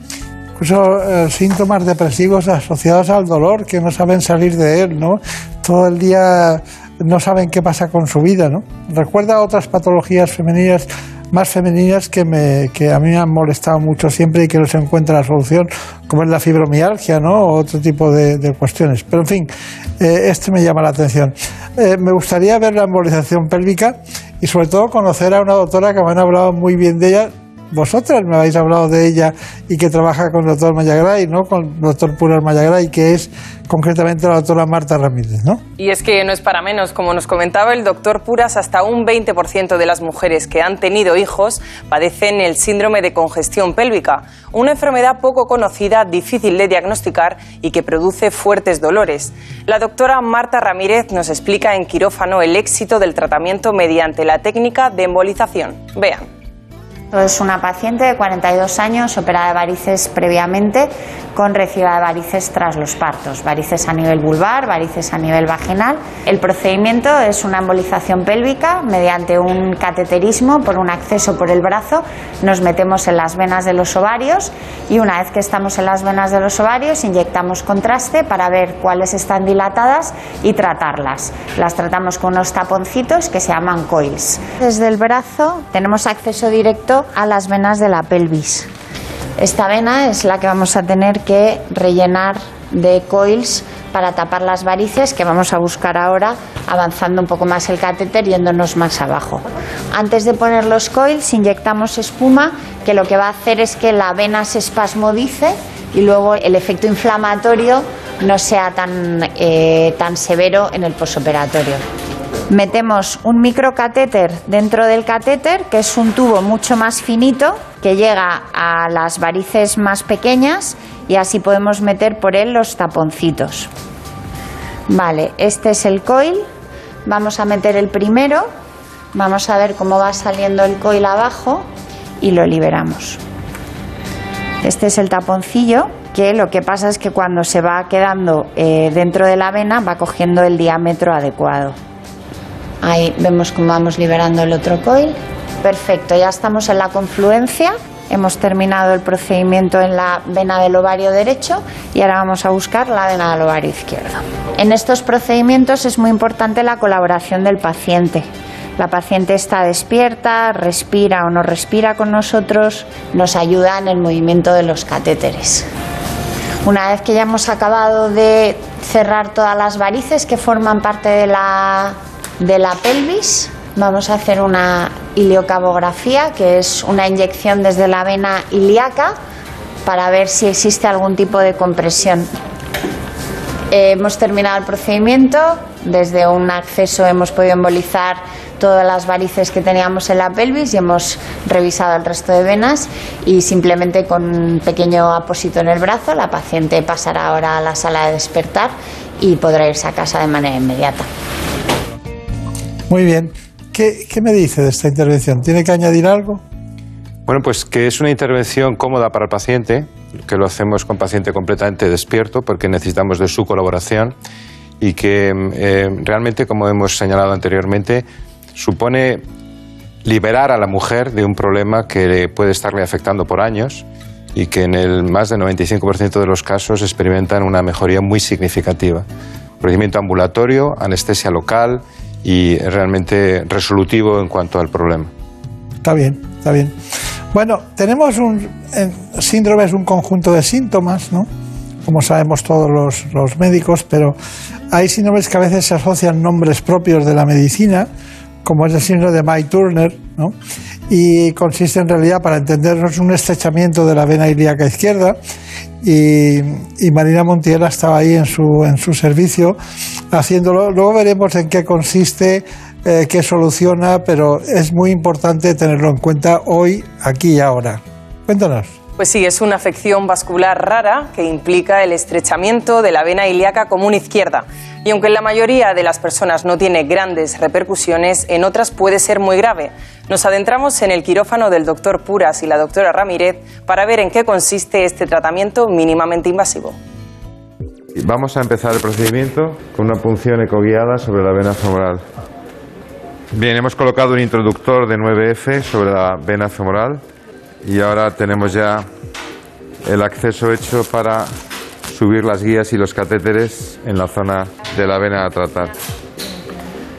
Incluso eh, síntomas depresivos asociados al dolor, que no saben salir de él, ¿no? Todo el día no saben qué pasa con su vida, ¿no? Recuerda otras patologías femeninas, más femeninas, que, me, que a mí me han molestado mucho siempre y que no se encuentra la solución, como es la fibromialgia, ¿no? O otro tipo de, de cuestiones. Pero, en fin, eh, este me llama la atención. Eh, me gustaría ver la embolización pélvica y, sobre todo, conocer a una doctora que me han hablado muy bien de ella. Vosotras me habéis hablado de ella y que trabaja con el doctor Mayagray, ¿no? Con el doctor Puras Mayagray, que es concretamente la doctora Marta Ramírez, ¿no? Y es que no es para menos. Como nos comentaba el doctor Puras, hasta un veinte por ciento de las mujeres que han tenido hijos padecen el síndrome de congestión pélvica, una enfermedad poco conocida, difícil de diagnosticar y que produce fuertes dolores. La doctora Marta Ramírez nos explica en quirófano el éxito del tratamiento mediante la técnica de embolización. Vean. Es una paciente de cuarenta y dos años, operada de varices previamente, con recidiva de varices tras los partos, varices a nivel vulvar, varices a nivel vaginal. El procedimiento es una embolización pélvica mediante un cateterismo por un acceso por el brazo. Nos metemos en las venas de los ovarios y una vez que estamos en las venas de los ovarios inyectamos contraste para ver cuáles están dilatadas y tratarlas. Las tratamos con unos taponcitos que se llaman coils. Desde el brazo tenemos acceso directo a las venas de la pelvis. Esta vena es la que vamos a tener que rellenar de coils para tapar las varices, que vamos a buscar ahora avanzando un poco más el catéter, yéndonos más abajo. Antes de poner los coils inyectamos espuma, que lo que va a hacer es que la vena se espasmodice y luego el efecto inflamatorio no sea tan, eh, tan severo en el posoperatorio. Metemos un microcatéter dentro del catéter, que es un tubo mucho más finito que llega a las varices más pequeñas y así podemos meter por él los taponcitos. Vale, este es el coil. Vamos a meter el primero. Vamos a ver cómo va saliendo el coil abajo y lo liberamos. Este es el taponcillo, que lo que pasa es que cuando se va quedando eh, dentro de la vena va cogiendo el diámetro adecuado. Ahí vemos cómo vamos liberando el otro coil. Perfecto, ya estamos en la confluencia. Hemos terminado el procedimiento en la vena del ovario derecho y ahora vamos a buscar la vena del ovario izquierdo. En estos procedimientos es muy importante la colaboración del paciente. La paciente está despierta, respira o no respira con nosotros, nos ayuda en el movimiento de los catéteres. Una vez que ya hemos acabado de cerrar todas las varices que forman parte de la de la pelvis, vamos a hacer una iliocabografía, que es una inyección desde la vena ilíaca para ver si existe algún tipo de compresión. Eh, hemos terminado el procedimiento. Desde un acceso hemos podido embolizar todas las varices que teníamos en la pelvis y hemos revisado el resto de venas, y simplemente con un pequeño apósito en el brazo la paciente pasará ahora a la sala de despertar y podrá irse a casa de manera inmediata. Muy bien. ¿Qué, ¿Qué me dice de esta intervención? ¿Tiene que añadir algo? Bueno, pues que es una intervención cómoda para el paciente, que lo hacemos con paciente completamente despierto porque necesitamos de su colaboración, y que eh, realmente, como hemos señalado anteriormente, supone liberar a la mujer de un problema que puede estarle afectando por años y que en el más del noventa y cinco por ciento de los casos experimentan una mejoría muy significativa. Procedimiento ambulatorio, anestesia local y realmente resolutivo en cuanto al problema. Está bien, está bien. Bueno, tenemos un eh, síndrome, es un conjunto de síntomas, ¿no? Como sabemos todos los, los médicos, pero hay síndromes que a veces se asocian nombres propios de la medicina, como es el síndrome de May-Turner, ¿no? Y consiste en realidad, para entendernos, un estrechamiento de la vena ilíaca izquierda, y, y Marina Montiel estaba ahí en su, en su servicio haciéndolo. Luego veremos en qué consiste, eh, qué soluciona, pero es muy importante tenerlo en cuenta hoy, aquí y ahora. Cuéntanos. Pues sí, es una afección vascular rara que implica el estrechamiento de la vena ilíaca común izquierda. Y aunque en la mayoría de las personas no tiene grandes repercusiones, en otras puede ser muy grave. Nos adentramos en el quirófano del doctor Puras y la doctora Ramírez para ver en qué consiste este tratamiento mínimamente invasivo. Vamos a empezar el procedimiento con una punción ecoguiada sobre la vena femoral. Bien, hemos colocado un introductor de nueve efe sobre la vena femoral y ahora tenemos ya el acceso hecho para subir las guías y los catéteres en la zona de la vena a tratar.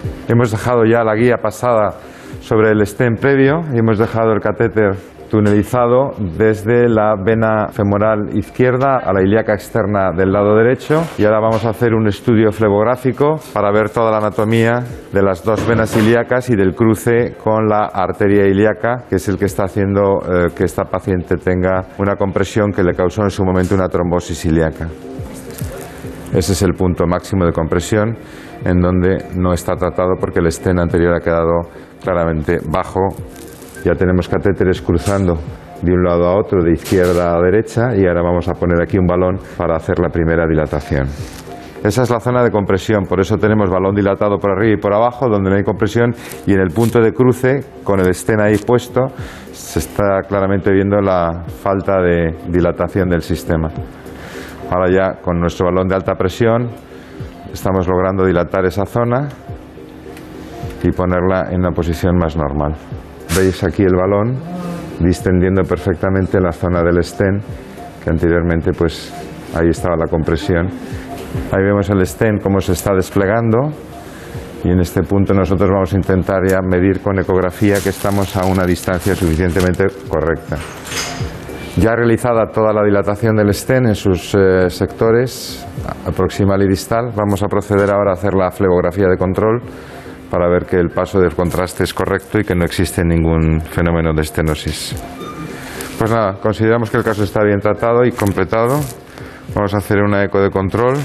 Hemos dejado ya la guía pasada sobre el stent previo y hemos dejado el catéter tunelizado desde la vena femoral izquierda a la ilíaca externa del lado derecho, y ahora vamos a hacer un estudio flebográfico para ver toda la anatomía de las dos venas ilíacas y del cruce con la arteria ilíaca, que es el que está haciendo eh, que esta paciente tenga una compresión que le causó en su momento una trombosis ilíaca. Ese es el punto máximo de compresión en donde no está tratado porque el stent anterior ha quedado claramente bajo. Ya tenemos catéteres cruzando de un lado a otro, de izquierda a derecha, y ahora vamos a poner aquí un balón para hacer la primera dilatación. Esa es la zona de compresión, por eso tenemos balón dilatado por arriba y por abajo, donde no hay compresión, y en el punto de cruce, con el stent ahí puesto, se está claramente viendo la falta de dilatación del sistema. Ahora ya, con nuestro balón de alta presión, estamos logrando dilatar esa zona y ponerla en una posición más normal. Veis aquí el balón distendiendo perfectamente la zona del stent, que anteriormente pues ahí estaba la compresión. Ahí vemos el stent cómo se está desplegando, y en este punto nosotros vamos a intentar ya medir con ecografía que estamos a una distancia suficientemente correcta. Ya realizada toda la dilatación del stent en sus eh, sectores proximal y distal, vamos a proceder ahora a hacer la flebografía de control para ver que el paso del contraste es correcto y que no existe ningún fenómeno de estenosis. Pues nada, consideramos que el caso está bien tratado y completado. Vamos a hacer una eco de control.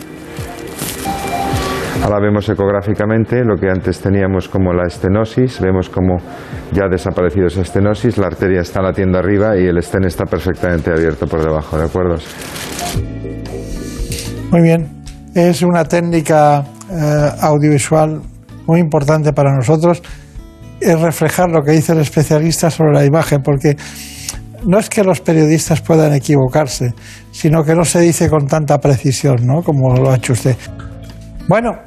Ahora vemos ecográficamente lo que antes teníamos como la estenosis. Vemos como ya ha desaparecido esa estenosis, la arteria está latiendo arriba y el stent está perfectamente abierto por debajo, ¿de acuerdo? Muy bien. Es una técnica eh, audiovisual muy importante para nosotros, es reflejar lo que dice el especialista sobre la imagen, porque no es que los periodistas puedan equivocarse, sino que no se dice con tanta precisión, ¿no?, como lo ha hecho usted. Bueno,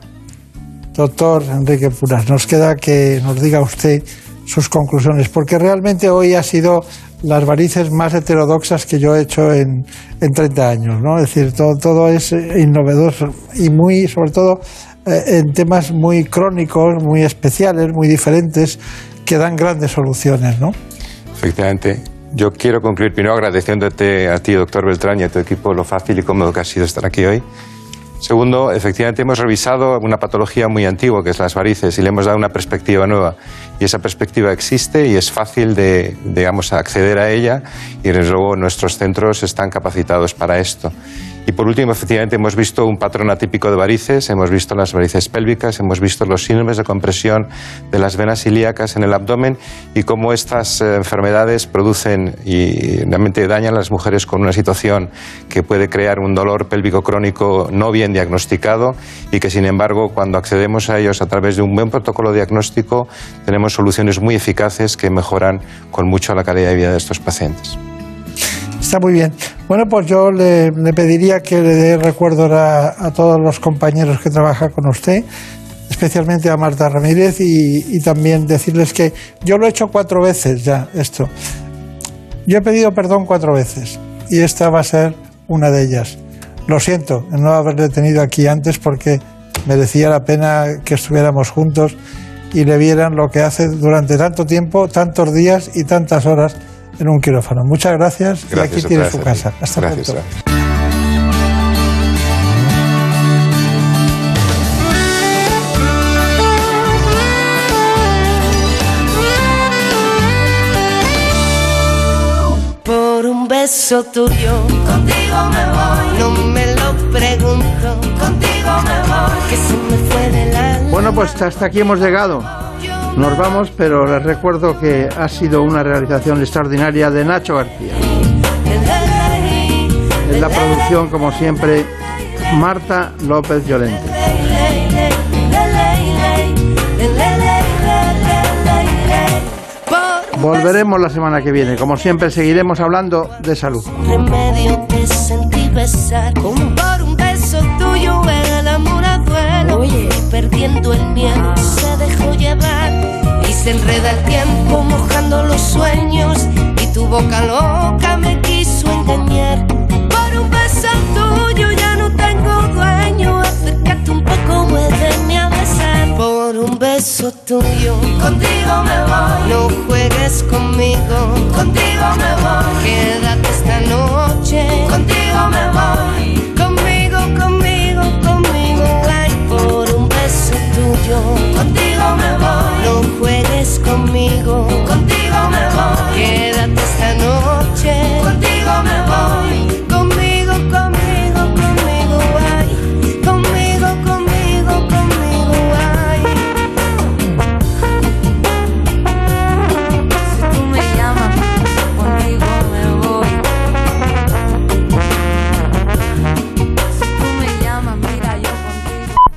doctor Enrique Puras, nos queda que nos diga usted sus conclusiones, porque realmente hoy ha sido las varices más heterodoxas que yo he hecho en, en treinta años, ¿no? Es decir, todo, todo es innovador y muy, sobre todo, en temas muy crónicos, muy especiales, muy diferentes, que dan grandes soluciones, ¿no? Efectivamente. Yo quiero concluir primero agradeciéndote a ti, doctor Beltrán, y a tu equipo lo fácil y cómodo que ha sido estar aquí hoy. Segundo, efectivamente hemos revisado una patología muy antigua, que es las varices, y le hemos dado una perspectiva nueva. Y esa perspectiva existe y es fácil de, digamos, acceder a ella, y desde luego nuestros centros están capacitados para esto. Y por último, efectivamente, hemos visto un patrón atípico de varices, hemos visto las varices pélvicas, hemos visto los síndromes de compresión de las venas ilíacas en el abdomen y cómo estas eh, enfermedades producen y realmente dañan a las mujeres con una situación que puede crear un dolor pélvico crónico no bien diagnosticado, y que, sin embargo, cuando accedemos a ellos a través de un buen protocolo diagnóstico, tenemos soluciones muy eficaces que mejoran con mucho la calidad de vida de estos pacientes. Está muy bien. Bueno, pues yo le, le pediría que le dé recuerdo a, a todos los compañeros que trabajan con usted, especialmente a Marta Ramírez, y, y también decirles que yo lo he hecho cuatro veces ya, esto. Yo he pedido perdón cuatro veces y esta va a ser una de ellas. Lo siento en no haberle tenido aquí antes, porque merecía la pena que estuviéramos juntos y le vieran lo que hace durante tanto tiempo, tantos días y tantas horas en un quirófano. Muchas gracias, gracias y aquí tiene su casa. Hasta gracias, pronto. Gracias. Por un beso tuyo, contigo me voy. No me lo pregunto, contigo me voy. Que se me fue del alma. Bueno, pues hasta aquí hemos llegado. Nos vamos, pero les recuerdo que ha sido una realización extraordinaria de Nacho García. En la producción, como siempre, Marta López Llorente. Volveremos la semana que viene. Como siempre, seguiremos hablando de salud. Remedio te sentí besar, como por un beso tuyo el amor a duelo. Oye, perdiendo el miedo se dejó llevar y se enreda el tiempo mojando los sueños, y tu boca loca me quiso engañar. Por un beso tuyo ya no tengo dueño, acércate un poco, muéveme a besar. Por un beso tuyo. Contigo me voy. No juegues conmigo. Contigo me voy. Quédate esta noche. Contigo me voy. Conmigo, conmigo, conmigo. Ay, por un beso tuyo. Contigo me